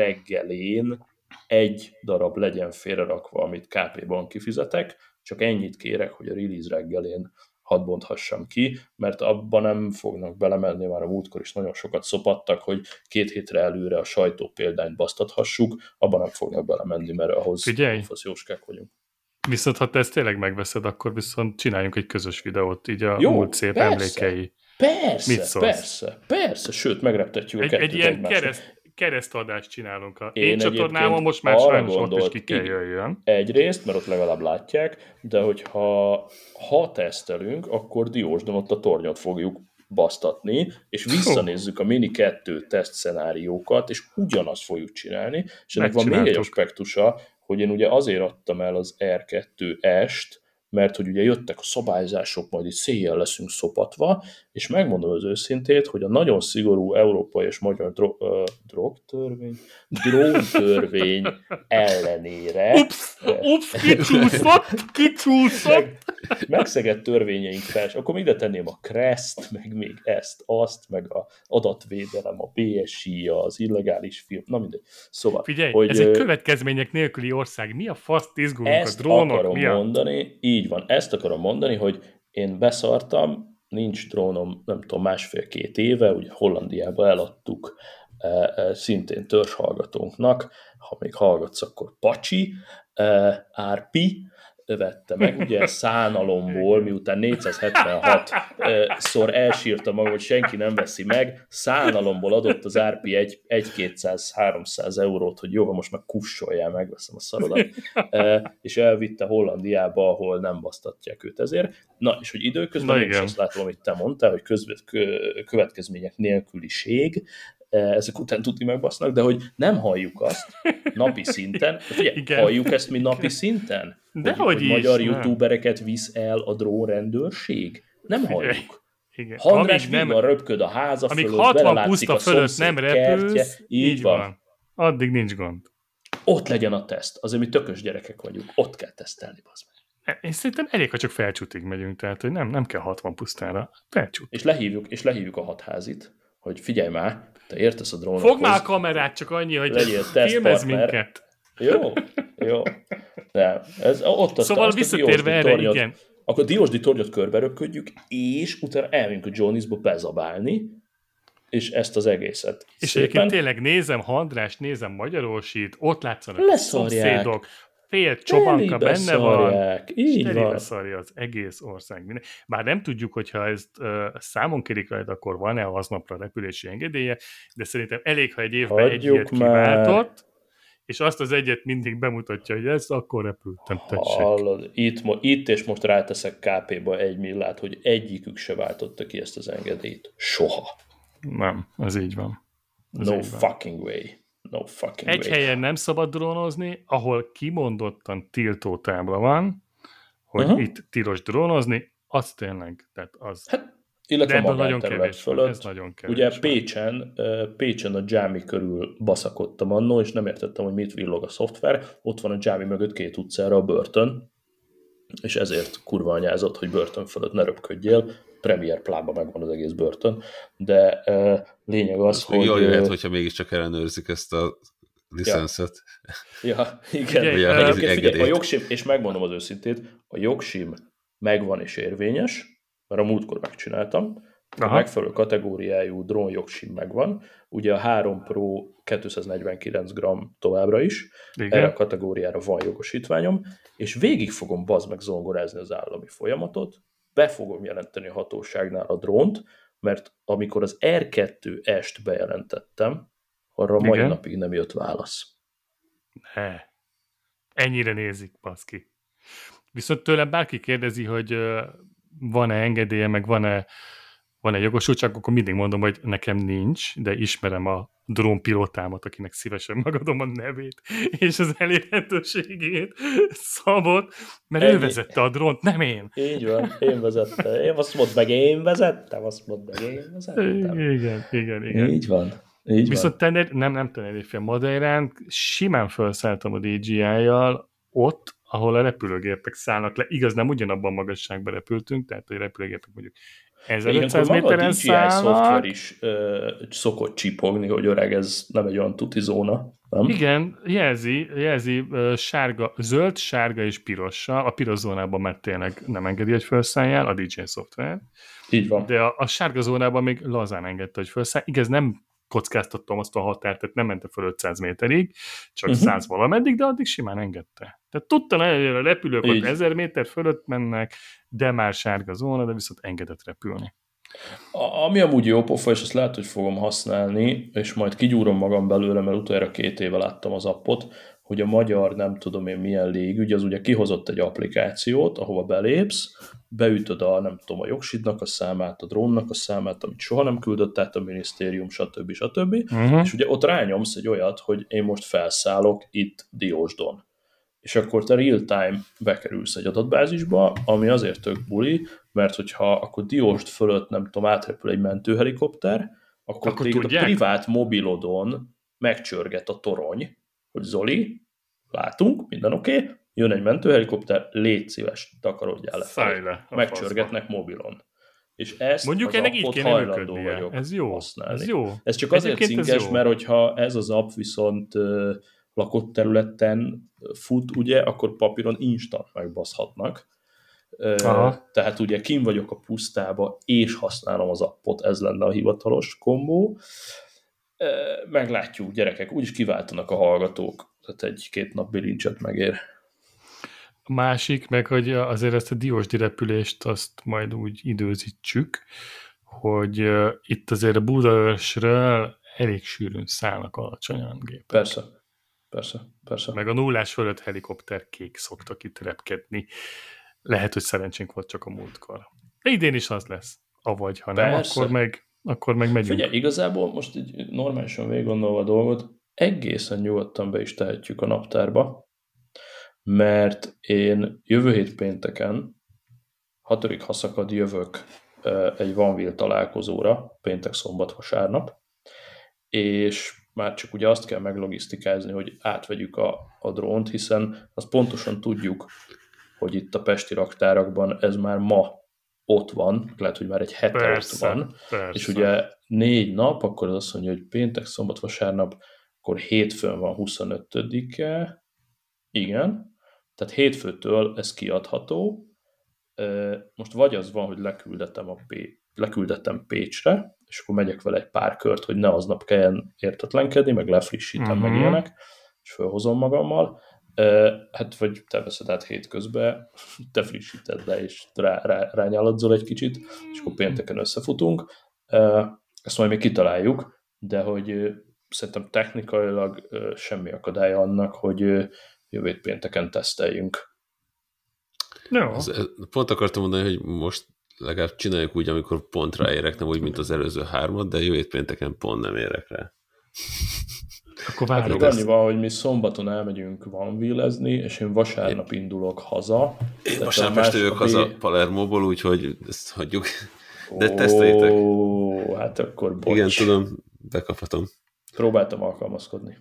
reggelén egy darab legyen félrerakva, amit ká pé-ban kifizetek, csak ennyit kérek, hogy a release reggelén hadd bonthassam ki, mert abban nem fognak belemenni, már a múltkor is nagyon sokat szopattak, hogy két hétre előre a sajtó példányt basztathassuk, abban nem fognak belemenni, mert ahhoz fasz jóskák vagyunk. Viszont ha te ezt tényleg megveszed, akkor viszont csináljunk egy közös videót, így a jó, múlt szép persze. Emlékei. Persze, persze, persze, sőt, megreptetjük a egy, kettőt egy ilyen kereszt, keresztadást csinálunk. A én, én csatornámon most már sajnos ott is ki kell jöjjön. Egyrészt, mert ott legalább látják, de hogyha ha tesztelünk, akkor Diósdon ott a tornyot fogjuk basztatni, és visszanézzük a Mini kettő teszt szenáriókat, és ugyanazt fogjuk csinálni, és ennek van még egy aspektusa, hogy én ugye azért adtam el az er kettő est, mert hogy ugye jöttek a szabályzások, majd itt széjjel leszünk szopatva, és megmondom az őszintét, hogy a nagyon szigorú európai és magyar dro- uh, drogtörvény, dróntörvény ellenére... Ups, ups, kicsúszott, kicsúszott! Meg, megszegett törvényeink fel, és akkor ide tenném a Crest, meg még ezt, azt, meg a adatvédelem, a bé es i, az illegális film, na mindegy. Szóval, figyelj, hogy, ez egy következmények nélküli ország. Mi a faszt izgulunk a drónok? Ezt akarom mi a... mondani, így van, ezt akarom mondani, hogy én beszartam, nincs drónom, nem tudom, másfél-két éve, ugye Hollandiába eladtuk e, e, szintén törzshallgatónknak, ha még hallgatsz, akkor Pacsi, e, Árpi, vette meg, ugye szánalomból, miután négyszázhetvenhat-szor elsírta magam, hogy senki nem veszi meg, szánalomból adott az Árpi egy-kétszáz-háromszáz eurót, hogy jó, most meg kussoljál, megveszem a szarodat, és elvitte Hollandiába, ahol nem basztatják őt ezért. Na, és hogy időközben én is azt látom, amit te mondtál, hogy közvet, következmények nélküliség, ezek után tudni megbasznak, de hogy nem halljuk azt napi szinten. Figyelj, halljuk ezt mi napi szinten? De hogy, hogy hogy magyar is, youtubereket visz el a drónrendőrség? Nem figyelj, halljuk. Igen. Handrás Vigman röpköd a háza amíg fölött, hatvan puszta fölött nem repülsz, kertje, így, így van. van. Addig nincs gond. Ott legyen a teszt. Azért mi tökös gyerekek vagyunk. Ott kell tesztelni, bazd meg. Én szerintem elég, ha csak Felcsútig megyünk, tehát hogy nem, nem kell hatvan pusztára. Felcsút. És lehívjuk, és lehívjuk a hatházit, hogy figyelj már, te értesz a drónokhoz. Fogd már a kamerát, csak annyi, hogy filmez minket. Jó, jó. Nem, ez, ott azt, szóval azt visszatérve erre, tornyot, igen. Akkor a Diósdi tornyot körbe röködjük, és utána elmegyünk a Johnny'sba bezabálni, és ezt az egészet. És szépen... egyébként tényleg nézem Handrást, nézem Magyarósit, ott látszanak a szomszédok, fél csobanka benne van, így és van. szarja az egész ország. Minden. Bár nem tudjuk, hogyha ezt uh, számon kérik rajta, akkor van-e aznapra repülési engedélye, de szerintem elég, ha egy évben Hagyjuk egy ilyet kiváltott, és azt az egyet mindig bemutatja, hogy ezt akkor repültem, tessék. Hallod, itt, itt és most ráteszek ká péba egy millát, hogy egyikük se váltotta ki ezt az engedélyt. Soha. Nem, az így van. Az no így fucking van. way. No fucking Egy way. helyen nem szabad drónozni, ahol kimondottan tiltó tábla van, hogy uh-huh. itt tilos drónozni, az tényleg, tehát az... Hát, illetve magánterület fölött. Ez nagyon kevés. Ugye Pécsen, Pécsen a Dzsámi körül baszakodtam annó, és nem értettem, hogy mit villog a szoftver. Ott van a Dzsámi mögött két utcára a börtön, és ezért kurva anyázott, hogy börtön fölött ne röpködjél. Premier plánban megvan az egész börtön, de uh, lényeg az, az hogy... Jól jöhet, hogyha mégiscsak ellenőrzik ezt a licenszet. Ja, ja igen. Ugye, uh, Egyébként figyelj, a jogsim, és megmondom az őszintét, a jogsim megvan és érvényes, mert a múltkor megcsináltam, a Aha. megfelelő kategóriájú drón jogsim megvan, ugye a három Pro kétszáznegyvenkilenc gramm továbbra is, igen. Erre a kategóriára van jogosítványom, és végig fogom bazd meg zongorázni az állami folyamatot, be fogom jelenteni a hatóságnál a drónt, mert amikor az er kettő est bejelentettem, arra a mai Igen. napig nem jött válasz. Ne. Ennyire nézik, baszki. Viszont tőlem bárki kérdezi, hogy van-e engedélye, meg van-e, van-e jogosultság, akkor mindig mondom, hogy nekem nincs, de ismerem a drónpilótámat, akinek szívesen megadom a nevét, és az elérhetőségét, Szabot, mert Ennyi. ő vezette a drónt, nem én. Így van, én vezettem. Én azt mondd meg, én vezettem, azt mondd meg, én vezettem. Igen, igen, igen. Így van. Így Viszont tener, nem, nem Tenerife, Madeirán simán felszálltam a dé jé í-jal ott, ahol a repülőgépek szállnak le. Igaz, nem ugyanabban a magasságban repültünk, tehát a repülőgépek mondjuk ezerötszáz méteren szállnak. A dé jé í szoftver is ö, szokott csipogni, hogy öreg, ez nem egy olyan tuti zóna, nem? Igen, jelzi, jelzi ö, sárga, zöld, sárga és pirossal. A piros zónában már tényleg nem engedi, hogy felszálljál, a dé jé í szoftver. Így van. De a, a sárga zónában még lazán engedte, hogy felszállj. Igaz, nem kockáztattam azt a határt, tehát nem mente fel ötszáz méterig, csak uh-huh. száz valameddig, de addig simán engedte. Tehát tudta, hogy a repülők ott ezer méter fölött mennek, de már sárga zóna, de viszont engedett repülni. A, ami amúgy jó pofa, és azt lehet, hogy fogom használni, és majd kigyúrom magam belőle, mert utoljára két éve láttam az appot, hogy a magyar nem tudom én milyen légügy, az ugye kihozott egy applikációt, ahova belépsz, beütöd a, nem tudom, a jogsidnak a számát, a drónnak a számát, amit soha nem küldött át a minisztérium, stb. stb. Uh-huh. És ugye ott rányomsz egy olyat, hogy én most felszállok itt Diósdon. És akkor te real-time bekerülsz egy adatbázisba, ami azért tök buli, mert hogyha akkor Diósd fölött, nem tudom, átrepül egy mentőhelikopter, akkor, akkor téged tudják? A privát mobilodon megcsörget a torony, hogy Zoli, látunk, minden oké, okay, jön egy mentőhelikopter, légy szíves, takarodjál le fel. Megcsörgetnek mobilon. És ezt mondjuk az appot hajlandó vagyok ez jó, használni. Ez jó. Ez csak azért Egyébként cinkes, mert hogyha ez az app viszont uh, lakott területen fut, ugye, akkor papíron instant megbaszhatnak. Uh, tehát ugye kim vagyok a pusztába, és használom az appot, ez lenne a hivatalos kombó. Uh, meglátjuk, gyerekek, úgyis kiváltanak a hallgatók, tehát egy-két nap bilincset megér. A másik, meg hogy azért ezt a diósdi repülést azt majd úgy időzítsük, hogy uh, itt azért a Budaörsről elég sűrűn szállnak alacsonyan gépek. Persze, persze, persze. Meg a nullás fölött helikopterkék szoktak itt repkedni. Lehet, hogy szerencsénk volt csak a múltkor. De idén is az lesz. Avagy, ha nem, akkor meg, akkor meg megyünk. Figyelj, igazából most így normálisan végiggondolva a dolgot, egészen nyugodtan be is tehetjük a naptárba, mert én jövő hét pénteken, hatodik haszakad jövök egy Vanville találkozóra, péntek, szombat, vasárnap, és már csak ugye azt kell meglogisztikázni, hogy átvegyük a, a drónt, hiszen azt pontosan tudjuk, hogy itt a pesti raktárakban ez már ma ott van, lehet, hogy már egy hete persze, ott van, persze. És ugye négy nap, akkor az azt mondja, hogy péntek, szombat, vasárnap, akkor hétfőn van huszonötödike, igen, tehát hétfőtől ez kiadható, most vagy az van, hogy leküldetem, a P- leküldetem Pécsre, és akkor megyek vele egy pár kört, hogy ne aznap kelljen értetlenkedni, meg lefrissítem, uh-huh. meg ilyenek, és felhozom magammal. Hát vagy te veszed át hétközben, te frissíted le, és rá, rá, rányáladzol egy kicsit, és akkor pénteken összefutunk. Ezt majd még kitaláljuk, de hogy szerintem technikailag semmi akadálya annak, hogy jövő pénteken teszteljünk. No. Az, pont akartam mondani, hogy most legalább csináljuk úgy, amikor pont ráérek, nem úgy, mint az előző hármat, de jövő pénteken pont nem érek rá. Akkor várjuk. Hát annyi van, hogy mi szombaton elmegyünk vanvillezni, és én vasárnap én... indulok haza. Én vasárnap este jövök haza Palermóból, úgyhogy ezt hagyjuk. De oh, teszteljétek. Hát akkor bocs. Igen, tudom, bekaphatom. Próbáltam alkalmazkodni.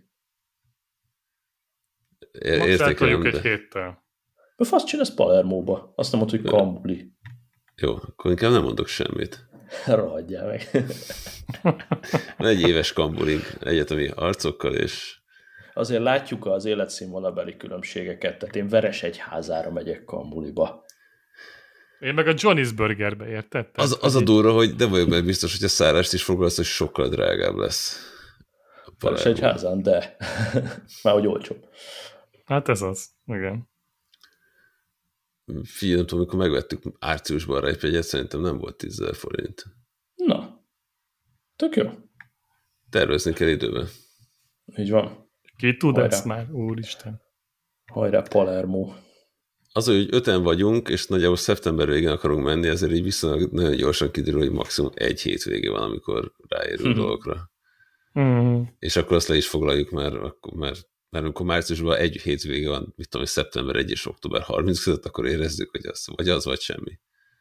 Értékelem, egy héttel. A fasz csinálsz Palermóba. Azt nem mondta, hogy Kambuli. Jó, akkor inkább nem mondok semmit. Ragadjál meg. Egy éves kambuling egyetemi arcokkal, és... Azért látjuk az életszínvonalbeli különbségeket, tehát én Veresegyházára megyek kambuliba. Én meg a Johnny's Burgerbe, érted? Az, az a durva, hogy de vagyok meg biztos, hogy a szállást is foglalsz, hogy sokkal drágább lesz. Veresegyházán, de már hogy olcsóbb. Hát ez az, igen. Figyelj, nem tudom, amikor megvettük árciusban a rejpjegyet, szerintem nem volt tízezer forint. Na, tök jó. Tervezni kell időben. Így van. Ki tud ezt már, úristen. Hajrá, Palermo. Az, hogy öten vagyunk, és nagyjából szeptember végén akarunk menni, ezért így viszonylag nagyon gyorsan kiderül, hogy maximum egy hétvége van, amikor ráérünk mm-hmm. dolgokra. Mm-hmm. És akkor azt le is foglaljuk, mert, mert mert amikor márciusban egy hétvége van, mit tudom, szeptember elseje és október harmincadika között, akkor érezzük, hogy az vagy az, vagy semmi.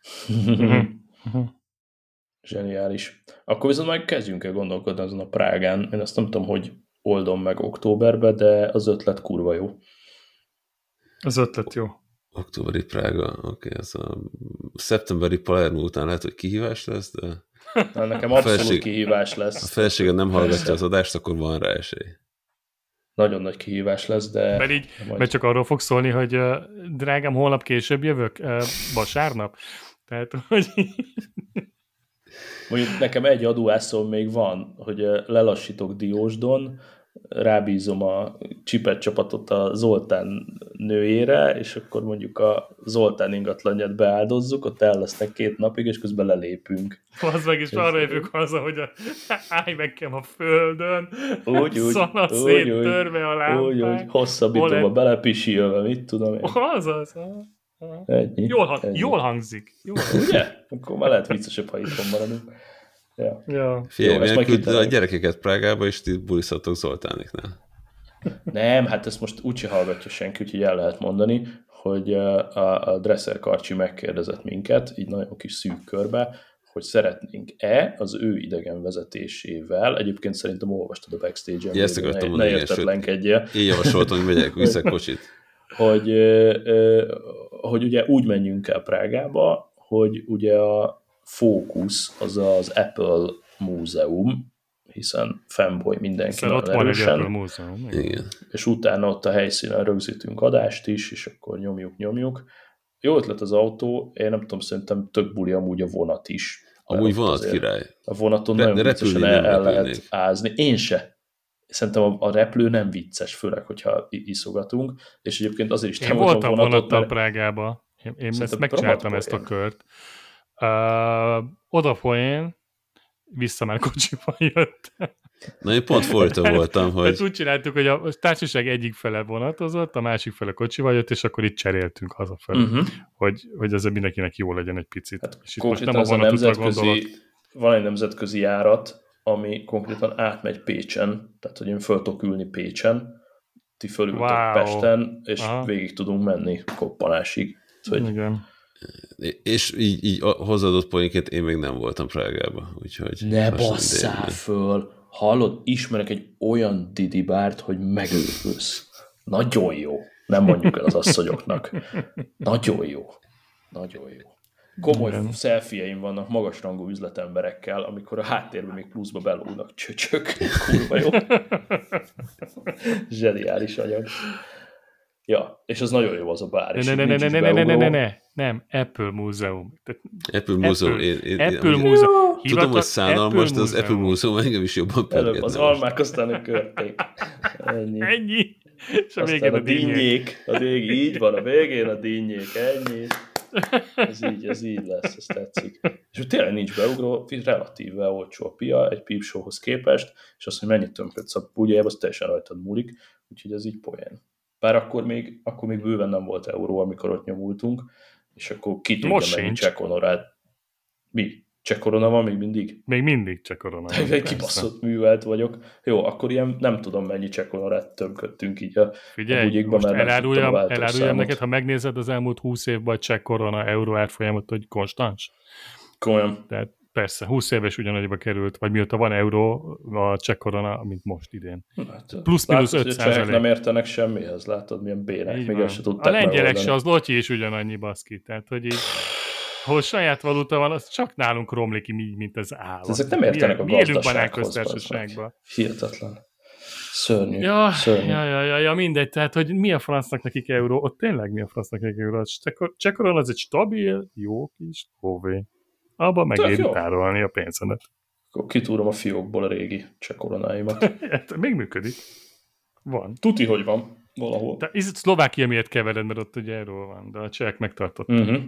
Zseniális. Akkor viszont majd kezdjünk el gondolkodni azon a Prágán. Én azt nem tudom, hogy oldom meg októberbe, de az ötlet kurva jó. Az ötlet jó. Októberi Prága, oké, okay, ez a szeptemberi Palermo után lehet, hogy kihívás lesz, de... Na, nekem abszolút felség... kihívás lesz. A feleséged nem hallgatja Persze. az adást, akkor van rá esély. Nagyon nagy kihívás lesz, de... Mert így, majd... mert csak arról fog szólni, hogy uh, drágám, holnap később jövök, uh, vasárnap. Tehát, hogy... Mondjuk nekem egy adóászom még van, hogy uh, lelassítok Diósdon, rábízom a csipet csapatot a Zoltán nőjére, és akkor mondjuk a Zoltán ingatlanját beáldozzuk, ott el lesznek két napig, és közben lelépünk. Az meg is arra jövök haza, hogy a, állj megkem a földön, úgy, úgy, szanat széttörve a lámpák. Úgy, úgy, hosszabbítom a belepisilve, mit tudom én. Az az. Ennyi, jól, hang, ennyi. jól hangzik. Jól hangzik. Ugye? Akkor már lehet viccesebb, ha itthon maradunk. Ja. Ja. Figyelj, küld a gyerekeket Prágába, és ti bulizhatok Zoltánéknál. Nem, hát ezt most úgyse hallgatja senki, úgyhogy el lehet mondani, hogy a, a Dresser Karcsi megkérdezett minket, így nagyon kis szűk körbe, hogy szeretnénk-e az ő idegen vezetésével, egyébként szerintem olvastad a backstage-en, ja, ezt akartam ne, ne értetlenkedjél. Én javasoltam, hogy megyek, viszek kocsit. hogy, hogy ugye úgy menjünk el Prágába, hogy ugye a fókusz az az Apple múzeum, hiszen fanboy mindenki nagyon erősen. Ott van egy Apple múzeum. Igen. És utána ott a helyszínen rögzítünk adást is, és akkor nyomjuk, nyomjuk. Jó ötlet az autó, én nem tudom, szerintem tök buli amúgy a vonat is. Amúgy vonat király. A vonaton Re- nagyon viccesen el, el lehet ázni. Én se. Szerintem a, a replő nem vicces, főleg, hogyha iszogatunk, és egyébként azért is én voltam vonattal Prágába. Én, én ezt megcsináltam ezt a kört. Uh, odapoén, vissza már kocsival jöttem. Na, én pont fordítva voltam, hogy... Mert úgy csináltuk, hogy a társaság egyik fele vonatozott, a másik fele kocsival jött, és akkor itt cseréltünk hazafelé, uh-huh. hogy, hogy ezzel mindenkinek jó legyen egy picit. Hát és itt most nem a vonatutra van egy nemzetközi járat, ami konkrétan átmegy Pécsen, tehát hogy én föl tudok ülni Pécsen, ti fölültök wow. Pesten, és Aha. végig tudunk menni koppanásig. Hogy... Igen. És így, így hozzáadott poénként én még nem voltam Prágában, úgyhogy... Ne basszál föl! Hallod, ismerek egy olyan Didi bárt, hogy megőrülsz. Nagyon jó. Nem mondjuk el az asszonyoknak. Nagyon jó. Nagyon jó. Komoly igen. Selfieim vannak magasrangú üzletemberekkel, amikor a háttérben még pluszba belógnak csöcsök. Kurva jó. Zseniális anyag. Ja, és az nagyon jó az a bár. Ne, ne, ne, ne, ne, ne, ne, ne, ne, nem, Apple Múzeum. Apple Múzeum. Apple, én, én, Apple Múzeum. Tudom, hogy szánalmas, de az Apple Múzeum engem is jobban pörgetne. Az almák, aztán a körték. Ennyi. Ennyi. És a aztán a dinnyék. A végén, így van, a végén a dinnyék. Ennyi. Ez így, ez így lesz, ez tetszik. És tényleg nincs beugró, relatíve olcsó a pia egy pípsóhoz képest, és azt, hogy mennyit tömködsz a bugyájába, az teljesen rajtad múlik, úgyhogy ez így poén. Bár akkor még, akkor még bőven nem volt euró, amikor ott nyomultunk, és akkor ki tudja mennyi csekkonorát. Mi? Csekkorona van még mindig? Még mindig csekkorona. Egy kibaszott művelt vagyok. Jó, akkor ilyen nem tudom mennyi csekkonorát tömködtünk így a, Figyelj, a bugyikba, mert eláruljam, eláruljam neked, ha megnézed az elmúlt húsz évben a csekkorona euró árfolyamot, hogy konstans? Komolyan. Tehát persze, húsz éves ugyanannyiba került, vagy mióta van euró a csekkorona, mint most idén. Hát, plusz-minusz öt százalék. Nem értenek semmihez, látod, milyen bének, még ezt se tudták a lengyelek se, az lotyi is ugyanannyi baszki, tehát hogy így ahol saját valuta van, az csak nálunk romlik így, mint az állat. Ezek nem értenek a gazdasághoz. Hihetetlen. Szörnyű. Ja, Szörnyű. Ja, ja, ja, ja, mindegy, tehát, hogy mi a francnak nekik euró, ott tényleg mi a francnak nekik euró. Csekkoron az egy stabil, jó kis hové. Abban megéri tárolni a pénzedet. Akkor kitúrom a fiókból a régi csekkoronáimat. Még működik. Van. Tuti, hogy van. Valahol. De ez Szlovákia miért kevered, mert ott ugye erről van, de a csehek megtartottak. Uh-huh.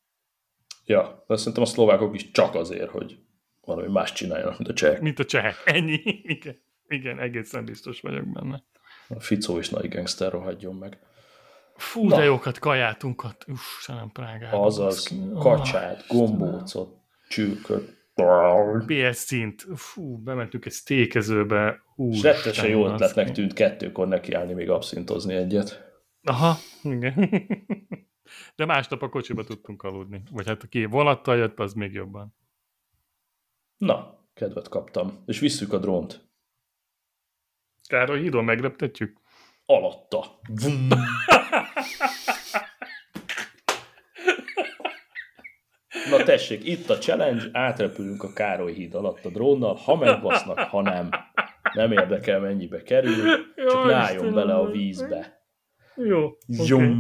Ja, de szerintem a szlovákok is csak azért, hogy valami más csináljanak, mint a csehek. Mint a csehek. Ennyi. Igen, igen, egészen biztos vagyok benne. A Ficó is nagy gangster, rohadjon meg. Fú, na. De jókat kajátunkat. Uff, se nem Prágában. Azaz, kacsát, gombócot, csülköt. pé es szint. Fú, bementünk egy sztékezőbe. És rettesen jó ötletnek tűnt kettőkor nekiállni még abszintozni egyet. Aha, igen. De másnap a kocsiba tudtunk aludni. Vagy hát aki vonattal jött, az még jobban. Na, kedvet kaptam. És visszük a drónt. Károly hídon megreptetjük? Alatta. Vum. Na tessék, itt a challenge, átrepülünk a Károly híd alatt a drónnal, ha megbasznak, ha nem. Nem érdekel, mennyibe kerül, csak ne álljon bele a vízbe. Jó, okay.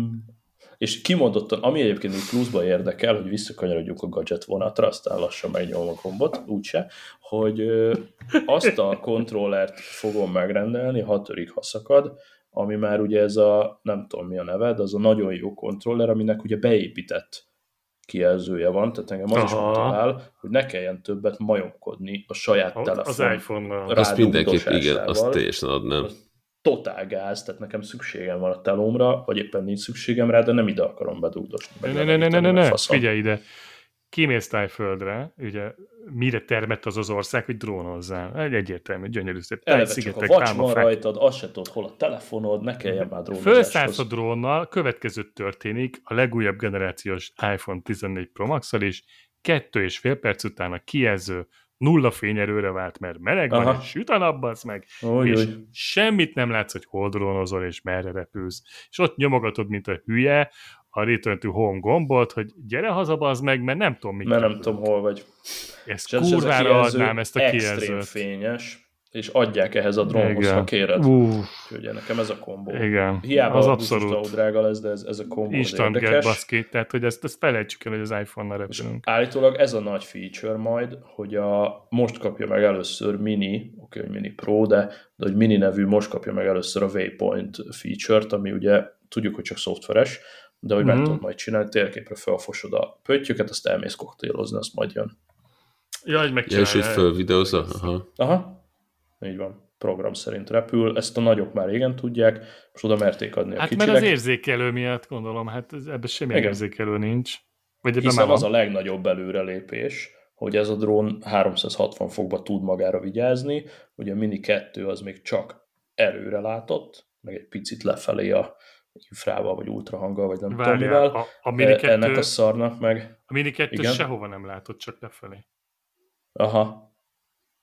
És kimondottan, ami egyébként még pluszban érdekel, hogy visszakanyarodjuk a gadget vonatra, aztán lassan megnyomom a gombot, úgyse, hogy ö, azt a kontrollert fogom megrendelni, ha törik, ha szakad, ami már ugye ez a, nem tudom mi a neved, az a nagyon jó kontroller, aminek ugye beépített kijelzője van, tehát engem az Aha. is motivál, hogy ne kelljen többet majomkodni a saját az telefon iPhone-nal. Azt mindenképp, igen, azt teljesen adnám. Totál gáz, tehát nekem szükségem van a telómra, vagy éppen nincs szükségem rá, de nem ide akarom bedugdosni. Ne, ne, ne, ne, ne, ne. Figyelj ide. Kimész Tájföldre, ugye mire termett az az ország, hogy drónozzál. Egy egyértelmű, gyönyörű szép. Eleve csak a vacs van rajtad, azt se tudod, hol a telefonod, ne kelljen már drónozáshoz. Fölszállsz a drónnal, következő történik, a legújabb generációs iPhone tizennégy Pro Max-al is, kettő és fél perc után a kijelző nulla fényerőre vált, mert meleg van, Aha. és süt a nap, az meg, Oly, és oly. semmit nem látsz, hogy hol drónozol, és merre repülsz. És ott nyomogatod, mint a hülye, a Return to Home gombot, hogy gyere haza, bazd meg, mert nem tudom, mit Mert nem tudom, hol vagy. Ezt kurvára adnám, ezt a kijelzőt. Extrém fényes, és adják ehhez a drónhoz, ha kéred. Uh. Úgyhogy nekem ez a kombó. Igen, hiába az abszolút drága lesz, de ez, ez a kombó instant get baszki, tehát hogy ezt, ezt felejtsük el, hogy az iPhone-nal repülünk. Állítólag ez a nagy feature majd, hogy a, most kapja meg először Mini, oké, hogy Mini Pro, de, de hogy Mini nevű most kapja meg először a Waypoint feature-t, ami ugye tudjuk, hogy csak szoftveres, de hogy mm-hmm. meg tudod majd csinálni, térképre felfosod a pöttyöket, azt elmész koktélozni, azt majd jön. Ja, hogy megcsinálja. Ja, és hogy fölvideózza? Aha. Aha. Így van. Program szerint repül. Ezt a nagyok már régen tudják, most oda merték adni a hát kicsinek. Hát mert az érzékelő miatt gondolom, hát ebben semmi érzékelő nincs. Vagy hiszen az a legnagyobb előrelépés, hogy ez a drón háromszázhatvan fokba tud magára vigyázni, ugye a Mini kettő az még csak előre látott, meg egy picit lefelé a infrával, vagy ultrahanggal, vagy nem tudom mivel. A, a Mini kettő, ennek a szarnak meg... A Mini kettő igen? Sehova nem látott, csak lefelé. Aha.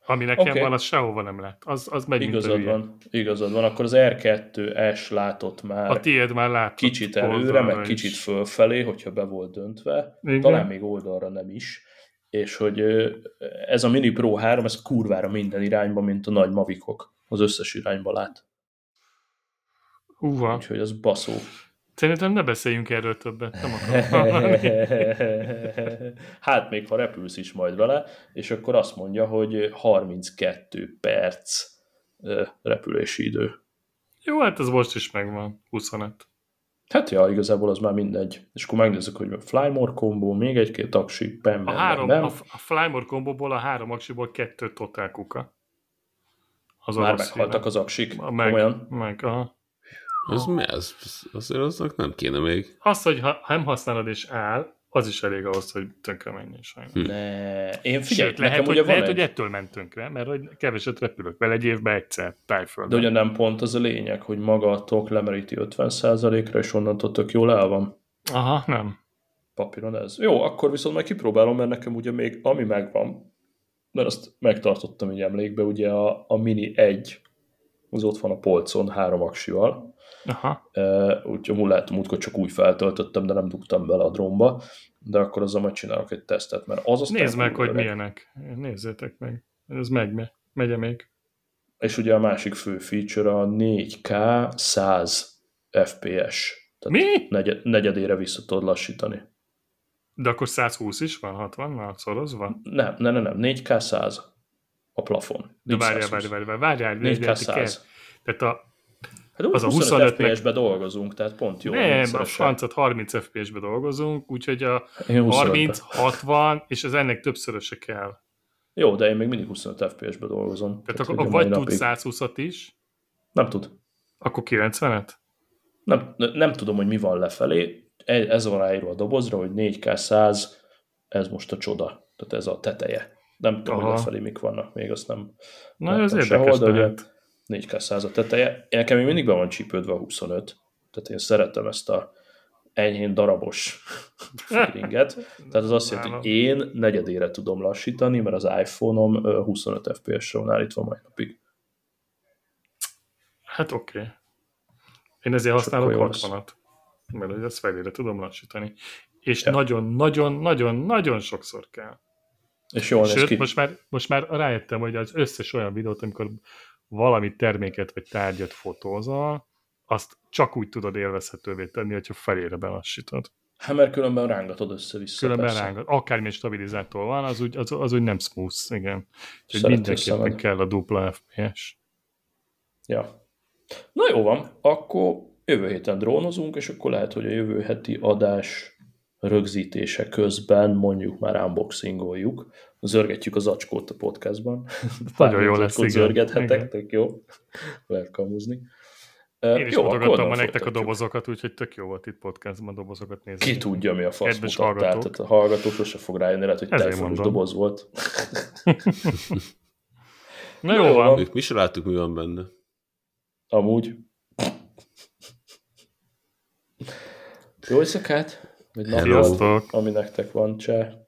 Ami nekem okay. van, az sehova nem lát. Az, az megy, igazad van, igazad van. Akkor az er kettő es látott már, a tiéd már látott kicsit előre, meg is. Kicsit fölfelé, hogyha be volt döntve. Igen. Talán még oldalra nem is. És hogy ez a Mini Pro három, ez kurvára minden irányba, mint a nagy Mavicok. Az összes irányba lát. Húha. Úgyhogy az baszó. Szerintem ne beszéljünk erről többet. Nem akarom. Hát még ha repülsz is majd vele, és akkor azt mondja, hogy harminckettő perc repülési idő. Jó, hát ez most is megvan. huszonöt. Hát ja, igazából az már mindegy. És akkor megnézzük, hogy Flymore kombó, még egy-két aksi, bam, bam, a, három, bam. a, a Flymore kombóból a három aksiból kettő totál kuka. Az már meghaltak híven. Az aksik. Meg, komolyan. meg, aha. Az mi ez? Azért aznak nem kéne még. Az, hogy ha nem használod és áll, az is elég ahhoz, hogy tönkre menjen sajnos. Hm. Ne. Én figyelj, Sőt, lehet, hogy, lehet egy... hogy ettől ment tönkre, mert hogy keveset repülök vele egy évben egyszer tájföldön. De ugye nem pont az a lényeg, hogy maga a tok lemeríti ötven százalékra, és onnantól tök jól el van. Aha, nem. Papíron ez. Jó, akkor viszont majd kipróbálom, mert nekem ugye még ami megvan, mert azt megtartottam így emlékbe, ugye a, a Mini egy, az ott van a polcon három aksival. Aha. Uh, úgyhogy múlát, múltkor csak úgy feltöltöttem, de nem dugtam bele a drónba, de akkor azzal majd csinálok egy tesztet, mert az aztán... Nézd meg, hogy öreg. Milyenek. Nézzétek meg. Ez megy, megy még. És ugye a másik fő feature a négy ká száz ef pé es. Tehát mi? Negyed, negyedére vissza tudod lassítani. De akkor száz húsz is van, hatvannal szorozva? Nem, nem, nem, nem. négy ká száz a plafon. De várjál, várjál, várjál, várjál. négy ká száz. Tehát a Hát az a huszonöt ef pé es-be dolgozunk, tehát pont jó. Nem, a francot harminc ef pé es-be dolgozunk, úgyhogy a harminc, hatvan, és az ennek többszöröse kell. Jó, de én még mindig huszonöt ef pé es-be dolgozom. Tehát, tehát akkor vagy tud száz húszat is? Nem tud. Akkor kilencvenet? Nem, nem tudom, hogy mi van lefelé. Ez van ráírva a dobozra, hogy négy ká száz, ez most a csoda. Tehát ez a teteje. Nem tudom, Aha. hogy lefelé mik vannak, még azt nem... Na, ez érdekes sehol, négy ká száz a teteje. Nekem még mindig be van csípődve a huszonöt. Tehát én szeretem ezt a enyhén darabos feelinget. Tehát az azt jelenti, hogy én negyedére tudom lassítani, mert az iPhone-om huszonöt ef pé es-re van állítva mai napig. Hát oké. Okay. Én ezért használok hatvanat. Mert hogy ezt felére tudom lassítani. És nagyon-nagyon-nagyon-nagyon ja. sokszor kell. És jól Sőt, ki. Most már, most már rájöttem, hogy az összes olyan videót, amikor valami terméket vagy tárgyat fotózol, azt csak úgy tudod élvezhetővé tenni, hogyha felére belassítod. Hát mert különben rángatod össze-vissza. Különben rángat. Akármilyen stabilizátor van, az úgy, az, az úgy nem smooth, igen. Úgyhogy mindenképpen szemed. Kell a dupla ef pé es. Ja. Na jó van, akkor jövő héten drónozunk, és akkor lehet, hogy a jövő heti adás rögzítése közben mondjuk már unboxingoljuk, zörgetjük az acskót a podcastban. Nagyon jó lesz, igen. Zörgethetek, tök jó. Lehet kamuzni. Én is jó, mutogattam ma nektek a dobozokat, úgyhogy tök jó volt itt podcastban dobozokat nézni. Ki tudja, mi a fasz mutattál. Tehát a hallgató sose fog rájönni, lehet, hogy tejfölös doboz volt. Na jó, jó van. Ők mi se láttuk, mi van benne. Amúgy. Jó éjszakát! Vagy napot, ami nektek van, cseh.